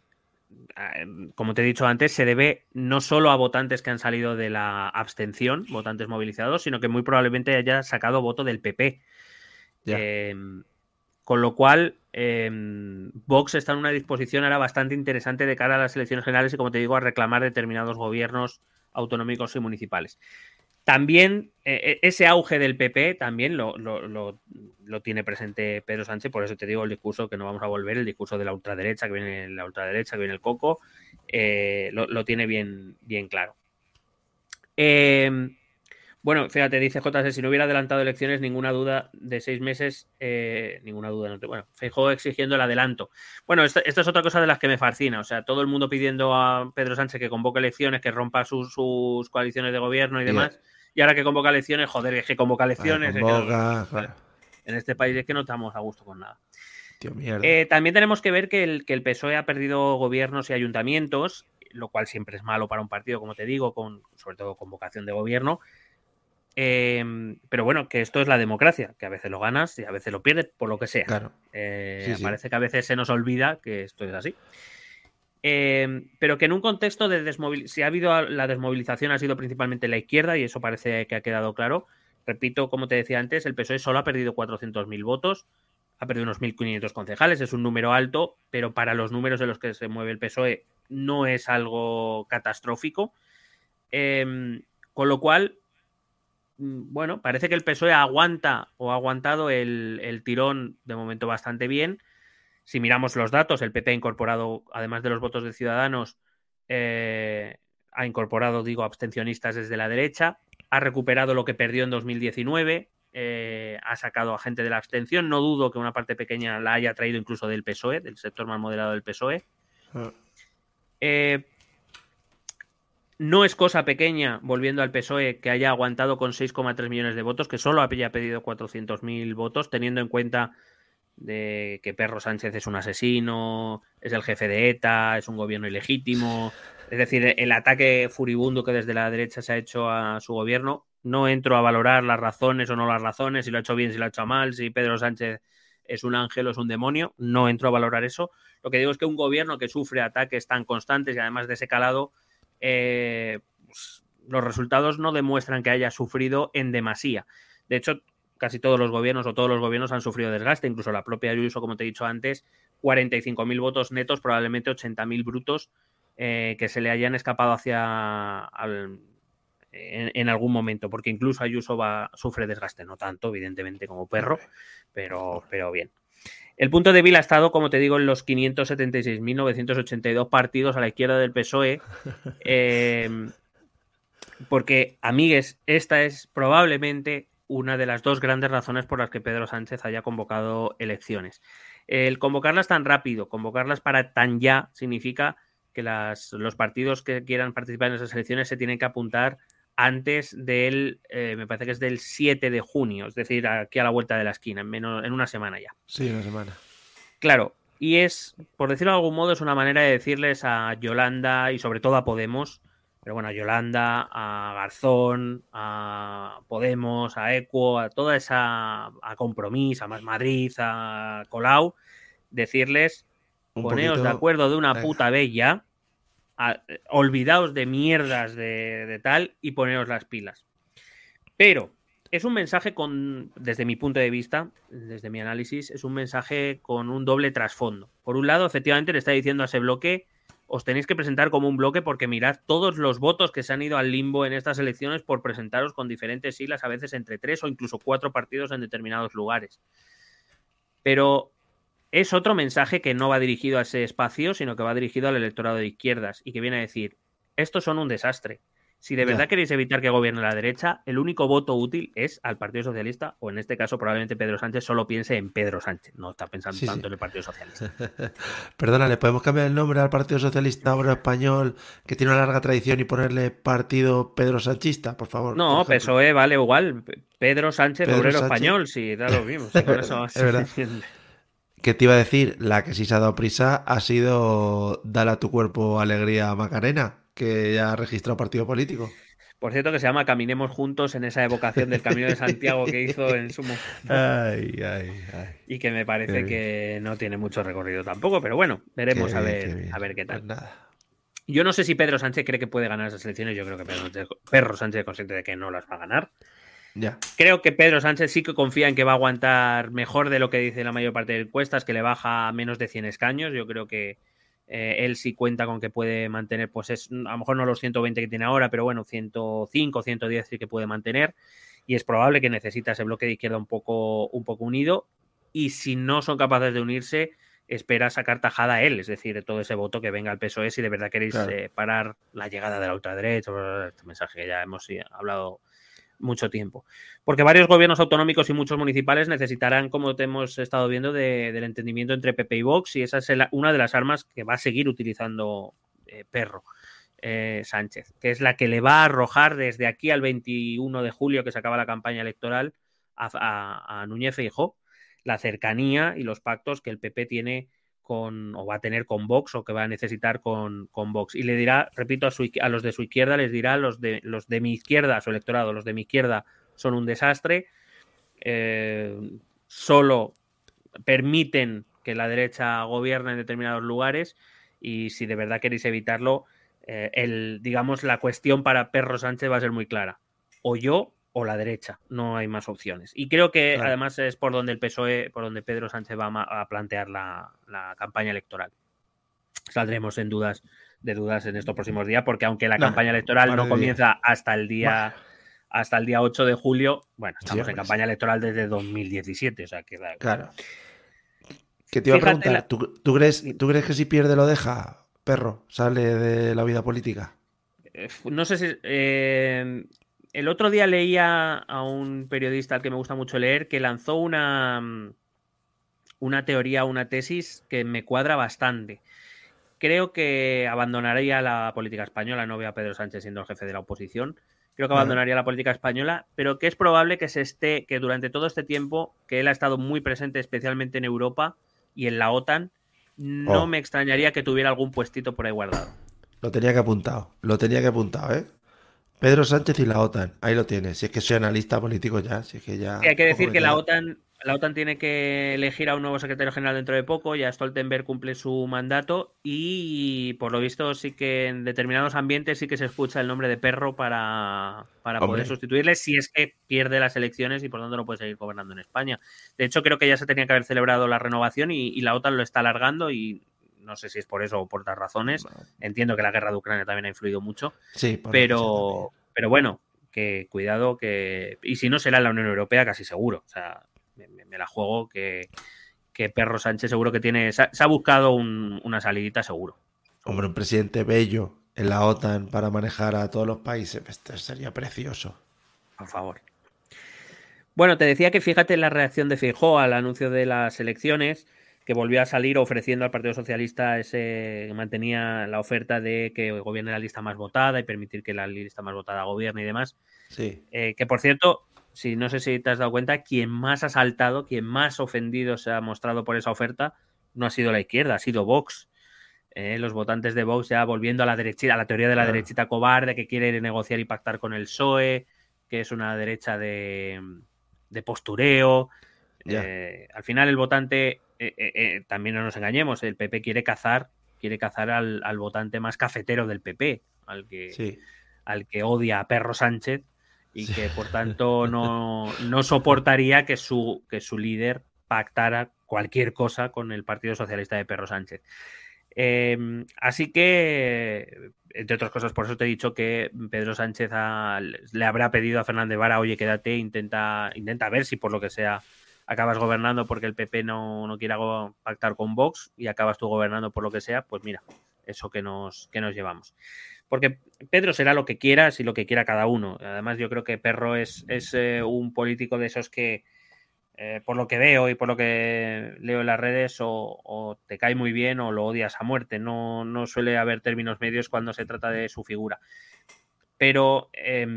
como te he dicho antes, se debe no solo a votantes que han salido de la abstención, votantes movilizados, sino que muy probablemente haya sacado voto del P P. Ya. Eh, con lo cual, eh, Vox está en una disposición ahora bastante interesante de cara a las elecciones generales y, como te digo, a reclamar determinados gobiernos autonómicos y municipales. También eh, ese auge del P P también lo, lo, lo, lo tiene presente Pedro Sánchez, por eso te digo el discurso que no vamos a volver, el discurso de la ultraderecha, que viene la ultraderecha, que viene el coco, eh, lo, lo tiene bien, bien claro. Eh, bueno, fíjate, dice J C, si no hubiera adelantado elecciones, ninguna duda de seis meses, eh, ninguna duda. No te, bueno, Feijóo exigiendo el adelanto. Bueno, esto, esto es otra cosa de las que me fascina, o sea, todo el mundo pidiendo a Pedro Sánchez que convoque elecciones, que rompa sus, sus coaliciones de gobierno y demás. Yeah. Y ahora que convoca elecciones, joder, es que convoca elecciones. Vale, convoca, es que no, claro. En este país es que no estamos a gusto con nada. Tío, mierda. Eh, también tenemos que ver que el, que el P S O E ha perdido gobiernos y ayuntamientos, lo cual siempre es malo para un partido, como te digo, con, sobre todo con vocación de gobierno. Eh, pero bueno, que esto es la democracia, que a veces lo ganas y a veces lo pierdes, por lo que sea. Claro. Eh, Sí, sí. Parece que a veces se nos olvida que esto es así. Eh, pero que en un contexto de desmovilización, si ha habido la desmovilización ha sido principalmente la izquierda y eso parece que ha quedado claro. Repito, como te decía antes, el P S O E solo ha perdido cuatrocientos mil votos, ha perdido unos mil quinientos concejales, es un número alto, pero para los números en los que se mueve el P S O E no es algo catastrófico. Eh, con lo cual, bueno, parece que el P S O E aguanta o ha aguantado el, el tirón de momento bastante bien. Si miramos los datos, el P P ha incorporado, además de los votos de Ciudadanos, eh, ha incorporado, digo, abstencionistas desde la derecha, ha recuperado lo que perdió en dos mil diecinueve, eh, ha sacado a gente de la abstención. No dudo que una parte pequeña la haya traído incluso del P S O E, del sector más moderado del P S O E. Ah. Eh, no es cosa pequeña, volviendo al P S O E, que haya aguantado con seis coma tres millones de votos, que solo haya pedido cuatrocientos mil votos, teniendo en cuenta de que Pedro Sánchez es un asesino, es el jefe de ETA, es un gobierno ilegítimo. Es decir, el ataque furibundo que desde la derecha se ha hecho a su gobierno. No entro a valorar las razones o no las razones, si lo ha hecho bien, si lo ha hecho mal, si Pedro Sánchez es un ángel o es un demonio. No entro a valorar eso. Lo que digo es que un gobierno que sufre ataques tan constantes y además de ese calado, eh, pues, los resultados no demuestran que haya sufrido en demasía. De hecho, casi todos los gobiernos o todos los gobiernos han sufrido desgaste, incluso la propia Ayuso, como te he dicho antes, cuarenta y cinco mil votos netos, probablemente ochenta mil brutos, eh, que se le hayan escapado hacia al, en, en algún momento, porque incluso Ayuso va, sufre desgaste, no tanto, evidentemente, como Perro, pero, pero bien. El punto débil ha estado, como te digo, en los quinientos setenta y seis mil novecientos ochenta y dos partidos a la izquierda del P S O E, eh, porque, amigues, esta es probablemente una de las dos grandes razones por las que Pedro Sánchez haya convocado elecciones. El convocarlas tan rápido, convocarlas para tan ya, significa que las, los partidos que quieran participar en esas elecciones se tienen que apuntar antes del, eh, me parece que es del siete de junio, es decir, aquí a la vuelta de la esquina, en, menos, en una semana ya. Sí, una semana. Claro, y es, por decirlo de algún modo, es una manera de decirles a Yolanda y sobre todo a Podemos, pero bueno, a Yolanda, a Garzón, a Podemos, a Equo, a toda esa, a Compromís, a Más Madrid, a Colau, decirles, un poneos poquito... de acuerdo de una Venga. puta vez ya, a, olvidaos de mierdas de, de tal y poneos las pilas. Pero es un mensaje con, desde mi punto de vista, desde mi análisis, es un mensaje con un doble trasfondo. Por un lado, efectivamente, le está diciendo a ese bloque: os tenéis que presentar como un bloque porque mirad todos los votos que se han ido al limbo en estas elecciones por presentaros con diferentes siglas, a veces entre tres o incluso cuatro partidos en determinados lugares. Pero es otro mensaje que no va dirigido a ese espacio, sino que va dirigido al electorado de izquierdas y que viene a decir: estos son un desastre. Si de verdad ya. queréis evitar que gobierne la derecha, el único voto útil es al Partido Socialista, o en este caso probablemente Pedro Sánchez solo piense en Pedro Sánchez, no está pensando sí, tanto sí. en el Partido Socialista. Perdona, ¿le podemos cambiar el nombre al Partido Socialista Obrero Español, que tiene una larga tradición, y ponerle Partido Pedro Sanchista, por favor? No, por P S O E vale igual. Pedro Sánchez Pedro Obrero Sánchez. Español, sí, da lo mismo. Sí, con eso es verdad. ¿Qué te iba a decir? La que sí se ha dado prisa ha sido Dale a tu cuerpo alegría Macarena, que ya ha registrado partido político. Por cierto, que se llama Caminemos Juntos, en esa evocación del Camino de Santiago que hizo en su momento. Ay, ay, ay. Y que me parece qué que bien. No tiene mucho recorrido tampoco, pero bueno, veremos qué a ver bien, qué a ver qué tal. Pues nada. Yo no sé si Pedro Sánchez cree que puede ganar esas elecciones. Yo creo que Pedro Sánchez, Pedro Sánchez es consciente de que no las va a ganar. Ya. Creo que Pedro Sánchez sí que confía en que va a aguantar mejor de lo que dice la mayor parte de encuestas, que le baja a menos de cien escaños. Yo creo que Eh, él sí cuenta con que puede mantener, pues es a lo mejor no los ciento veinte que tiene ahora, pero bueno, ciento cinco, ciento diez sí que puede mantener, y es probable que necesita ese bloque de izquierda un poco, un poco unido, y si no son capaces de unirse, espera sacar tajada a él, es decir, todo ese voto que venga al P S O E si de verdad queréis claro. eh, parar la llegada de la ultraderecha, este mensaje que ya hemos sí, hablado mucho tiempo. Porque varios gobiernos autonómicos y muchos municipales necesitarán, como te hemos estado viendo, de, del entendimiento entre P P y Vox, y esa es el, una de las armas que va a seguir utilizando eh, Perro eh, Sánchez, que es la que le va a arrojar desde aquí al veintiuno de julio, que se acaba la campaña electoral, a, a, a Núñez Feijóo. la cercanía y los pactos que el P P tiene con, o va a tener con Vox, o que va a necesitar con, con Vox. Y le dirá, repito, a, su, a los de su izquierda, les dirá, los de, los de mi izquierda, a su electorado, los de mi izquierda son un desastre, eh, solo permiten que la derecha gobierne en determinados lugares, y si de verdad queréis evitarlo, eh, el, digamos, la cuestión para Pedro Sánchez va a ser muy clara. O yo o la derecha, no hay más opciones. Y creo que claro, además es por donde el P S O E, por donde Pedro Sánchez va a plantear la, la campaña electoral. Saldremos en dudas de dudas en estos próximos días, porque aunque la no, campaña electoral no comienza día. hasta el día bueno. hasta el día ocho de julio, bueno, estamos sí, en campaña electoral desde dos mil diecisiete, o sea que da, claro. Que te iba Fíjate a preguntar, la... ¿tú, ¿tú, crees, ¿tú crees que si pierde lo deja, Perro, sale de la vida política? Eh, no sé si... Eh... El otro día leía a un periodista al que me gusta mucho leer que lanzó una, una teoría, una tesis que me cuadra bastante. Creo que abandonaría la política española, no veo a Pedro Sánchez siendo el jefe de la oposición. Creo que abandonaría la política española, pero que es probable que se esté, que durante todo este tiempo, que él ha estado muy presente especialmente en Europa y en la OTAN, no oh. me extrañaría que tuviera algún puestito por ahí guardado. Lo tenía que apuntado, lo tenía que apuntado, ¿eh? Pedro Sánchez y la OTAN, ahí lo tienes. Si es que soy analista político ya, si es que ya... Sí, hay que decir que la OTAN, la OTAN tiene que elegir a un nuevo secretario general dentro de poco, ya Stoltenberg cumple su mandato y por lo visto sí que en determinados ambientes sí que se escucha el nombre de Perro para, para poder sustituirle si es que pierde las elecciones y por tanto no puede seguir gobernando en España. De hecho, creo que ya se tenía que haber celebrado la renovación y, y la OTAN lo está alargando y... No sé si es por eso o por otras razones. Entiendo que la guerra de Ucrania también ha influido mucho. Sí, pero, pero bueno, que cuidado que... Y si no, será en la Unión Europea casi seguro. O sea, me, me la juego que, que Pedro Sánchez seguro que tiene... Se ha, se ha buscado un, una salidita seguro. Hombre, un presidente bello en la OTAN para manejar a todos los países. Esto sería precioso. Por favor. Bueno, te decía que fíjate la reacción de Feijóo al anuncio de las elecciones, que volvió a salir ofreciendo al Partido Socialista ese que mantenía la oferta de que gobierne la lista más votada y permitir que la lista más votada gobierne y demás. Sí. Eh, que, por cierto, si no sé si te has dado cuenta, quien más ha saltado, quien más ofendido se ha mostrado por esa oferta no ha sido la izquierda, ha sido Vox. Eh, los votantes de Vox ya volviendo a la derechita, a la teoría de la ah. derechita cobarde que quiere negociar y pactar con el P S O E, que es una derecha de, de postureo. Yeah. Eh, al final el votante... Eh, eh, eh, también no nos engañemos, el P P quiere cazar quiere cazar al, al votante más cafetero del P P, al que, sí. al que odia a Pedro Sánchez y sí. que por tanto no, no soportaría que su, que su líder pactara cualquier cosa con el Partido Socialista de Pedro Sánchez. Eh, así que, entre otras cosas, por eso te he dicho que Pedro Sánchez ha, le habrá pedido a Fernández Vara, oye, quédate, intenta, intenta ver si por lo que sea acabas gobernando porque el P P no, no quiere pactar con Vox y acabas tú gobernando por lo que sea, pues mira, eso que nos, que nos llevamos. Porque Pedro será lo que quieras y lo que quiera cada uno. Además, yo creo que Perro es, es eh, un político de esos que, eh, por lo que veo y por lo que leo en las redes, o, o te cae muy bien o lo odias a muerte. No, no suele haber términos medios cuando se trata de su figura. Pero eh,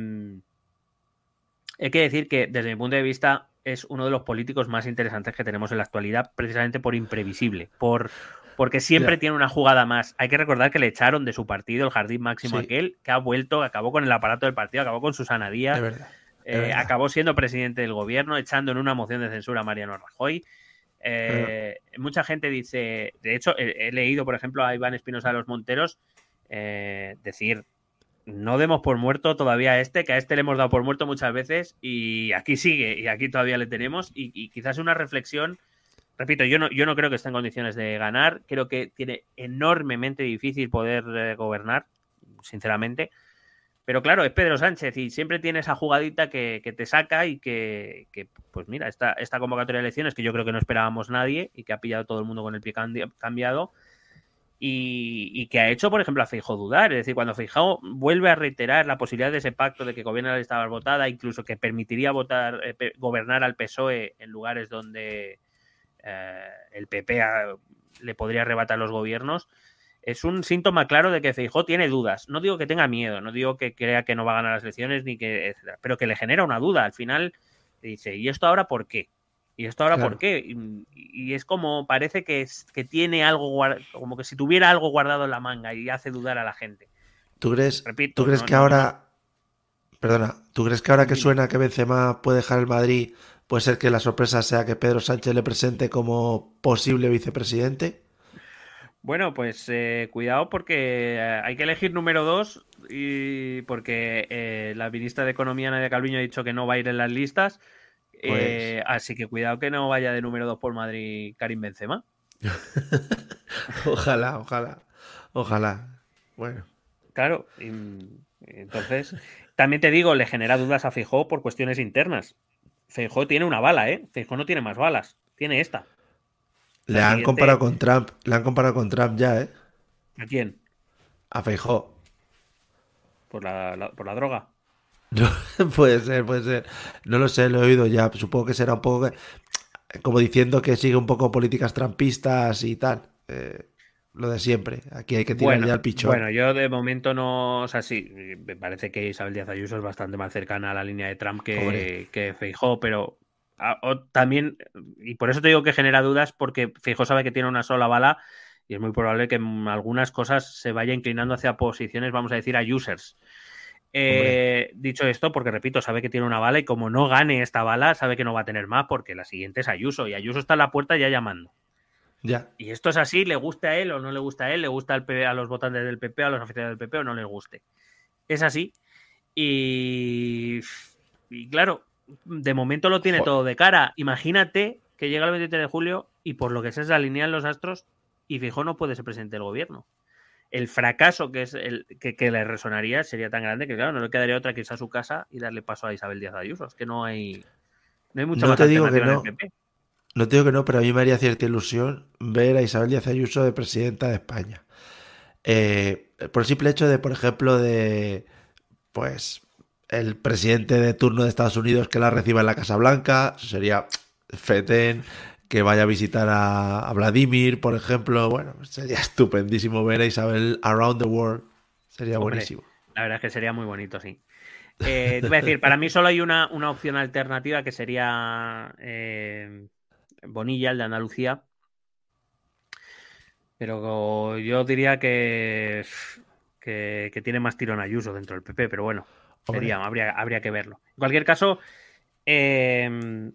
hay que decir que, desde mi punto de vista, es uno de los políticos más interesantes que tenemos en la actualidad, precisamente por imprevisible, por porque siempre yeah. tiene una jugada más. Hay que recordar que le echaron de su partido, el Jardín Máximo sí. aquel, que ha vuelto, acabó con el aparato del partido, acabó con Susana Díaz, de verdad, de eh, verdad. acabó siendo presidente del gobierno, echando en una moción de censura a Mariano Rajoy. Eh, uh-huh. Mucha gente dice, de hecho, he, he leído, por ejemplo, a Iván Espinosa de los Monteros eh, decir... No demos por muerto todavía a este, que a este le hemos dado por muerto muchas veces y aquí sigue y aquí todavía le tenemos y, y quizás una reflexión, repito, yo no, yo no creo que esté en condiciones de ganar, creo que tiene enormemente difícil poder eh, gobernar, sinceramente, pero claro, es Pedro Sánchez y siempre tiene esa jugadita que, que te saca y que, que pues mira, esta, esta convocatoria de elecciones que yo creo que no esperábamos nadie y que ha pillado todo el mundo con el pie cambiado. Y, y que ha hecho, por ejemplo, a Feijóo dudar. Es decir, cuando Feijóo vuelve a reiterar la posibilidad de ese pacto de que gobierne la lista más votada, incluso que permitiría votar, eh, gobernar al P S O E en lugares donde eh, el P P a, le podría arrebatar los gobiernos, es un síntoma claro de que Feijóo tiene dudas. No digo que tenga miedo, no digo que crea que no va a ganar las elecciones, ni que, etcétera, pero que le genera una duda. Al final dice, ¿y esto ahora por qué? ¿Y esto ahora Claro. por qué? Y, y es como, parece que, es, que tiene algo, guard- como que si tuviera algo guardado en la manga y hace dudar a la gente. ¿Tú crees, Repito, ¿tú crees no, que no, ahora, perdona, ¿tú crees que ahora que Dime. suena que Benzema puede dejar el Madrid, puede ser que la sorpresa sea que Pedro Sánchez le presente como posible vicepresidente? Bueno, pues eh, cuidado porque eh, hay que elegir número dos y porque eh, la ministra de Economía, Nadia Calviño, ha dicho que no va a ir en las listas. Pues Eh, así que cuidado que no vaya de número dos por Madrid Karim Benzema. ojalá, ojalá, ojalá. Bueno, Claro, y, entonces también te digo, le genera dudas a Feijóo por cuestiones internas. Feijóo tiene una bala, ¿eh? Feijóo no tiene más balas, tiene esta. le La han siguiente, comparado con Trump, le han comparado con Trump ya, ¿eh? ¿a quién? A Feijóo. Por la, la- por la droga. No, puede ser, puede ser. No lo sé, lo he oído ya. Supongo que será un poco que- como diciendo que sigue un poco políticas trampistas y tal. Eh, lo de siempre. Aquí hay que tirar Bueno, ya el pichón. bueno, yo de momento no, o sea, sí, me parece que Isabel Díaz Ayuso es bastante más cercana a la línea de Trump Hombre. que, que Feijóo, pero a- o también, y por eso te digo que genera dudas, porque Feijóo sabe que tiene una sola bala y es muy probable que en algunas cosas se vaya inclinando hacia posiciones, vamos a decir, a users. Hombre. Eh, dicho esto, porque repito, sabe que tiene una bala y como no gane esta bala, sabe que no va a tener más porque la siguiente es Ayuso y Ayuso está en la puerta ya llamando. Ya. Y esto es así, le guste a él o no le gusta a él, le gusta al P P, a los votantes del P P, a los aficionados del P P o no les guste. Es así. Y, y claro, de momento lo tiene Joder. todo de cara. Imagínate que llega el veintitrés de julio y por lo que sea se alinean los astros y Feijóo no puede ser presidente del gobierno. El fracaso que es el que, que le resonaría sería tan grande que, claro, no le quedaría otra que irse a su casa y darle paso a Isabel Díaz Ayuso. Es que no hay, no hay mucha No más te digo que alternativa en no. el P P. No te digo que no, pero a mí me haría cierta ilusión ver a Isabel Díaz Ayuso de presidenta de España. Eh, por el simple hecho de, por ejemplo, de pues el presidente de turno de Estados Unidos que la reciba en la Casa Blanca, eso sería fetén, que vaya a visitar a, a Vladimir, por ejemplo, bueno, sería estupendísimo ver a Isabel around the world, sería Hombre, buenísimo. la verdad es que sería muy bonito, sí. Eh, te voy a decir, para mí solo hay una, una opción alternativa que sería eh, Bonilla, el de Andalucía. Pero yo diría que, que, que tiene más tirón Ayuso dentro del P P, pero bueno, sería, habría, habría que verlo. En cualquier caso, eh,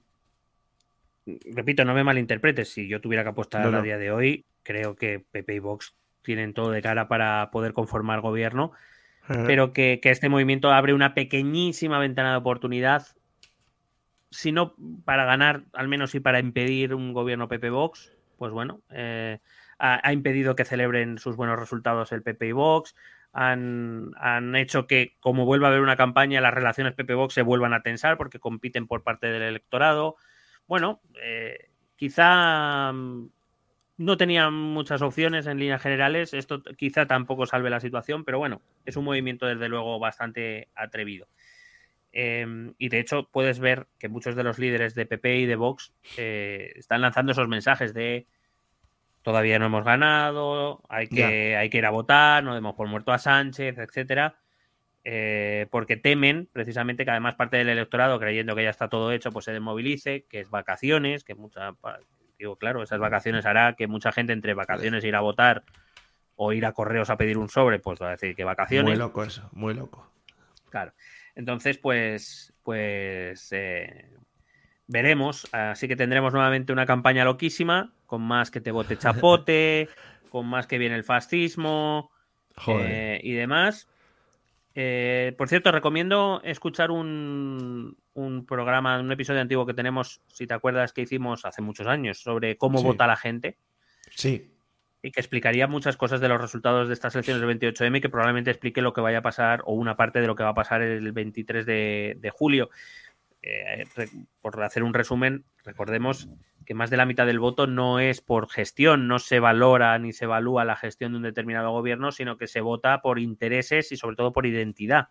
repito, no me malinterpretes, si yo tuviera que apostar No, a no. día de hoy, creo que P P y Vox tienen todo de cara para poder conformar gobierno, pero que, que este movimiento abre una pequeñísima ventana de oportunidad, si no para ganar, al menos sí para impedir un gobierno P P-Vox, pues bueno, eh, ha, ha impedido que celebren sus buenos resultados el P P y Vox, han, han hecho que, como vuelva a haber una campaña, las relaciones P P-Vox se vuelvan a tensar porque compiten por parte del electorado. Bueno, eh, quizá no tenía muchas opciones en líneas generales, esto quizá tampoco salve la situación, pero bueno, es un movimiento desde luego bastante atrevido. Eh, y de hecho puedes ver que muchos de los líderes de P P y de Vox eh, están lanzando esos mensajes de todavía no hemos ganado, hay que, hay que ir a votar, no demos por muerto a Sánchez, etcétera, eh, porque temen precisamente que además parte del electorado, creyendo que ya está todo hecho, pues se desmovilice, que es vacaciones, que mucha, digo, claro, esas vacaciones hará que mucha gente entre vacaciones ir a votar o ir a correos a pedir un sobre, pues va a decir que vacaciones. Muy loco eso, muy loco. Claro. Entonces, pues, pues eh, veremos. Así que tendremos nuevamente una campaña loquísima, con más que te vote chapote, con más que viene el fascismo eh, y demás. Eh, por cierto, recomiendo escuchar un, un programa, un episodio antiguo que tenemos, si te acuerdas, que hicimos hace muchos años, sobre cómo Sí. vota la gente. Sí. Y que explicaría muchas cosas de los resultados de estas elecciones del veintiocho eme y que probablemente explique lo que vaya a pasar o una parte de lo que va a pasar el veintitrés de, de julio. Eh, re, por hacer un resumen, recordemos que más de la mitad del voto no es por gestión, no se valora ni se evalúa la gestión de un determinado gobierno, sino que se vota por intereses y sobre todo por identidad.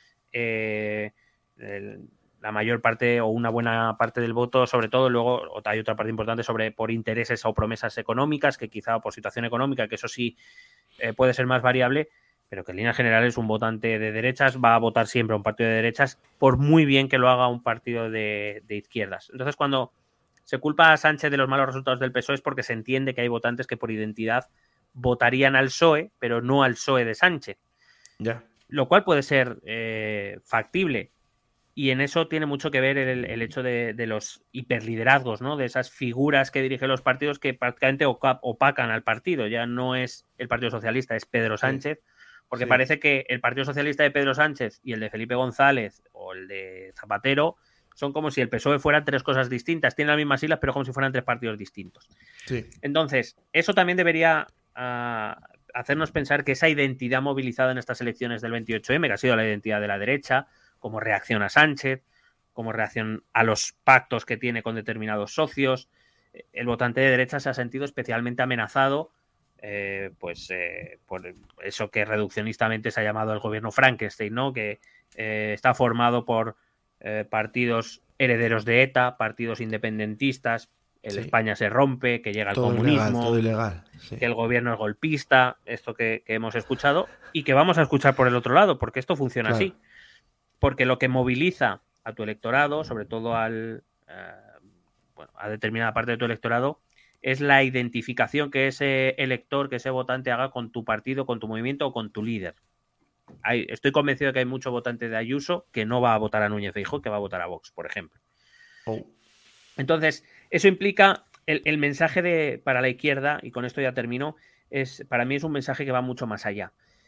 Eh, el, la mayor parte o una buena parte del voto, sobre todo, luego hay otra parte importante sobre por intereses o promesas económicas, que quizá por situación económica, que eso sí eh, puede ser más variable, pero que en líneas generales un votante de derechas va a votar siempre a un partido de derechas, por muy bien que lo haga un partido de, de izquierdas. Entonces, cuando se culpa a Sánchez de los malos resultados del P S O E es porque se entiende que hay votantes que por identidad votarían al P S O E, pero no al P S O E de Sánchez. Ya. Lo cual puede ser eh, factible. Y en eso tiene mucho que ver el, el hecho de, de los hiperliderazgos, ¿no? De esas figuras que dirigen los partidos que prácticamente opacan al partido. Ya no es el Partido Socialista, es Pedro Sánchez. Sí. Porque sí. Parece que el Partido Socialista de Pedro Sánchez y el de Felipe González o el de Zapatero son como si el P S O E fueran tres cosas distintas. Tienen las mismas siglas, pero como si fueran tres partidos distintos. Sí. Entonces, eso también debería uh, hacernos pensar que esa identidad movilizada en estas elecciones del veintiocho eme, que ha sido la identidad de la derecha, como reacción a Sánchez, como reacción a los pactos que tiene con determinados socios, el votante de derecha se ha sentido especialmente amenazado eh, pues eh, por eso que reduccionistamente se ha llamado el gobierno Frankenstein, ¿no? Que eh, está formado por eh, partidos herederos de ETA, partidos independentistas, el sí. España se rompe, que llega todo el comunismo, ilegal, todo ilegal, sí. que el gobierno es golpista, esto que, que hemos escuchado y que vamos a escuchar por el otro lado, porque esto funciona claro. así. Porque lo que moviliza a tu electorado, sobre todo al, eh, bueno, a determinada parte de tu electorado, es la identificación que ese elector, que ese votante haga con tu partido, con tu movimiento o con tu líder. Hay, estoy convencido de que hay mucho votante de Ayuso que no va a votar a Núñez Feijóo, que va a votar a Vox, por ejemplo. Oh. Entonces, eso implica el, el mensaje de para la izquierda, y con esto ya termino, es, para mí es un mensaje que va mucho más allá.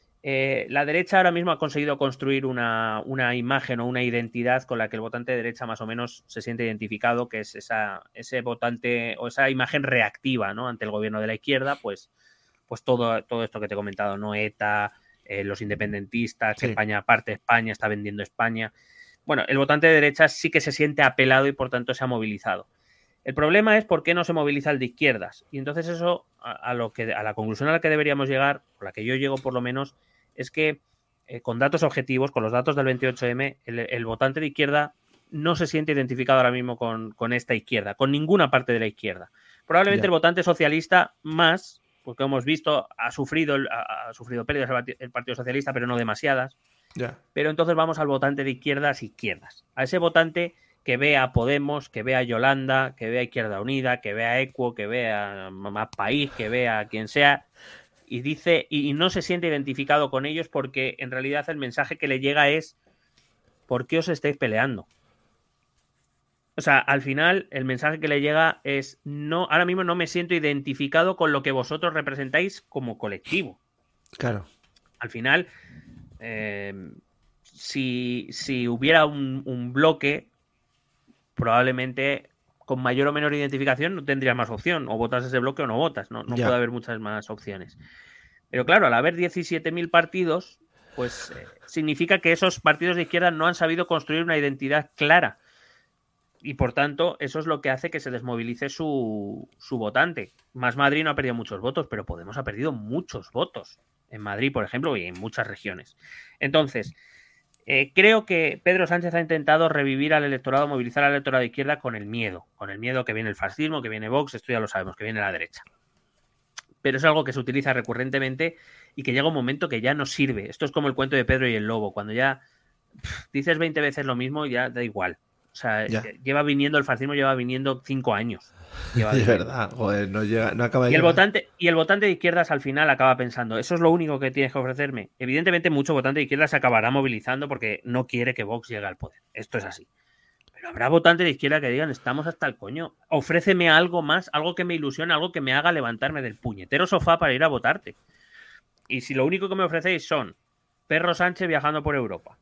Eh, la derecha ahora mismo ha conseguido construir una, una imagen o una identidad con la que el votante de derecha más o menos se siente identificado, que es esa, ese votante o esa imagen reactiva, ¿no? Ante el gobierno de la izquierda, pues, pues todo, todo esto que te he comentado, ¿no? ETA, eh, los independentistas, que sí. España aparte, España está vendiendo España. Bueno, el votante de derecha sí que se siente apelado y por tanto se ha movilizado. El problema es por qué no se moviliza el de izquierdas. Y entonces eso, a, a, lo que, a la conclusión a la que deberíamos llegar, por la que yo llego por lo menos, es que eh, con datos objetivos, con los datos del veintiocho eme, el, el votante de izquierda no se siente identificado ahora mismo con, con esta izquierda, con ninguna parte de la izquierda. Probablemente yeah. el votante socialista más, porque hemos visto, ha sufrido, ha, ha sufrido pérdidas el Partido Socialista, pero no demasiadas. Yeah. Pero entonces vamos al votante de izquierdas izquierdas. A ese votante que ve a Podemos, que ve a Yolanda, que ve a Izquierda Unida, que ve a Equo, que ve a Más País, que ve a quien sea... Y dice, y no se siente identificado con ellos porque en realidad el mensaje que le llega es ¿por qué os estáis peleando? O sea, al final el mensaje que le llega es no, ahora mismo no me siento identificado con lo que vosotros representáis como colectivo. Claro. Al final, eh, si, si hubiera un, un bloque, probablemente con mayor o menor identificación no tendrías más opción, o votas ese bloque o no votas, no, no puede haber muchas más opciones. Pero claro, al haber diecisiete mil partidos, pues eh, significa que esos partidos de izquierda no han sabido construir una identidad clara y por tanto eso es lo que hace que se desmovilice su, su votante. Más Madrid no ha perdido muchos votos, pero Podemos ha perdido muchos votos en Madrid, por ejemplo, y en muchas regiones. Entonces, Eh, creo que Pedro Sánchez ha intentado revivir al electorado, movilizar al electorado de izquierda con el miedo, con el miedo que viene el fascismo, que viene Vox, esto ya lo sabemos, que viene la derecha. Pero es algo que se utiliza recurrentemente y que llega un momento que ya no sirve. Esto es como el cuento de Pedro y el lobo, cuando ya pff, dices veinte veces lo mismo, ya da igual. O sea, ya. lleva viniendo el fascismo, lleva viniendo cinco años. Es verdad, joder, no, llega, no acaba de y el llegar. votante Y el votante de izquierdas al final acaba pensando, eso es lo único que tienes que ofrecerme. Evidentemente mucho votante de izquierdas se acabará movilizando porque no quiere que Vox llegue al poder. Esto es así. Pero habrá votantes de izquierda que digan, estamos hasta el coño, ofréceme algo más, algo que me ilusione, algo que me haga levantarme del puñetero sofá para ir a votarte. Y si lo único que me ofrecéis son Pedro Sánchez viajando por Europa,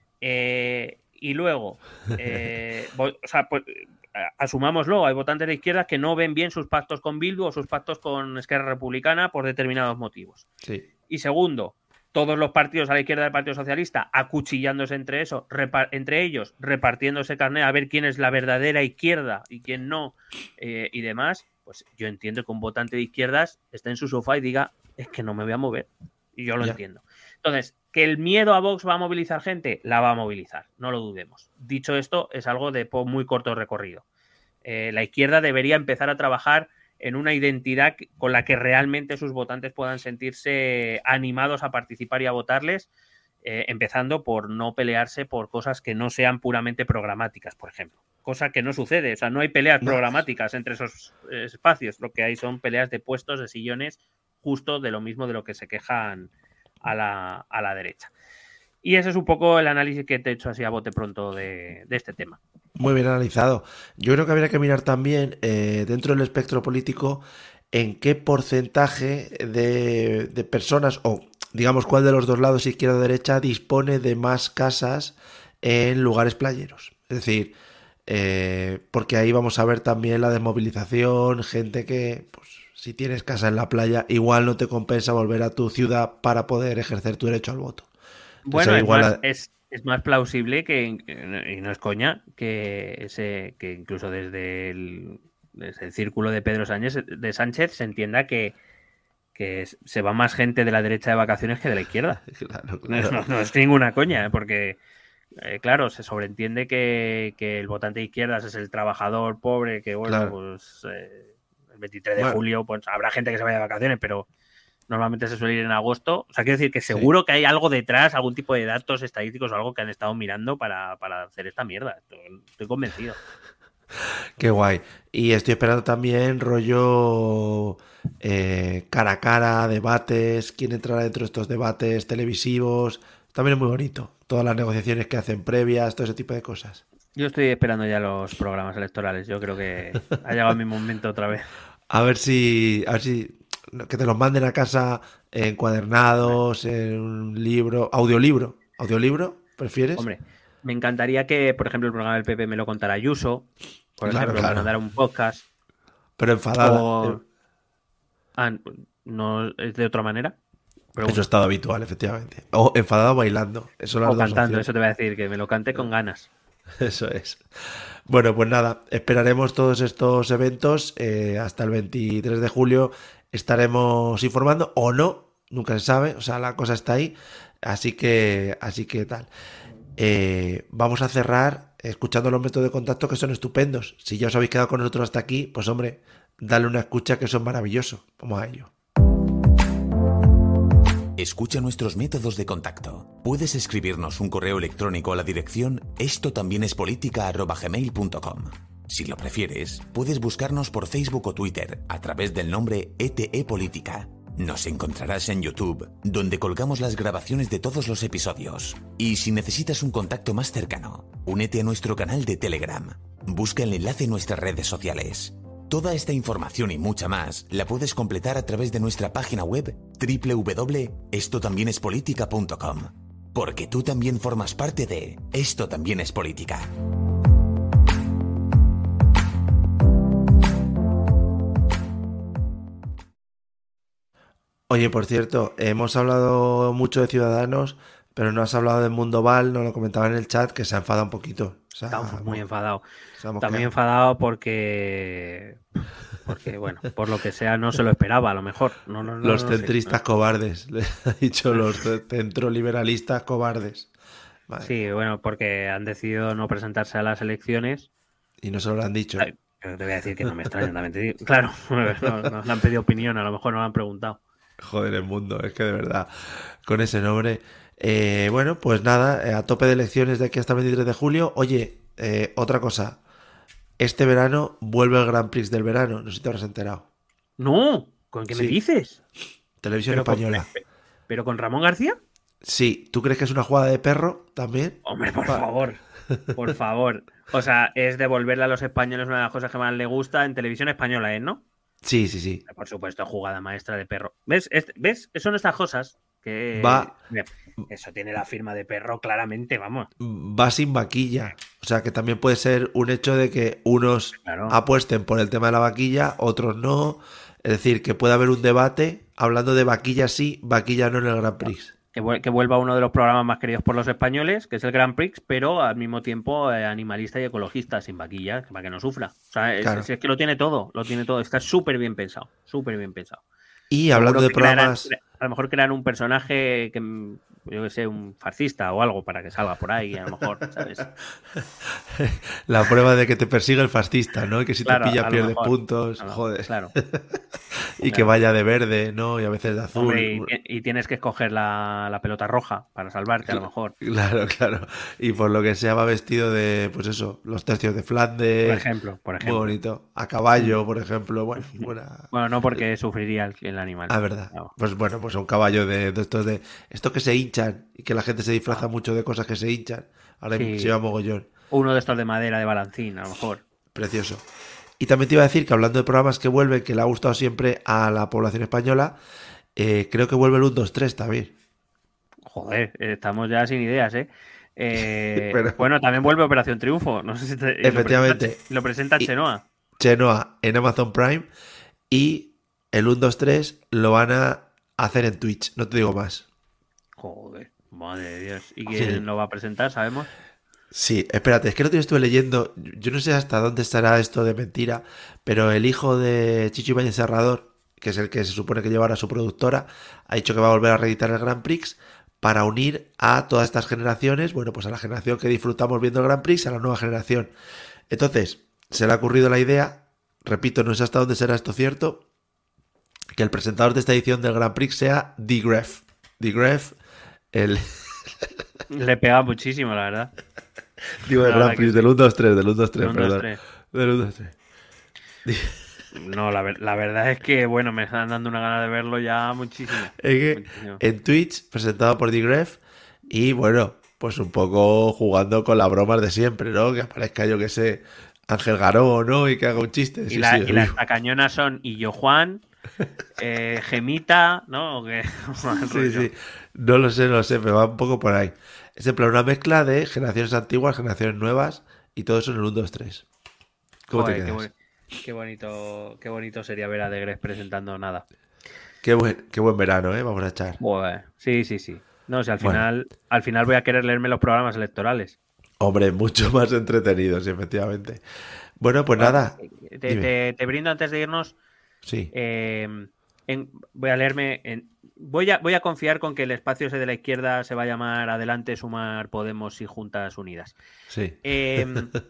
eh, y luego, eh, o sea, pues asumámoslo, hay votantes de izquierda que no ven bien sus pactos con Bildu o sus pactos con Esquerra Republicana por determinados motivos. Sí. Y segundo, todos los partidos a la izquierda del Partido Socialista acuchillándose entre eso, entre ellos, repartiéndose carnet a ver quién es la verdadera izquierda y quién no, eh, y demás, pues yo entiendo que un votante de izquierdas esté en su sofá y diga, es que no me voy a mover. Y yo lo ya. entiendo. Entonces, ¿que el miedo a Vox va a movilizar gente? La va a movilizar, no lo dudemos. Dicho esto, es algo de muy corto recorrido. Eh, la izquierda debería empezar a trabajar en una identidad con la que realmente sus votantes puedan sentirse animados a participar y a votarles Eh, empezando por no pelearse por cosas que no sean puramente programáticas, por ejemplo. Cosa que no sucede. O sea, no hay peleas no. programáticas entre esos espacios. Lo que hay son peleas de puestos, de sillones, justo de lo mismo de lo que se quejan a la, a la derecha. Y ese es un poco el análisis que te he hecho así a bote pronto de, de este tema. Muy bien analizado. Yo creo que habría que mirar también, eh, dentro del espectro político, en qué porcentaje de, de personas, o digamos cuál de los dos lados, izquierda o derecha, dispone de más casas en lugares playeros. Es decir, eh, porque ahí vamos a ver también la desmovilización, gente que, pues, si tienes casa en la playa, igual no te compensa volver a tu ciudad para poder ejercer tu derecho al voto. Entonces, bueno, es igual más, la... es, es más plausible que, y no es coña, que, ese, que incluso desde el, desde el círculo de Pedro Sánchez, de Sánchez se entienda que que se va más gente de la derecha de vacaciones que de la izquierda. Claro, claro. No, no es ninguna coña, ¿eh? Porque, eh, claro, se sobreentiende que, que el votante de izquierdas es el trabajador pobre, que, bueno, claro. pues eh, el veintitrés de bueno. julio pues habrá gente que se vaya de vacaciones, pero normalmente se suele ir en agosto. O sea, quiero decir que seguro sí. que hay algo detrás, algún tipo de datos estadísticos o algo que han estado mirando para, para hacer esta mierda. Estoy convencido. Qué guay. Y estoy esperando también rollo eh, cara a cara, debates, quién entrará dentro de estos debates televisivos. También es muy bonito. Todas las negociaciones que hacen previas, todo ese tipo de cosas. Yo estoy esperando ya los programas electorales. Yo creo que ha llegado mi momento otra vez. A ver si, a ver si que te los manden a casa encuadernados, en un libro, audiolibro. ¿Audiolibro prefieres? Hombre, me encantaría que, por ejemplo, el programa del P P me lo contara Ayuso. Por claro, ejemplo, claro. mandar un podcast. Pero enfadada. O... Ah, ¿no es de otra manera? Pero eso bueno. Es estado habitual, efectivamente. O enfadado bailando. Eso o cantando, opciones. Eso te voy a decir, que me lo cante con ganas. Eso es. Bueno, pues nada, esperaremos todos estos eventos. Eh, hasta el veintitrés de julio estaremos informando, o no, nunca se sabe. O sea, la cosa está ahí. Así que, así que tal. Eh, vamos a cerrar escuchando los métodos de contacto, que son estupendos. Si ya os habéis quedado con nosotros hasta aquí, pues hombre, dale una escucha, que son maravillosos. Vamos a ello. Escucha nuestros métodos de contacto. Puedes escribirnos un correo electrónico a la dirección esto también es política arroba gmail punto com. Si lo prefieres, puedes buscarnos por Facebook o Twitter a través del nombre E T E Política. Nos encontrarás en YouTube, donde colgamos las grabaciones de todos los episodios. Y si necesitas un contacto más cercano, únete a nuestro canal de Telegram. Busca el enlace en nuestras redes sociales. Toda esta información y mucha más la puedes completar a través de nuestra página web doble u doble u doble u punto esto también es política punto com. Porque tú también formas parte de Esto también es política. Oye, por cierto, hemos hablado mucho de Ciudadanos, pero no has hablado del Mundo Val, nos lo comentaba en el chat, que se ha enfadado un poquito. O sea, Está muy enfadado. Está muy enfadado porque, porque, bueno, por lo que sea no se lo esperaba, a lo mejor. No, no, no, los no centristas sé, ¿no? cobardes, le ha dicho los centroliberalistas cobardes. Vale. Sí, bueno, porque han decidido no presentarse a las elecciones. Y no se lo han dicho. Ay, te voy a decir que no me extraña también. Claro, no, no, no han pedido opinión, a lo mejor no lo han preguntado. Joder, el mundo, es que de verdad, con ese nombre. Eh, bueno, pues nada, a tope de elecciones de aquí hasta el veintitrés de julio. Oye, eh, otra cosa. Este verano vuelve el Grand Prix del verano. No sé si te habrás enterado. No, ¿con qué sí. me dices? Televisión ¿Pero española. Con, ¿Pero con Ramón García? Sí. ¿Tú crees que es una jugada de perro también? Hombre, por para... favor. Por favor. O sea, es devolverle a los españoles una de las cosas que más les gusta en televisión española, ¿eh? ¿No? Sí, sí, sí. Por supuesto, jugada maestra de perro. ¿Ves? ¿Ves? Son estas cosas que... Va... Eso tiene la firma de perro claramente, vamos. Va sin vaquilla. O sea, que también puede ser un hecho de que unos claro. apuesten por el tema de la vaquilla, otros no. Es decir, que puede haber un debate hablando de vaquilla sí, vaquilla no en el Grand Prix. Que, vu- que vuelva uno de los programas más queridos por los españoles, que es el Grand Prix, pero al mismo tiempo eh, animalista y ecologista, sin vaquilla, para que no sufra. O sea, es, claro. es, es que lo tiene todo, lo tiene todo. Está súper bien pensado, súper bien pensado. Y hablando de programas... Crearán, a lo mejor crear un personaje que, yo que sé, un fascista o algo para que salga por ahí, a lo mejor, ¿sabes? La prueba de que te persigue el fascista, ¿no? Que si claro, te pilla pierdes mejor, puntos, no, joder. Claro. y que vaya de verde, ¿no? Y a veces de azul. Hombre, y, y tienes que escoger la, la pelota roja para salvarte, a lo mejor. Claro, claro. Y por lo que sea va vestido de, pues eso, los tercios de Flandes. Por ejemplo, por ejemplo. Muy bonito. A caballo, por ejemplo. Bueno, buena... bueno no porque sufriría el, el animal. Ah, verdad. No. Pues bueno, pues un caballo de, de estos de... Estos que se hinchan y que la gente se disfraza ah. mucho de cosas que se hinchan. Ahora sí. Se llama mogollón. Uno de estos de madera de balancín, a lo mejor. Precioso. Y también te iba a decir que hablando de programas que vuelven, que le ha gustado siempre a la población española, eh, creo que vuelve el uno dos tres también. Joder, estamos ya sin ideas, ¿eh? eh Pero... Bueno, también vuelve Operación Triunfo. No sé si te... Efectivamente. Lo presenta, lo presenta Chenoa. Chenoa en Amazon Prime. Y el uno dos tres lo van a hacer en Twitch. No te digo más. Joder, madre de Dios. ¿Y quién sí. lo va a presentar? ¿Sabemos? Sí, espérate, es que el otro día estuve leyendo, yo no sé hasta dónde estará esto de mentira, pero el hijo de Chicho Ibáñez Serrador, que es el que se supone que llevará a su productora, ha dicho que va a volver a reeditar el Grand Prix para unir a todas estas generaciones, bueno, pues a la generación que disfrutamos viendo el Grand Prix, a la nueva generación. Entonces, se le ha ocurrido la idea, repito, no sé hasta dónde será esto cierto, que el presentador de esta edición del Grand Prix sea D-Gref. D-Gref, el... Le pega muchísimo, la verdad. Digo, el Grand Prix del uno dos tres, del uno dos tres, perdón. Del uno dos tres. No, la, la verdad es que, bueno, me están dando una gana de verlo ya muchísimo. Es que muchísimo. En Twitch, presentado por D-Gref, y bueno, pues un poco jugando con las bromas de siempre, ¿no? Que aparezca, yo que sé, Ángel Garó, ¿no? Y que haga un chiste. Y, sí, la, sí, y las tacañonas son Illo Juan, eh, Gemita, ¿no? ¿Qué? Sí, sí. No lo sé, no lo sé, me va un poco por ahí. Es en plan una mezcla de generaciones antiguas, generaciones nuevas y todo eso en el uno dos tres. ¿Cómo Joder, te quedas? Qué, buen, qué, bonito, qué bonito sería ver a D-Gref presentando nada. Qué buen, qué buen verano, ¿eh? Vamos a echar. Joder. Sí, sí, sí. No, o sea, al final, bueno. al final voy a querer leerme los programas electorales. Hombre, mucho más entretenidos, efectivamente. Bueno, pues bueno, nada. Te, te, te brindo antes de irnos. Sí. Eh, en, voy a leerme... En, Voy a, voy a confiar con que el espacio ese de la izquierda se va a llamar Adelante, Sumar, Podemos y Juntas Unidas. Sí. Eh,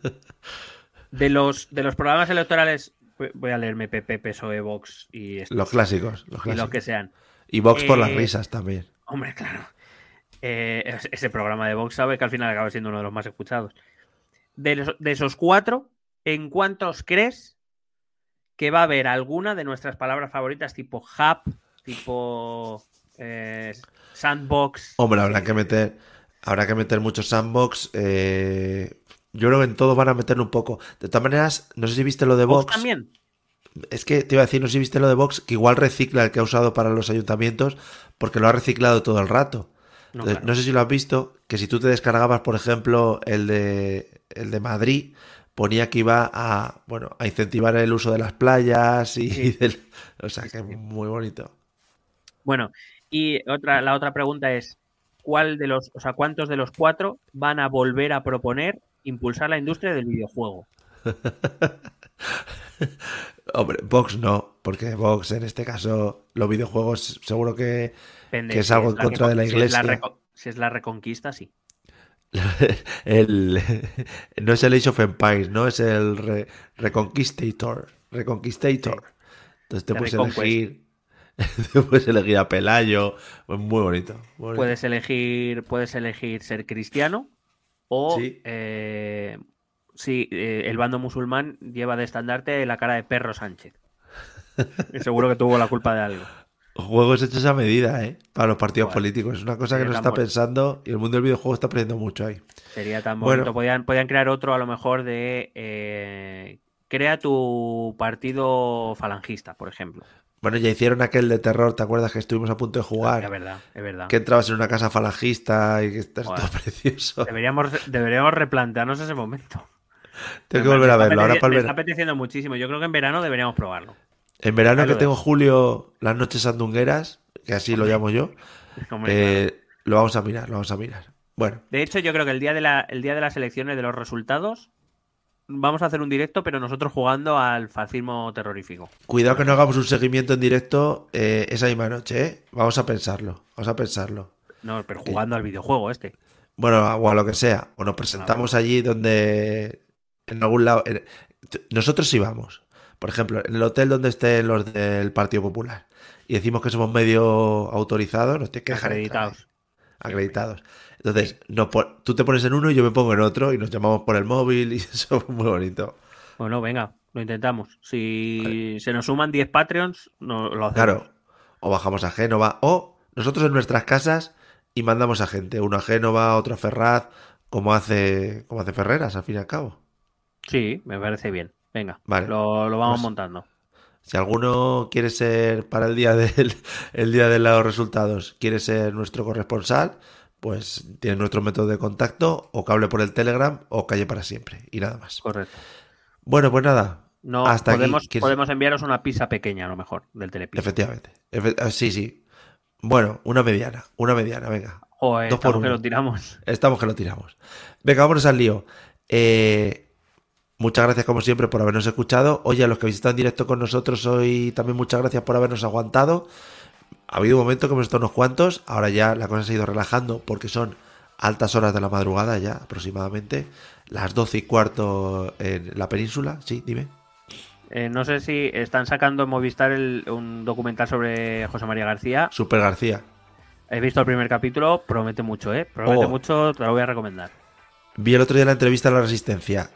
de, los, de los programas electorales, voy a leerme P P, P S O E, Vox y estos, los clásicos, los clásicos. Y los que sean. Y Vox eh, por las risas también. Hombre, claro. Eh, ese programa de Vox sabe que al final acaba siendo uno de los más escuchados. De, los, de esos cuatro, ¿en cuántos crees que va a haber alguna de nuestras palabras favoritas tipo hub, tipo eh, sandbox? Hombre, habrá que meter habrá que meter muchos sandbox. Eh, yo creo que en todo van a meter un poco. De todas maneras, no sé si viste lo de Vox. ¿Vox también? Es que te iba a decir, no sé si viste lo de Vox, que igual recicla el que ha usado para los ayuntamientos, porque lo ha reciclado todo el rato. No, Entonces, claro. no sé si lo has visto, que si tú te descargabas, por ejemplo, el de el de Madrid, ponía que iba a bueno a incentivar el uso de las playas y sí. del, o sea que muy bonito. Bueno, y otra, la otra pregunta es, ¿cuál de los, o sea, cuántos de los cuatro van a volver a proponer impulsar la industria del videojuego? Hombre, Vox no, porque Vox en este caso los videojuegos seguro que, Depende, que es si algo es en contra que, de la si iglesia. Es la reco- si es la reconquista, sí. el, no es el Age of Empires, ¿no? Es el re, Reconquistator. Reconquistator. Sí. Entonces te puedes elegir. Te puedes elegir a Pelayo. Pues muy bonito, muy bonito. Puedes elegir, puedes elegir ser cristiano. O sí, eh, sí eh, el bando musulmán lleva de estandarte la cara de Perro Sánchez. Y seguro que tuvo la culpa de algo. Juegos hechos a medida, ¿eh? Para los partidos bueno, políticos. Es una cosa que no se está bonito. pensando y el mundo del videojuego está aprendiendo mucho ahí. Sería tan bonito. Bueno, podían, podían crear otro a lo mejor de... Eh, crea tu partido falangista, por ejemplo. Bueno, ya hicieron aquel de terror, ¿te acuerdas que estuvimos a punto de jugar? Es verdad, es verdad. Que entrabas en una casa falangista y que estás todo precioso. Deberíamos, deberíamos replantearnos ese momento. Tengo que volver a verlo. Ahora para el me está apeteciendo muchísimo. Yo creo que en verano deberíamos probarlo. En verano que tengo julio las noches sandungueras, que así lo llamo yo, Hombre, eh, claro. lo vamos a mirar, lo vamos a mirar. Bueno. De hecho, yo creo que el día de la, el día de las elecciones, de los resultados, vamos a hacer un directo, pero nosotros jugando al fascismo terrorífico. Cuidado que no hagamos un seguimiento en directo eh, esa misma noche, ¿eh? Vamos a pensarlo, vamos a pensarlo. No, pero jugando eh, al videojuego este. Bueno, o a lo que sea. O nos presentamos allí donde... En algún lado... En, nosotros sí vamos. por ejemplo, en el hotel donde estén los del Partido Popular y decimos que somos medio autorizados, nos tienen que dejar acreditados. Entrar, ¿eh? Acreditados. Entonces, no, tú te pones en uno y yo me pongo en otro y nos llamamos por el móvil y eso es muy bonito. Bueno, venga, lo intentamos. Si vale. se nos suman diez Patreons, no, lo hacemos. Claro, o bajamos a Génova, o nosotros en nuestras casas y mandamos a gente, uno a Génova, otro a Ferraz, como hace, como hace Ferreras, al fin y al cabo. Sí, me parece bien. Venga, vale. lo, lo vamos pues, montando. Si alguno quiere ser, para el día, del, el día de los resultados, quiere ser nuestro corresponsal, pues tiene nuestro método de contacto, o que hable por el Telegram, o calle para siempre, y nada más. Correcto. Bueno, pues nada. No, hasta podemos, aquí. podemos enviaros una pizza pequeña, a lo mejor, del Telepizza. Efectivamente. Efe- sí, sí. Bueno, una mediana, una mediana, venga. Joder, Dos por estamos uno. que lo tiramos. Estamos que lo tiramos. Venga, vámonos al lío. Eh... Muchas gracias, como siempre, por habernos escuchado. Oye, a los que habéis estado en directo con nosotros hoy, también muchas gracias por habernos aguantado. Ha habido un momento que hemos estado unos cuantos. Ahora ya la cosa se ha ido relajando porque son altas horas de la madrugada ya, aproximadamente. Las doce y cuarto en la península. Sí, dime. Eh, no sé si están sacando en Movistar el, un documental sobre José María García. Super García. He visto el primer capítulo. Promete mucho, ¿eh? Promete oh. mucho. Te lo voy a recomendar. Vi el otro día la entrevista a La Resistencia.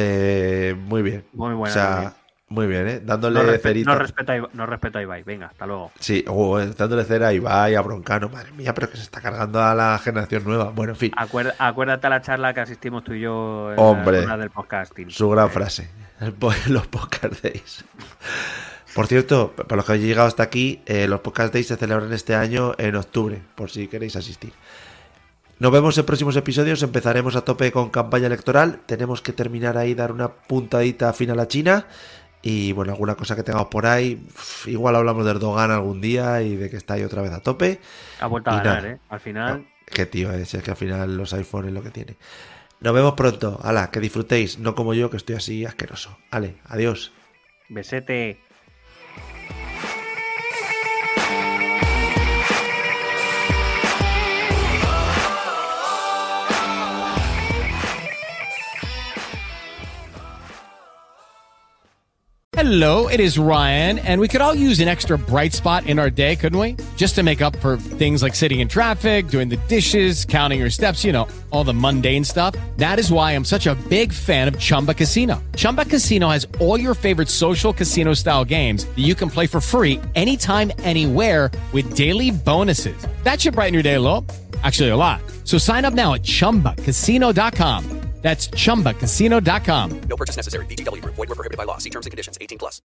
Eh, muy bien. Muy buena. O sea, muy bien, ¿eh? Dándole no respe- cerita. No respeto, a Ibai, no respeto a Ibai. Venga, hasta luego. Sí, oh, dándole cera a Ibai, a Broncano. Madre mía, pero que se está cargando a la generación nueva. Bueno, en fin. Acuérdate, acuérdate a la charla que asistimos tú y yo en Hombre, la zona del podcasting. Su gran eh. frase. Los podcast days. Por cierto, para los que habéis llegado hasta aquí, eh, los podcast days se celebran este año en octubre, por si queréis asistir. Nos vemos en próximos episodios. Empezaremos a tope con campaña electoral. Tenemos que terminar ahí, dar una puntadita final a China. Y bueno, alguna cosa que tengamos por ahí. Uf, igual hablamos de Erdogan algún día y de que está ahí otra vez a tope. Ha vuelto a y ganar, nada. ¿eh? Al final. No, qué tío es, es que al final los iPhones es lo que tiene. Nos vemos pronto. Hala, que disfrutéis. No como yo, que estoy así asqueroso. Ale, adiós. Besete. Hello, it is Ryan, and we could all use an extra bright spot in our day, couldn't we? Just to make up for things like sitting in traffic, doing the dishes, counting your steps, you know, all the mundane stuff. That is why I'm such a big fan of Chumba Casino. Chumba Casino has all your favorite social casino-style games that you can play for free anytime, anywhere with daily bonuses. That should brighten your day a little. Actually, a lot. So sign up now at chumba casino dot com. That's chumba casino dot com. No purchase necessary. V G W Group. Void where prohibited by law. See terms and conditions. eighteen plus.